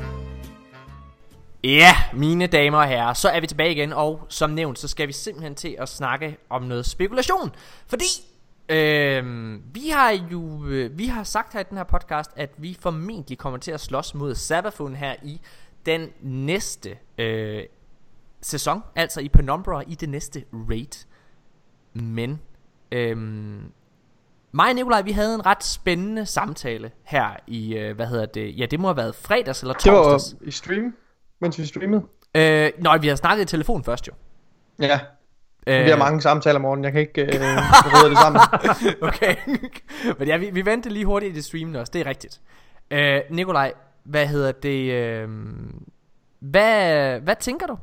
Speaker 1: Ja, mine damer og herrer, så er vi tilbage igen, og som nævnt, så skal vi simpelthen til at snakke om noget spekulation. Fordi øh, vi har jo øh, vi har sagt her i den her podcast, at vi formentlig kommer til at slås mod Savathun her i den næste øh, sæson, altså i Penumbra, i det næste raid. Men øh, mig og Nikolaj, vi havde en ret spændende samtale her i, øh, hvad hedder det, ja, det må have været fredags eller
Speaker 3: Det var
Speaker 1: torsdags.
Speaker 3: i stream, mens vi streamede.
Speaker 1: Øh, nej, vi har snakket i telefon først jo.
Speaker 3: Ja,
Speaker 1: Øh,
Speaker 3: vi har mange samtaler om morgenen. Jeg kan ikke øh, rydde det sammen.
Speaker 1: Okay. Men ja, vi, vi ventede lige hurtigt i streamen også, det er rigtigt. øh, Nikolaj, hvad hedder det øh, hvad, hvad tænker du?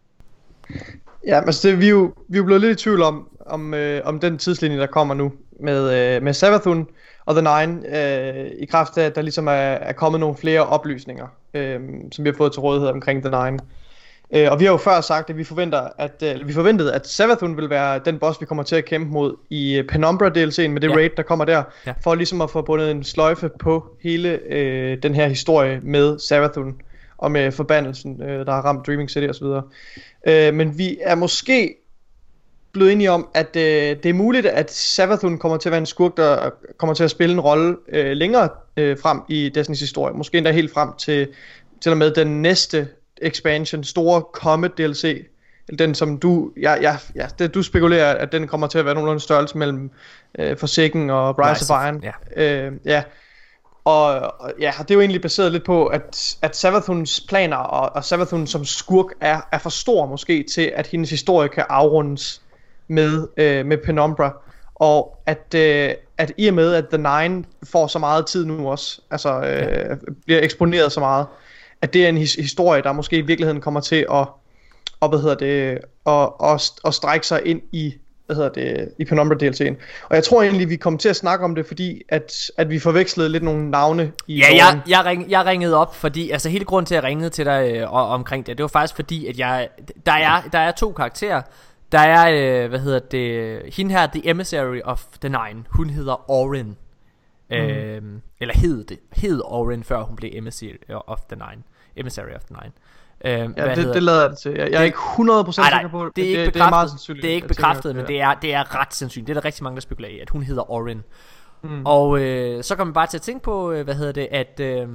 Speaker 3: Ja, altså det, vi, er jo, vi er jo blevet lidt i tvivl om, om, øh, om den tidslinje, der kommer nu med, øh, med Savathun og The Nine, øh, i kraft af, at der ligesom er, er kommet nogle flere oplysninger, øh, som vi har fået til rådighed omkring The Nine. Øh, og vi har jo før sagt, at vi, forventer, at, øh, vi forventede, at Savathun vil være den boss, vi kommer til at kæmpe mod i Penumbra D L C'en med det
Speaker 1: Ja.
Speaker 3: raid, der kommer der,
Speaker 1: Ja.
Speaker 3: for ligesom at få bundet en sløjfe på hele øh, den her historie med Savathun og med forbandelsen, øh, der har ramt Dreaming City osv. Øh, men vi er måske blevet enige om, at øh, det er muligt, at Savathun kommer til at være en skurk, der kommer til at spille en rolle øh, længere øh, frem i Destinys historie. Måske endda helt frem til, til og med den næste expansion, store Comet D L C. Den som du, ja, ja, ja, det, du spekulerer, at den kommer til at være nogenlunde størrelse mellem øh, Forsaken og Rise of Iron.
Speaker 1: Ja.
Speaker 3: Øh, ja. Og, og ja, det er jo egentlig baseret lidt på, at, at Savathuns planer og, og Savathun som skurk er, er for stor måske til, at hendes historie kan afrundes med, øh, med Penumbra. Og at, øh, at i og med, at The Nine får så meget tid nu også, altså øh, ja. bliver eksponeret så meget, at det er en his- historie, der måske i virkeligheden kommer til at, og, hvad hedder det, at, at, at strække sig ind i, hvad hedder det, i Penumbra D L C'en. Og jeg tror egentlig, vi kommer til at snakke om det, fordi at, at vi forvekslede lidt nogle navne i
Speaker 1: Ja,
Speaker 3: loven.
Speaker 1: jeg, jeg, ring, jeg ringede op, fordi, altså hele grunden til at jeg ringede til dig øh, og, omkring det, det var faktisk fordi, at jeg, der er, der er to karakterer. Der er, øh, hvad hedder det, hende her, The Emissary of the Nine, hun hedder Orin. Mm. Øh, eller hed det, hed Orin, før hun blev Emissary of the Nine. Emissary of the Nine. Øh,
Speaker 3: Ja, det, det lader jeg det til. Jeg, jeg er ikke hundrede procent sikker på
Speaker 1: det. Er ikke
Speaker 3: det,
Speaker 1: bekræftet,
Speaker 3: det er meget sandsynligt.
Speaker 1: det er ikke
Speaker 3: Jeg tænker,
Speaker 1: bekræftet,
Speaker 3: at
Speaker 1: men
Speaker 3: det
Speaker 1: det er, det er ret sandsynligt. Det er der rigtig mange, der spekulerer i, at hun hedder Orin.
Speaker 3: Mm.
Speaker 1: Og øh, så kommer man bare til at tænke på, øh, hvad hedder det, at, øh,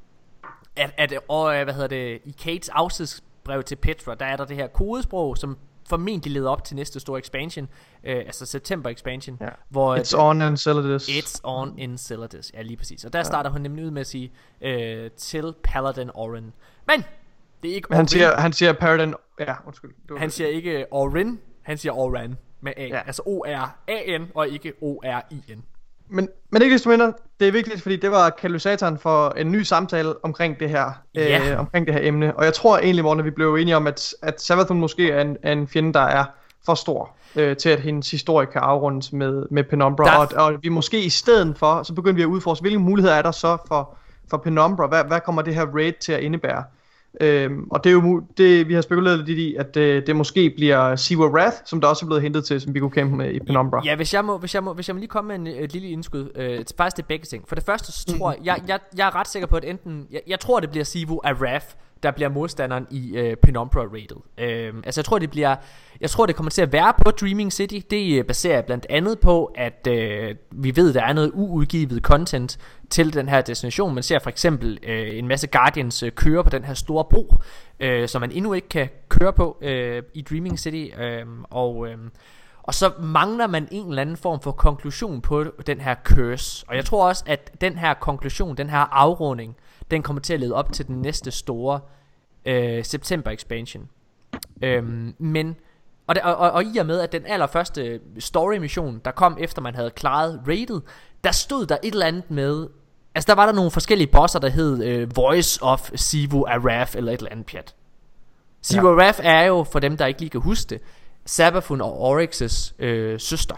Speaker 1: at, at og, øh, hvad hedder det, i Kates afskedsbrev til Petra, der er der det her kodesprog, som formentlig leder op til næste store expansion, øh, altså September expansion,
Speaker 3: Ja.
Speaker 1: hvor
Speaker 3: It's on and Celadus.
Speaker 1: It's on in Celadus. Ja, lige præcis. Og der starter hun nemlig ud med at sige øh, til Paladin Orin. Men det er ikke
Speaker 3: Men han
Speaker 1: Orin.
Speaker 3: siger, han siger Paradin. Ja, undskyld. Det var
Speaker 1: Han
Speaker 3: det.
Speaker 1: siger ikke Orin, han siger Oran med A.
Speaker 3: Ja.
Speaker 1: Altså O R A N og ikke O R I N.
Speaker 3: Men, men ikke desto mindre, det er vigtigt, fordi det var katalysatoren for en ny samtale omkring det her,
Speaker 1: Ja.
Speaker 3: øh, omkring det her emne. Og jeg tror egentlig, Morten, at vi blev enige om, at, at Savathun måske er en, er en fjende, der er for stor øh, til at hendes historie kan afrundes med, med Penumbra,
Speaker 1: Der...
Speaker 3: og, og vi måske i stedet for, så begynder vi at udforske, hvilke muligheder er der så for, for Penumbra, hvad, hvad kommer det her raid til at indebære? Øhm, og det er jo det, vi har spekuleret lidt i, at det, det måske bliver Siwa Wrath, som der også er blevet hentet til, som vi kunne kæmpe med i Penumbra.
Speaker 1: Ja, hvis jeg må, hvis jeg må, hvis jeg må lige komme med en, et lille indskud, øh, faktisk det er begge ting. For det første, så tror jeg, jeg, jeg, jeg er ret sikker på, at enten, jeg, jeg tror, det bliver Siwa Wrath, der bliver modstanderen i øh, Penumbra raidet. Øh, altså jeg tror det bliver, jeg tror det kommer til at være på Dreaming City. Det baserer jeg blandt andet på, at øh, vi ved der er noget uudgivet content til den her destination. Man ser for eksempel øh, en masse Guardians øh, køre på den her store bro, øh, som man endnu ikke kan køre på øh, i Dreaming City, øh, og øh, og så mangler man en eller anden form for konklusion på den her curse. Og jeg tror også, at den her konklusion, den her afrunding, den kommer til at lede op til den næste store øh, September expansion. øhm, Men og, det, og, og, og i og med at den allerførste story mission, der kom efter man havde klaret raidet, der stod der et eller andet med, altså der var der nogle forskellige bosser, der hed øh, Voice of Siwa Wrath eller et eller andet pjat. Siwa ja. Wrath er jo, for dem der ikke lige kan huske det, Savathun og Oryx's øh, søster.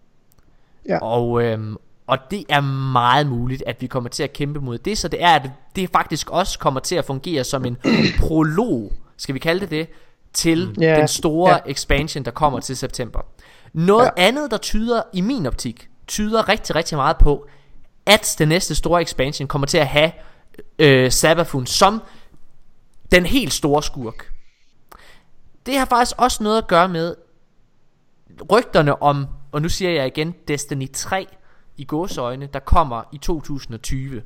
Speaker 1: Ja. Og øhm, Og det er meget muligt, at vi kommer til at kæmpe mod det. Så det er, at det faktisk også kommer til at fungere som en prolog, skal vi kalde det det, til yeah. den store yeah. expansion, der kommer til september. Noget yeah. andet, der tyder, i min optik, tyder rigtig, rigtig meget på, at den næste store expansion kommer til at have øh, Savathun som den helt store skurk. Det har faktisk også noget at gøre med rygterne om, og nu siger jeg igen, Destiny tre i gåseøjne, der kommer i to tusind og tyve.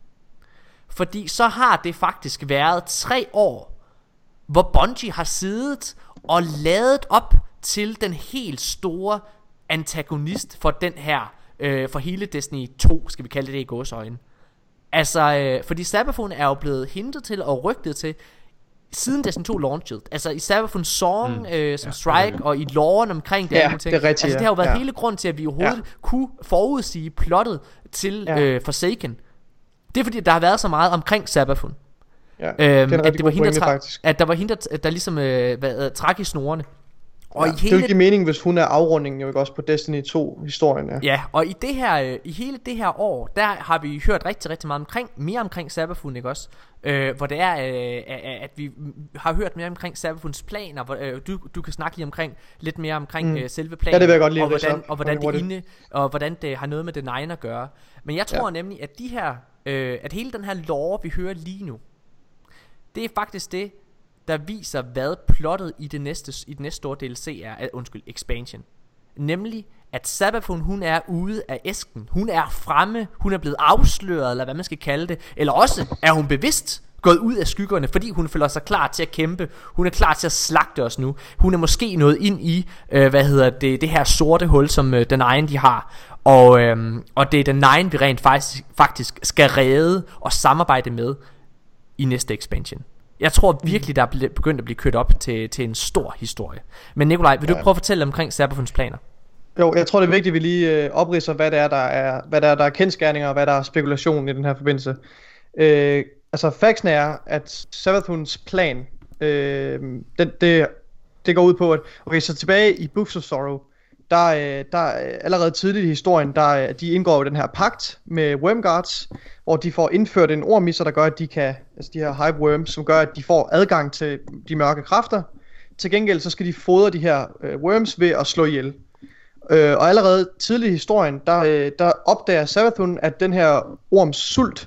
Speaker 1: Fordi så har det faktisk været tre år, hvor Bungie har siddet og ladet op til den helt store antagonist for den her, øh, for hele Destiny to, skal vi kalde det i gåseøjne. Altså, øh, fordi Savathun er jo blevet hintet til og rygtet til siden Destiny to launchet. Altså i Savafons song mm. øh, som ja, Strike og i loven omkring det,
Speaker 3: ja, det, er rigtigt,
Speaker 1: altså, det har jo været
Speaker 3: ja.
Speaker 1: hele grund til at vi overhovedet ja. kunne forudsige plottet til ja. øh, Forsaken. Det er fordi der har været så meget omkring Savathun,
Speaker 3: ja,
Speaker 1: øhm,
Speaker 3: det
Speaker 1: at det var hende
Speaker 3: pointe,
Speaker 1: tra- at der var hende der, der ligesom øh, hvad, træk i snorene. Og
Speaker 3: ja,
Speaker 1: i
Speaker 3: hele... det vil give mening, hvis hun er afrundingen jo ikke også på Destiny to historien. Ja,
Speaker 1: ja, og i det her, øh, i hele det her år, der har vi hørt rigtig, rigtig meget omkring, mere omkring Savathun, ikke også? Øh, hvor det er, øh, at vi har hørt mere omkring Savathuns planer, hvor, øh, du, du kan snakke lige omkring, lidt mere omkring mm. øh, selve planen,
Speaker 3: ja, det vil jeg godt lide,
Speaker 1: og hvordan,
Speaker 3: så,
Speaker 1: og hvordan det inde, og hvordan det har noget med det nine at gøre. Men jeg tror ja. nemlig, at de her, øh, at hele den her lore, vi hører lige nu, det er faktisk det, der viser, hvad plottet i det næste, i det næste store D L C er, uh, undskyld, expansion. Nemlig, at Savathun, hun er ude af æsken. Hun er fremme, hun er blevet afsløret, eller hvad man skal kalde det. Eller også er hun bevidst gået ud af skyggerne, fordi hun føler sig klar til at kæmpe. Hun er klar til at slagte os nu. Hun er måske nået ind i, øh, hvad hedder det, det her sorte hul, som øh, den egen de har. Og, øh, og det er den egen, vi rent faktisk, faktisk skal redde og samarbejde med i næste expansion. Jeg tror virkelig, der er begyndt at blive kørt op til, til en stor historie. Men Nikolaj, vil du ja. prøve at fortælle omkring Sabathuns planer?
Speaker 3: Jo, jeg tror det er vigtigt, at vi lige øh, opridser, hvad det er, der er, hvad der er, der er kendsgerninger, og hvad der er spekulation i den her forbindelse. Øh, altså, facten er, at Sabathuns plan, øh, den, det, det går ud på, at okay, så tilbage i Books of Sorrow, der, øh, der allerede tidligt i historien, der de indgår i den her pagt med Wormguards, hvor de får indført en ormisser, der gør, at de kan, altså de her hive worms, som gør, at de får adgang til de mørke kræfter. Til gengæld så skal de fodre de her øh, worms ved at slå ihjel. Øh, og allerede tidligt i historien, der, øh, der opdager Savathun, at den her orms sult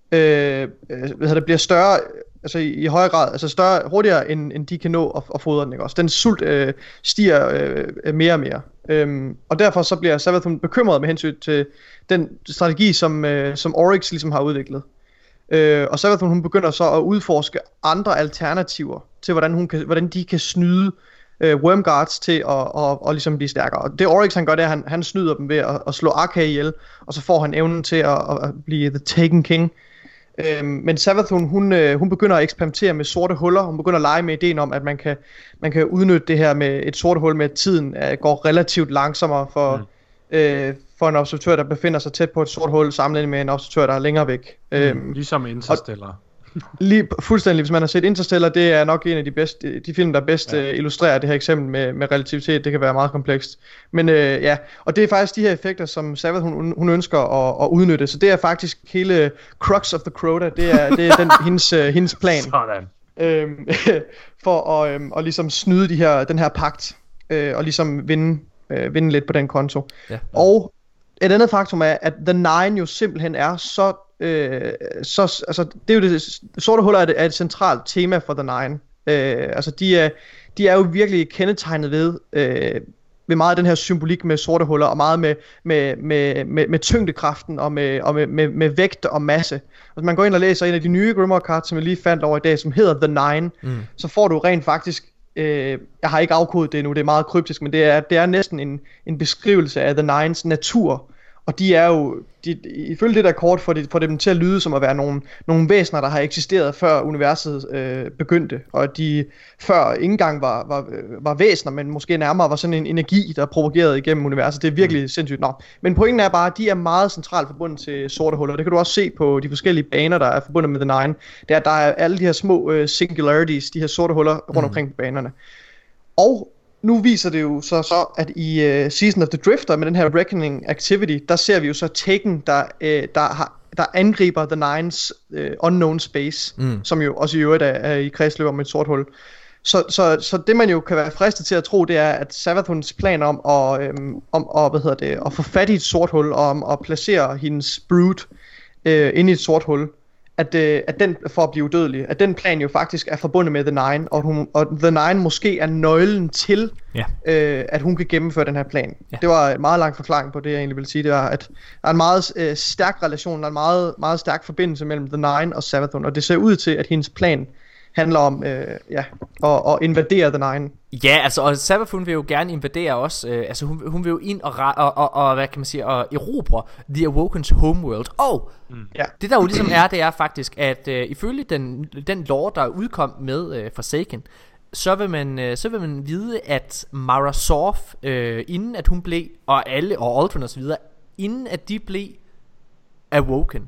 Speaker 3: øh, hvad det, bliver større, altså i, i højere grad, altså større, hurtigere end, end de kan nå at, at fodre den, ikke også? Den sult øh, stiger øh, mere og mere. Øhm, og derfor så bliver Savathun bekymret med hensyn til den strategi, som, øh, som Oryx ligesom har udviklet. Øh, og Savathun, hun begynder så at udforske andre alternativer til, hvordan, hun kan, hvordan de kan snyde øh, Wormguards til at, at, at, at ligesom blive stærkere. Og det Oryx han gør, det er, at han, han snyder dem ved at, at slå Arca ihjel, og så får han evnen til at, at blive The Taken King. Øhm, men Savathun, hun, øh, hun begynder at eksperimentere med sorte huller. Hun begynder at lege med ideen om, at man kan, man kan udnytte det her med et sorte hul, med at tiden øh, går relativt langsommere for, mm. øh, for en observatør, der befinder sig tæt på et sort hul, sammenlignet med en observatør, der er længere væk.
Speaker 2: Mm,
Speaker 3: øhm,
Speaker 2: ligesom Interstellar.
Speaker 3: Lige fuldstændig, hvis man har set Interstellar, det er nok en af de bedste, de film, der bedst ja. uh, illustrerer det her eksempel med, med relativitet. Det kan være meget komplekst. Men uh, ja, og det er faktisk de her effekter, som Savath hun, hun ønsker at, at udnytte. Så det er faktisk hele crux of the Crota. Det er, det er den, hendes, uh, hendes plan.
Speaker 2: Sådan.
Speaker 3: Øhm, for at, øhm, at ligesom snyde de her, den her pagt, øh, og ligesom vinde, øh, vinde lidt på den konto. Ja. Og et andet faktum er, at The Nine jo simpelthen er så, øh, så altså det er jo det, sorte huller er, det, er et centralt tema for The Nine. Øh, altså de er, de er jo virkelig kendetegnet ved, øh, ved meget af den her symbolik med sorte huller, og meget med, med, med, med, med tyngdekraften, og, med, og med, med, med vægt og masse. Hvis man går ind og læser en af de nye Grimoire cards, som jeg lige fandt over i dag, som hedder The Nine, mm. så får du rent faktisk, øh, jeg har ikke afkodet det nu, det er meget kryptisk, men det er, det er næsten en, en beskrivelse af The Nines natur. Og de er jo, de, ifølge det der kort, får, de, får dem til at lyde som at være nogle, nogle væsener, der har eksisteret før universet øh, begyndte. Og de før ikke engang var, var, var væsener, men måske nærmere var sådan en energi, der propagerede igennem universet. Det er virkelig mm. sindssygt. Nå. Men pointen er bare, at de er meget centralt forbundet til sorte huller. Det kan du også se på de forskellige baner, der er forbundet med The Nine. Det er, at der er alle de her små øh, singularities, de her sorte huller rundt omkring mm. på banerne. Og nu viser det jo så, så at i uh, Season of the Drifter med den her Reckoning Activity, der ser vi jo så Taken, der, uh, der, har, der angriber The Nines uh, Unknown Space, mm. som jo også i øvrigt er, er i kredsløb om et sort hul. Så, så, så det man jo kan være fristet til at tro, det er, at Savathun's plan om at, øhm, om, at, hvad hedder det, at få fat i et sort hul, og om at placere hendes brood øh, inde i et sort hul, At, øh, at den for at blive udødelig, at den plan jo faktisk er forbundet med The Nine, og, hun, og The Nine måske er nøglen til, ja. øh, at hun kan gennemføre den her plan. Ja. Det var en meget lang forklaring på det, jeg egentlig vil sige. Det var, at der er en meget øh, stærk relation, der er en meget, meget stærk forbindelse mellem The Nine og Savathun, og det ser ud til, at hendes plan handler om øh, ja, at, at invadere The Nine.
Speaker 1: Ja, altså, og Savathun vil jo gerne invadere også. Øh, altså, hun, hun vil jo ind og, og, og, og, hvad kan man sige, og erobre The Awokens homeworld. Og mm. ja. det der jo ligesom er, det er faktisk, at øh, ifølge den, den lore, der er udkom med øh, Forsaken, så vil man øh, så vil man vide, at Mara Sov, øh, inden at hun blev, og alle, og Aldrin og så videre, inden at de blev Awoken,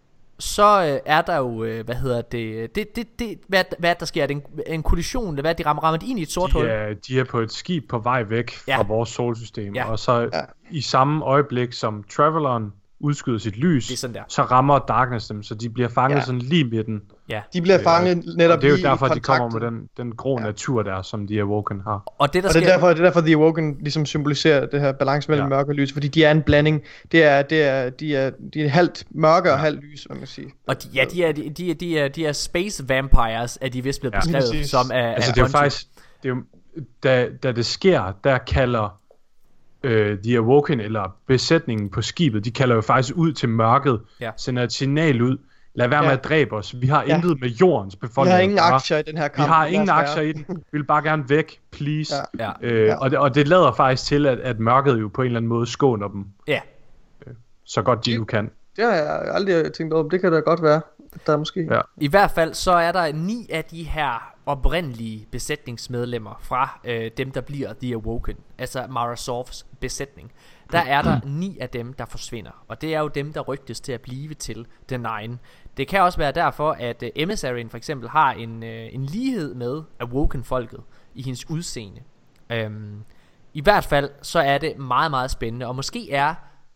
Speaker 1: så øh, er der jo, øh, hvad hedder det, det, det, det hvad, hvad der sker, er det en, en kollision, eller hvad, de rammer, rammer de ind i et sort
Speaker 2: de
Speaker 1: hul?
Speaker 2: Er, de er på et skib på vej væk fra
Speaker 1: ja.
Speaker 2: vores solsystem, ja. og så
Speaker 3: ja.
Speaker 2: i samme øjeblik, som Traveleren udskyder sit lys, så rammer Darkness dem, så de bliver fanget ja. sådan lige med den.
Speaker 1: Ja.
Speaker 3: De bliver fanget netop
Speaker 2: og det er jo derfor, de kommer med den, den grå ja. natur der, som de Awoken har.
Speaker 1: Og det, der
Speaker 3: og det, er derfor, det er derfor, de Awoken ligesom symboliserer det her balance mellem ja. mørke og lys, fordi de er en blanding. Det er, det er, de er, de er halvt mørke ja. og halvt lys, hvad man sige.
Speaker 1: Og de, ja, de er, de, de, er, de, er, de er space vampires, er de vist blevet ja. beskrevet som af,
Speaker 2: altså,
Speaker 1: af
Speaker 2: det er jo faktisk, det er jo, da, da det sker, der kalder øh, The Awoken, eller besætningen på skibet, de kalder jo faktisk ud til mørket, ja. sender et signal ud, lad være ja. med at dræbe os. Vi har ja. intet med jordens befolkning.
Speaker 3: Vi har ingen aktier i den her kamp.
Speaker 2: Vi har ingen aktier i den. Vi vil bare gerne væk, please.
Speaker 1: Ja. Ja.
Speaker 2: Øh, og, det, og det lader faktisk til, at, at mørket jo på en eller anden måde skåner dem.
Speaker 1: Ja.
Speaker 2: Øh, så godt de nu kan.
Speaker 3: Det har jeg aldrig tænkt over. Det kan da godt være. Der er måske.
Speaker 2: Ja.
Speaker 1: I hvert fald så er der ni af de her oprindelige besætningsmedlemmer fra øh, dem, der bliver The Awoken. Altså Mara Sovs besætning. Der er der ni af dem, der forsvinder. Og det er jo dem, der rygtes til at blive til The Nine. Det kan også være derfor, at uh, Emissaryen for eksempel har en, uh, en lighed med Awoken-folket i hendes udseende. Um, I hvert fald så er det meget, meget spændende. Og måske er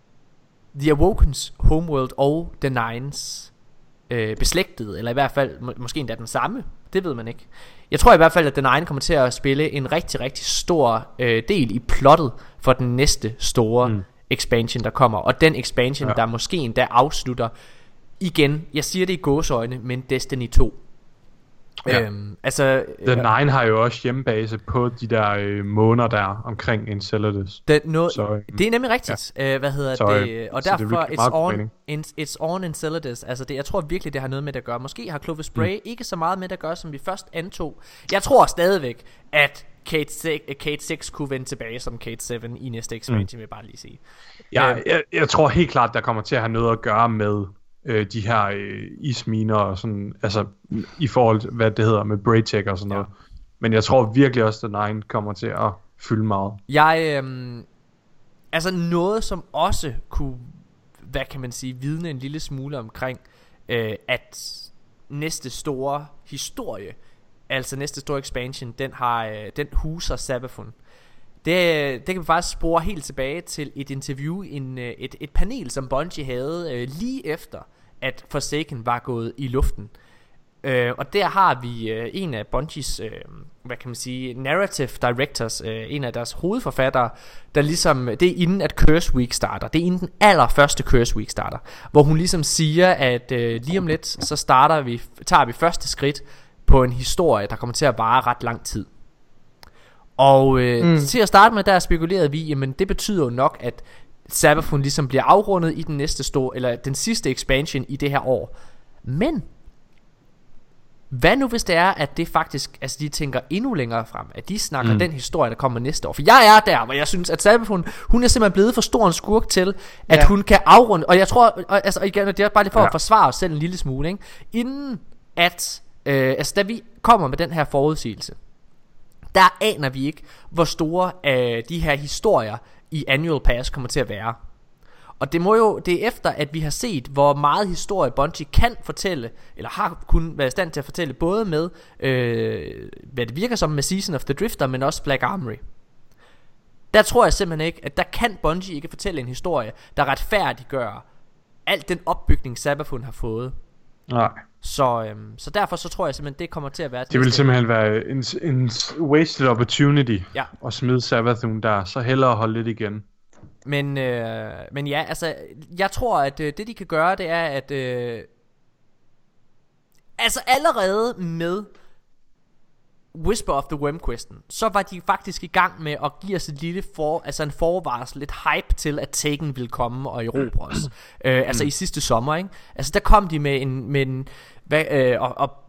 Speaker 1: The Awokens homeworld og The Nines uh, beslægtet, eller i hvert fald må, måske endda den samme. Det ved man ikke. Jeg tror i hvert fald, at The Nine kommer til at spille en rigtig, rigtig stor uh, del i plottet for den næste store mm. expansion, der kommer. Og den expansion, ja. der måske endda afslutter igen, jeg siger det i gåseøjne, men Destiny to.
Speaker 2: Ja.
Speaker 1: Øhm, altså,
Speaker 2: The Nine har jo også hjemmebase på de der øh, måneder der omkring Enceladus.
Speaker 1: Det, no, så, øh, det er nemlig rigtigt. Ja. Øh, hvad hedder så, det? Og derfor det it's on, in, it's on Enceladus. Altså det, jeg tror virkelig det har noget med det at gøre. Måske har Clovis Bray mm. ikke så meget med det at gøre, som vi først antog. Jeg tror stadigvæk, at Kate seks kunne vende tilbage som Kate syv i næste expansion, mm. vil jeg bare lige sige.
Speaker 2: Ja,
Speaker 1: øh,
Speaker 2: jeg, jeg tror helt klart, der kommer til at have noget at gøre med øh, de her øh, isminer og sådan, altså i forhold til hvad det hedder med Braytech og sådan noget. Ja. Men jeg tror virkelig også at Nine kommer til at fylde meget.
Speaker 1: Jeg øh, altså noget som også kunne, hvad kan man sige, vidne en lille smule omkring øh, at næste store historie, altså næste store expansion, den har øh, den huser Savathûn. Det, det kan vi faktisk spore helt tilbage til et interview, en, et, et panel, som Bungie havde øh, lige efter, at Forsaken var gået i luften. Øh, og der har vi øh, en af Bungies, øh, hvad kan man sige, narrative directors, øh, en af deres hovedforfattere, der ligesom, det er inden at Curse Week starter, det er inden den allerførste Curse Week starter, hvor hun ligesom siger, at øh, lige om lidt, så starter vi, tager vi første skridt på en historie, der kommer til at vare ret lang tid. Og øh, mm. til at starte med, der spekulerede vi, jamen det betyder jo nok, at Savathûn ligesom bliver afrundet i den næste store, eller den sidste expansion i det her år. Men hvad nu hvis det er, at det faktisk, altså de tænker endnu længere frem, at de snakker mm. den historie, der kommer næste år. For jeg er der, hvor jeg synes, at Savathûn, hun er simpelthen blevet for stor en skurk til, at ja. hun kan afrunde. Og jeg tror, og, altså igen, det er bare lige for ja. at forsvare os selv en lille smule, ikke? Inden at, øh, altså da vi kommer med den her forudsigelse, der aner vi ikke, hvor store øh, de her historier i Annual Pass kommer til at være. Og det må jo, det er efter, at vi har set, hvor meget historie Bungie kan fortælle, eller har kun været i stand til at fortælle, både med, øh, hvad det virker som med Season of the Drifter, men også Black Armory. Der tror jeg simpelthen ikke, at der kan Bungie ikke fortælle en historie, der retfærdiggør alt den opbygning, Savathûn har fået.
Speaker 2: Nej.
Speaker 1: Så, øhm, så derfor så tror jeg simpelthen, det kommer til at være...
Speaker 2: Det vil simpelthen være en, en wasted opportunity
Speaker 1: ja.
Speaker 2: at smide Savathûn der, så hellere holde lidt igen.
Speaker 1: Men, øh, men ja, altså, jeg tror, at øh, det de kan gøre, det er, at... Øh, altså allerede med Whisper of the Worm-questen, så var de faktisk i gang med at give os et lille for, altså en forvarsel, lidt hype til, at Taken ville komme og erobre os. øh, altså i sidste sommer, ikke? Altså der kom de med en... Med en hvad, øh, og, og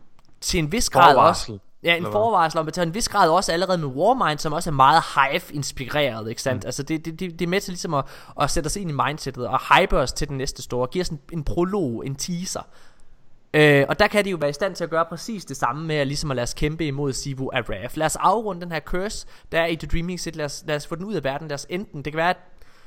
Speaker 1: til en vis grad
Speaker 2: forvarsel.
Speaker 1: også... Ja, en forvarsel om, til en vis grad også allerede med Warmind, som også er meget Hive-inspireret, ikke sandt? Mm. Altså det, det, det er med til ligesom at, at sætte os ind i mindsetet og hype os til den næste store, give os en, en prolog, en teaser. Øh, og der kan de jo være i stand til at gøre præcis det samme med at ligesom at lade os kæmpe imod Xivu Arath. Lad os afrunde den her curse, der er i The Dreaming City. Lad os, lad os få den ud af verden. Lad os enten, det kan være, at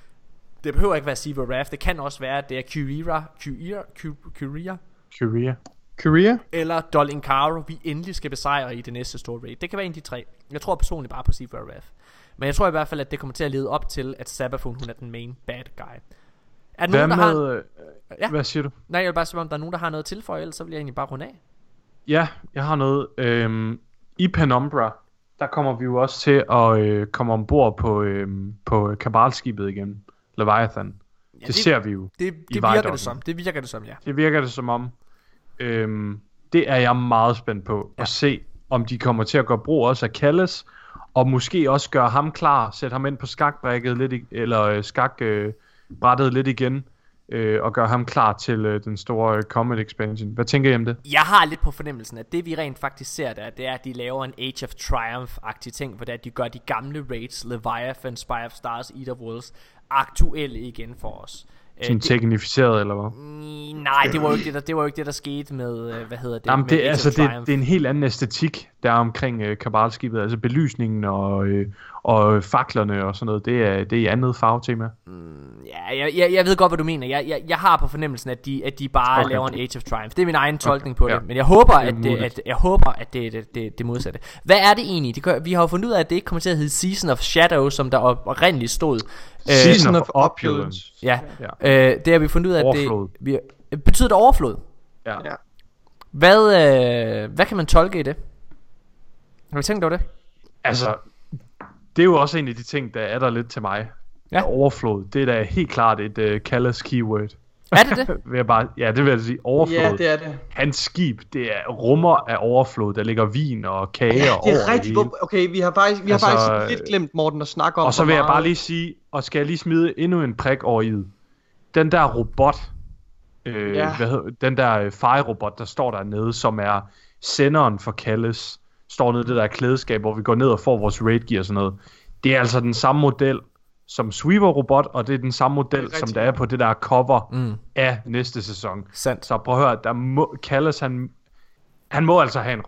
Speaker 1: det behøver ikke være Xivu Arath, det kan også være, at det er Kyria, Kyria, Kyria,
Speaker 2: Kyria.
Speaker 3: Kyria?
Speaker 1: Eller Dol Incarno, vi endelig skal besejre i det næste store raid. Det kan være en af de tre. Jeg tror personligt bare på Xivu Arath. Men jeg tror i hvert fald, at det kommer til at lede op til, at Savathûn, hun er den main bad guy. Er der
Speaker 2: Hvad
Speaker 1: nogen, der
Speaker 2: med,
Speaker 1: har...
Speaker 2: øh,
Speaker 1: ja.
Speaker 2: Hvad siger du?
Speaker 1: Nej, jeg vil bare spørge, om der er nogen, der har noget til for, ellers så vil jeg egentlig bare runde af.
Speaker 2: Ja, jeg har noget. Øhm, I Penumbra, der kommer vi jo også til at øh, komme ombord på, øh, på Kabal-skibet igen. Leviathan. Ja, det, det ser vi jo.
Speaker 1: Det, det virker det som. Det virker det som, ja.
Speaker 2: Det virker det som om. Øhm, det er jeg meget spændt på ja. At se, om de kommer til at gøre brug også af Calus, og måske også gøre ham klar, sætte ham ind på skakbrækket lidt, i, eller øh, skakbrættet øh, lidt igen, øh, og gøre ham klar til øh, den store øh, Comet Expansion. Hvad tænker I om det?
Speaker 1: Jeg har lidt på fornemmelsen, at det vi rent faktisk ser der, det er, at de laver en Age of Triumph-agtig ting, hvor det er, at de gør de gamle raids, Leviathan, Spire of Stars, Eater of Worlds, aktuelle igen for os.
Speaker 2: Sådan teknificeret eller hvad?
Speaker 1: Nej, det var jo ikke det der, det var jo ikke det der skete med, hvad hedder det?
Speaker 2: Jamen, det, altså, det,
Speaker 1: Triumph.
Speaker 2: det er en helt anden æstetik der er omkring øh, Kabal-skibet, altså belysningen og øh, og faklerne og sådan noget. Det er det er andet farvetema.
Speaker 1: Mm, ja, jeg, jeg jeg ved godt hvad du mener. Jeg jeg, jeg har på fornemmelsen at de at de bare
Speaker 2: okay.
Speaker 1: laver en Age of Triumph. Det er min egen tolkning
Speaker 2: okay.
Speaker 1: på
Speaker 2: ja.
Speaker 1: det, men jeg håber
Speaker 2: det
Speaker 1: at det at jeg håber at det det det, det modsatte. Hvad er det egentlig? Det gør, vi har jo fundet ud af at det ikke kommer til at hedde Season of Shadow, som der oprindeligt stod.
Speaker 2: Season of Opulence.
Speaker 1: Ja. ja. Øh, det har vi fundet ud af at det vi, betyder det overflod.
Speaker 2: Ja. ja.
Speaker 1: Hvad øh, hvad kan man tolke i det? Har du tænkt over det?
Speaker 2: Altså, det er jo også en af de ting, der er der lidt til mig. Ja. Overflod, det er da helt klart et uh, Calus keyword.
Speaker 1: Er det det?
Speaker 2: vil jeg bare, ja, det vil jeg sige. Overflod.
Speaker 3: Ja, det er det.
Speaker 2: Hans skib, det er rummer af overflod. Der ligger vin og kage
Speaker 3: ja,
Speaker 2: over
Speaker 3: det er rigtigt. Okay, vi har faktisk, vi
Speaker 2: altså,
Speaker 3: har faktisk lidt glemt, Morten, at snakke om.
Speaker 2: Og så vil jeg bare lige sige, og skal jeg lige smide endnu en prik over i. Den der robot, øh, ja. hvad hedder, den der Fire-robot, der står dernede, som er senderen for Calus, står nede i det der klædeskab, hvor vi går ned og får vores raid gear og sådan noget. Det er altså den samme model som Sweeper-robot, og det er den samme model, som der er på det der cover mm. af næste sæson.
Speaker 1: Sandt.
Speaker 2: Så prøv at høre, der må, Calus, han, han må altså have en rolle.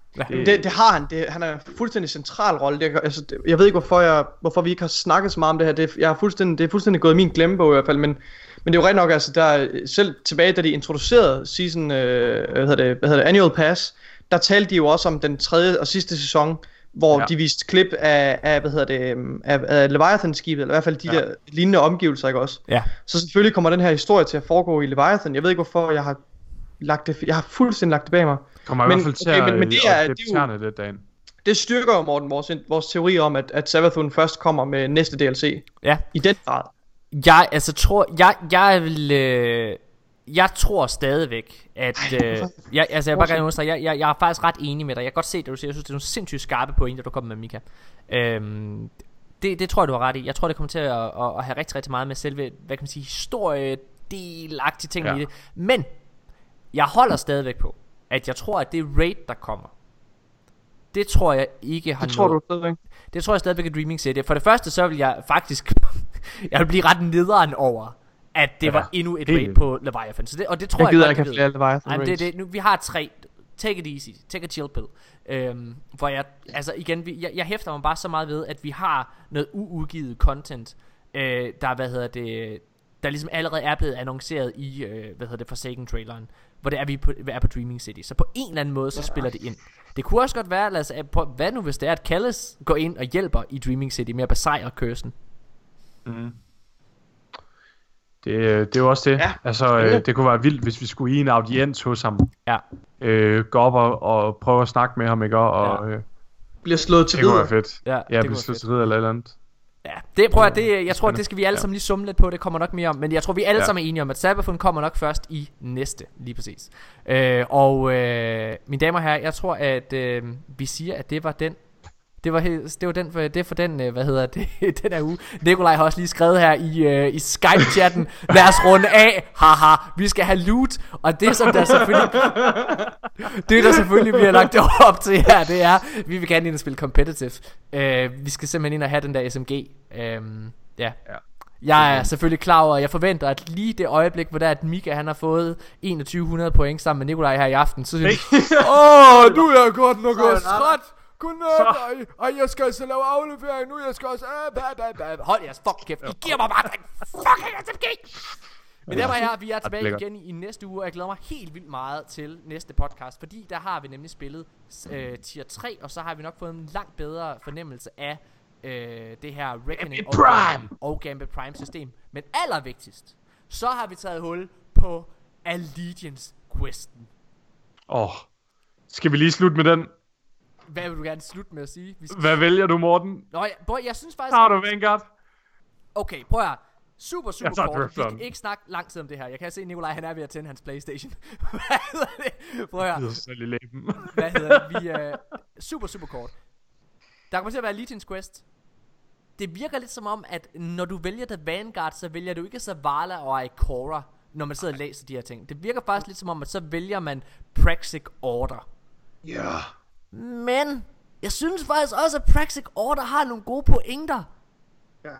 Speaker 1: Ja.
Speaker 3: Det, det, det har han. Det, han er fuldstændig central rolle. Det, altså, det, jeg ved ikke hvorfor jeg, hvorfor vi ikke har snakket så meget om det her. Det, jeg er fuldstændig, det er fuldstændig gået i min glemmebog i hvert fald. Men, men det er jo rent nok, altså der selv tilbage da de introducerede season, øh, hvad hedder det, hvad hedder det, annual pass, der talte de jo også om den tredje og sidste sæson, hvor ja. de viste klip af, af hvad hedder det, af, af Leviathan-skibet, eller i hvert fald de ja. der lignende omgivelser, ikke også?
Speaker 1: Ja.
Speaker 3: Så selvfølgelig kommer den her historie til at foregå i Leviathan. Jeg ved ikke hvorfor jeg har lagt det, jeg har fuldstændig lagt det bag mig.
Speaker 2: Kommer
Speaker 3: men,
Speaker 2: i hvert fald til
Speaker 3: okay,
Speaker 2: at
Speaker 3: men, men det er, det, er jo,
Speaker 2: det, dagen.
Speaker 3: det styrker jo, Morten, vores, vores teori om, at, at Savathun først kommer med næste D L C.
Speaker 1: Ja.
Speaker 3: I den grad.
Speaker 1: Jeg altså tror, jeg, jeg vil, øh, jeg tror stadigvæk, at, øh, jeg, altså jeg bare gerne understrege, jeg, jeg, jeg er faktisk ret enig med dig. Jeg kan godt se det, du siger. Jeg synes, det er nogle sindssygt skarpe pointer, du kommer med, Mika. Øhm, det, det tror jeg, du har ret i. Jeg tror, det kommer til at, at, at have rigtig, rigtig meget med selve, hvad kan man sige, historiedelagtige ting ja. i det. Men jeg holder stadigvæk på, at jeg tror, at det raid, der kommer, det tror jeg ikke har
Speaker 3: det tror
Speaker 1: noget.
Speaker 3: Du stadigvæk?
Speaker 1: Det tror jeg stadigvæk er Dreaming City. For det første, så vil jeg faktisk jeg vil blive ret nederen over, at det ja, var endnu et raid på Leviathan. Så det, og det tror jeg,
Speaker 3: jeg
Speaker 1: jeg
Speaker 3: godt, ikke have flere Leviathan
Speaker 1: det, det, nu, vi har tre. Take it easy. Take a chill pill. Øhm, hvor jeg, altså igen, vi, jeg, jeg hæfter mig bare så meget ved, at vi har noget uudgivet content, øh, der, hvad hedder det, der ligesom allerede er blevet annonceret i, øh, hvad hedder det, Forsaken-traileren, hvor det er, vi på, er på Dreaming City. Så på en eller anden måde, så spiller det ind. Det kunne også godt være, lad os, på, hvad nu hvis det er, at Callis går ind og hjælper i Dreaming City med at besejre Cursen?
Speaker 2: Mm. Det, det er jo også det. Ja. Altså, øh, det kunne være vildt, hvis vi skulle i en audiens hos ham.
Speaker 1: Ja.
Speaker 2: Øh, gå op og, og prøve at snakke med ham, ikke? Og,
Speaker 1: ja.
Speaker 2: øh,
Speaker 3: bliver slået til ridder.
Speaker 2: Det kunne være fedt.
Speaker 1: Ja,
Speaker 2: ja bliver slået til ridder eller et eller andet.
Speaker 1: Ja, det prøver jeg, det, jeg tror, det skal vi alle sammen lige summe lidt på. Det kommer nok mere om. Men jeg tror, vi alle ja. sammen er enige om, at Savathun kommer nok først i næste. Lige præcis. øh, Og øh, mine damer og herrer, jeg tror, at øh, vi siger, at det var den. Det var, det var den for, det for den, hvad hedder det, den her uge. Nikolaj har også lige skrevet her i, uh, i Skype-chatten: lad os runde af, haha, vi skal have loot. Og det som der selvfølgelig det der selvfølgelig bliver lagt op til her, det er, vi vil gerne ind og spille competitive. uh, Vi skal simpelthen ind og have den der S M G. uh, Ja yeah. Jeg er selvfølgelig klar over, jeg forventer, at lige det øjeblik, hvor der er, at Mika han har fået enogtyve hundrede point sammen med Nikolaj her i aften, så siger åh, du er godt nok også træt. Godnat, ej, jeg skal altså lave aflevering nu, jeg skal også, ah, bæ, bæ, bæ. Hold jeres fucking kæft, I giver mig bare den fucking S M G. Men der var her, vi er tilbage igen i næste uge, og jeg glæder mig helt vildt meget til næste podcast, fordi der har vi nemlig spillet øh, tier tre, og så har vi nok fået en langt bedre fornemmelse af øh, det her Reckoning og, Prime. og Gambit Prime system. Men allervigtigst, så har vi taget hul på Allegiance questen.
Speaker 2: Åh, oh, skal vi lige slutte med den?
Speaker 1: Hvad vil du gerne slutte med at sige? Vi skal...
Speaker 2: Hvad vælger du, Morten?
Speaker 1: Nå, jeg, boy, jeg synes faktisk...
Speaker 2: Har du Vanguard?
Speaker 1: Okay, prøv her. Super, super kort. Vi
Speaker 2: kan
Speaker 1: kan ikke snakke lang tid om det her. Jeg kan se, Nikolaj, han er ved at tænde hans PlayStation. Hvad hedder det? Prøv her. Hvad hedder det? Vi er uh, super, super kort. Der kommer til at være Legion's Quest. Det virker lidt som om, at når du vælger The Vanguard, så vælger du ikke Zavala og Ikora, når man sidder og læser de her ting. Det virker faktisk lidt som om, at så vælger man Praxic Order.
Speaker 3: Ja. Yeah.
Speaker 1: Men jeg synes faktisk også, at Praxic Order har nogle gode pointer.
Speaker 3: Ja.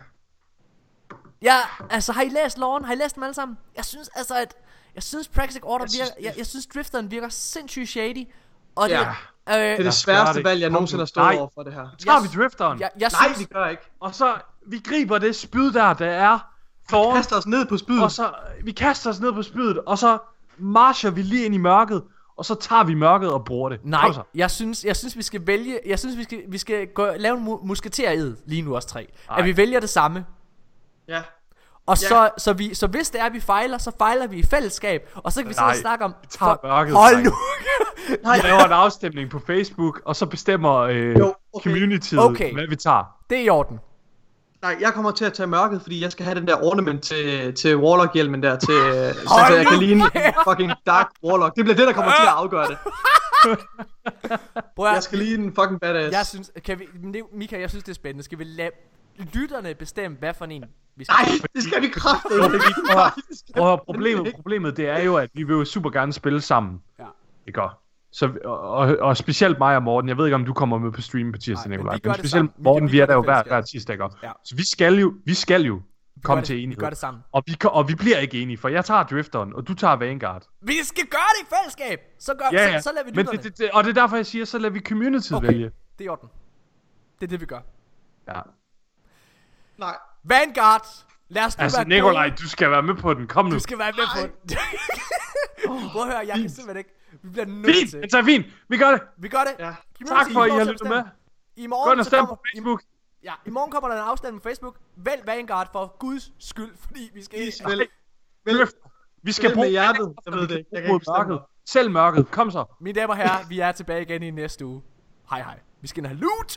Speaker 1: Ja, altså har I læst loven? Har I læst dem alle sammen? Jeg synes altså at jeg synes Praxic Order jeg virker, jeg, jeg synes Drifteren virker sindssygt shady. Og
Speaker 3: ja.
Speaker 1: det, øh,
Speaker 3: det er det sværeste valg jeg nogensinde har stået over for det her.
Speaker 2: Tager vi Drifteren?
Speaker 1: Jeg, jeg
Speaker 3: Nej,
Speaker 1: synes,
Speaker 3: vi gør ikke.
Speaker 2: Og så vi griber det spyd der, der er foran.
Speaker 3: Vi kaster os ned på spydet.
Speaker 2: Og så vi kaster os ned på spydet, og så marcher vi lige ind i mørket. Og så tager vi mørket og bruger det.
Speaker 1: Nej, jeg synes, jeg synes vi skal vælge. Jeg synes vi skal, vi skal gå, lave en mu- musketered lige nu os tre. Ej. At vi vælger det samme.
Speaker 3: Ja.
Speaker 1: Og
Speaker 3: ja.
Speaker 1: så, så, vi, så hvis det er vi fejler, så fejler vi i fællesskab. Og så kan vi så snakke om
Speaker 2: tager mørket,
Speaker 1: hold nu.
Speaker 2: Vi laver en afstemning på Facebook, og så bestemmer øh, jo, okay. communityet okay. hvad vi tager.
Speaker 1: Det er i orden.
Speaker 3: Nej, jeg kommer til at tage mørket, fordi jeg skal have den der ornament til, til Warlock-hjelmen der, til, så, så jeg kan ligne en fucking Dark Warlock. Det bliver det, der kommer til at afgøre det. Jeg skal ligne en fucking badass.
Speaker 1: Jeg synes, kan vi, Mika, jeg synes det er spændende. Skal vi lade lytterne bestemme, hvad for en vi skal?
Speaker 3: Nej, det skal vi kraftedeme.
Speaker 2: Og problemet, problemet det er jo, at vi vil jo super gerne spille sammen. Ja. Ikke også? Så, og, og, og specielt mig og Morten. Jeg ved ikke om du kommer med på stream på tirsdag, Nikolaj. Men, men specielt Morten, vi, vi er der jo hver, hver tirsdag. Ja. Så vi skal jo Vi skal jo komme
Speaker 1: det,
Speaker 2: til
Speaker 1: vi
Speaker 2: enighed.
Speaker 1: gør det sammen.
Speaker 2: Og vi, og vi bliver ikke enige, for jeg tager Drifteren, og du tager Vanguard.
Speaker 1: Vi skal gøre det i fællesskab. Så, gør,
Speaker 2: Ja, ja.
Speaker 1: så, så lader vi
Speaker 2: Men
Speaker 1: lytterne.
Speaker 2: det, det, det, og det er derfor, jeg siger, så lader vi community
Speaker 1: Okay,
Speaker 2: vælge.
Speaker 1: det er i orden. Det er det, vi gør.
Speaker 2: Ja.
Speaker 3: Nej.
Speaker 1: Vanguard. Lad os nu
Speaker 2: Altså,
Speaker 1: være
Speaker 2: Nikolaj,
Speaker 1: gode.
Speaker 2: du skal være med på den. Kom nu.
Speaker 1: Du skal være med på den. Prøv at høre, jeg kan simpelthen ikke. Vi bliver nødt
Speaker 2: Fint,
Speaker 1: til.
Speaker 2: det er fint. Vi gør det.
Speaker 1: Vi gør det.
Speaker 3: Ja.
Speaker 2: Tak for, at I
Speaker 1: får
Speaker 2: har
Speaker 1: lov til
Speaker 2: lyttet
Speaker 1: at
Speaker 2: med.
Speaker 1: bestemme. I
Speaker 2: Gå
Speaker 1: morgen,
Speaker 2: ind og
Speaker 1: så
Speaker 2: stem
Speaker 1: kommer,
Speaker 2: på Facebook.
Speaker 1: ja, i morgen kommer der en afstemning på Facebook. Vælg Vanguard for Guds skyld, fordi vi skal ikke.
Speaker 3: Vel,
Speaker 2: Vel, vi skal
Speaker 3: vel
Speaker 2: bruge
Speaker 3: med hjertet. Jeg ved det ikke. Jeg kan
Speaker 2: mod
Speaker 3: ikke bestemme
Speaker 2: mørket.
Speaker 3: mig.
Speaker 2: Selv mørket. Kom så.
Speaker 1: Mine damer og herrer, vi er tilbage igen i næste uge. Hej hej. Vi skal ind og have loot.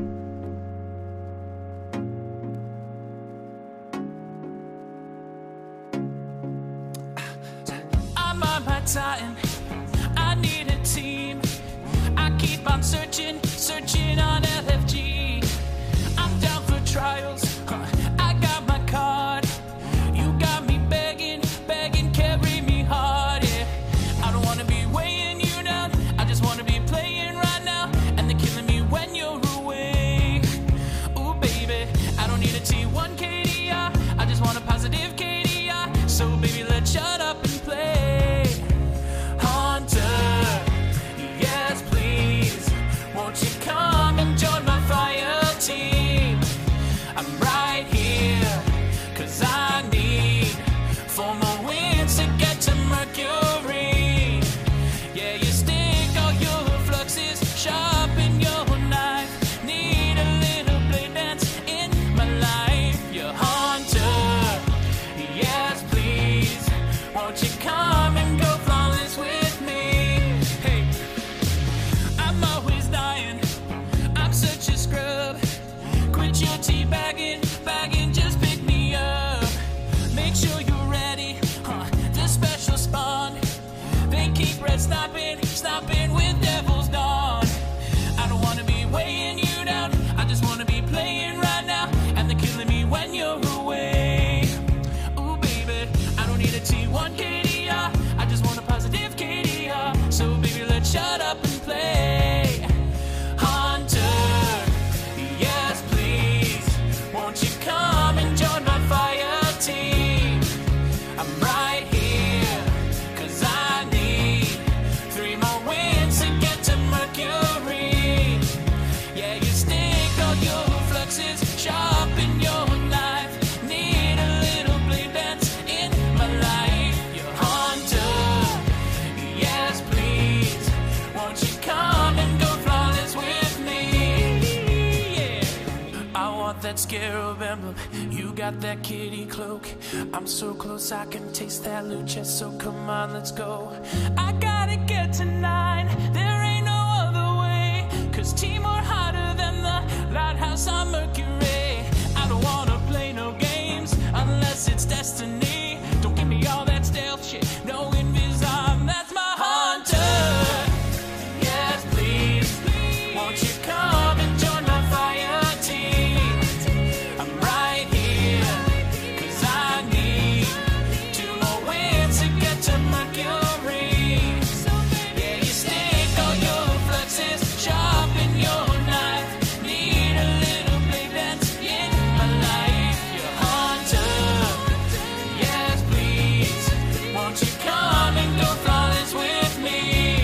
Speaker 6: I'm on my time. I need a team. I keep on searching, searching on L F G. I'm down for trials. Huh. I got my card. You got me begging, begging, carry me hard. Yeah. I don't wanna be weighing you down. I just wanna be playing right now. And they're killing me when you're away. Ooh, baby, I don't need a T one K D I. I just want a positive K D I. So baby, let's shut up and play. Hunter, yes please, won't you come and join my fire team? I'm right here, cause I need four more wins to get to Mercury. Yeah, you stick all your fluxes, sharpen your knife. Need a little blade dance in my life. You're Hunter, yes please, won't you come and go flawless with me? Hey, I'm always dying, I'm such a scrub. Quit your teabagging, bagging, just pick me up. Make sure you're ready, huh, the special spawn. They keep red stopping, stopping with Devil's Dawn. I don't wanna be weighing you down, I just wanna be playing right now. And they're killing me when you're away. Ooh baby, I don't need a T one K D I. I just want a positive K D I. So baby, let's shut up and play. Hunter, yes please, won't you come and join my fire team? I'm right here, cause I need three more wins to get to Mercury. Yeah, you stick all your fluxes, sharpen your knife. Need a little blade dance in my life. You're Hunter, yes please, won't you come and go flawless with me? Yeah, I want that scarab emblem, you got that kitty cloak. I'm so close I can taste that loot chest, so come on, let's go. I gotta get to nine, there ain't no other way. Cause team are hotter than the lighthouse on Mercury. I don't wanna play no games unless it's destiny. Don't give me all that stealth shit, no invis-on, that's my Hunter. Yes please, won't you come and join my fire team? I'm right here, cause I need two more wins to get to Mercury. Yeah, you stick all your fluxes, sharpen your knife. Need a little blade dance in my life. You're Hunter, yes please, won't you come and go flawless with me?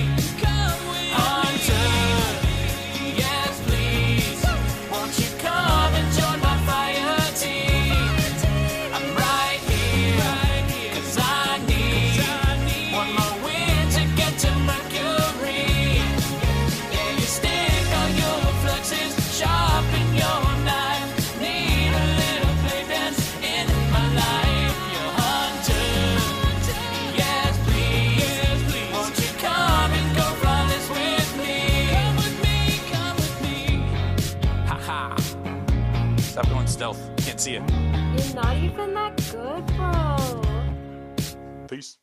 Speaker 6: Hunter, yes please, won't you come and join my fire team? I'm right here, cause I need one more win to get to Mercury. Yeah, you stick all your fluxes, sharpen your knife. Need a little play dance in my life. You're Hunter, yes please, won't you come and go flawless with me? Come with me, come with me. Ha ha. Stop going stealth, can't see it.
Speaker 7: You're not even that good, bro.
Speaker 6: Peace.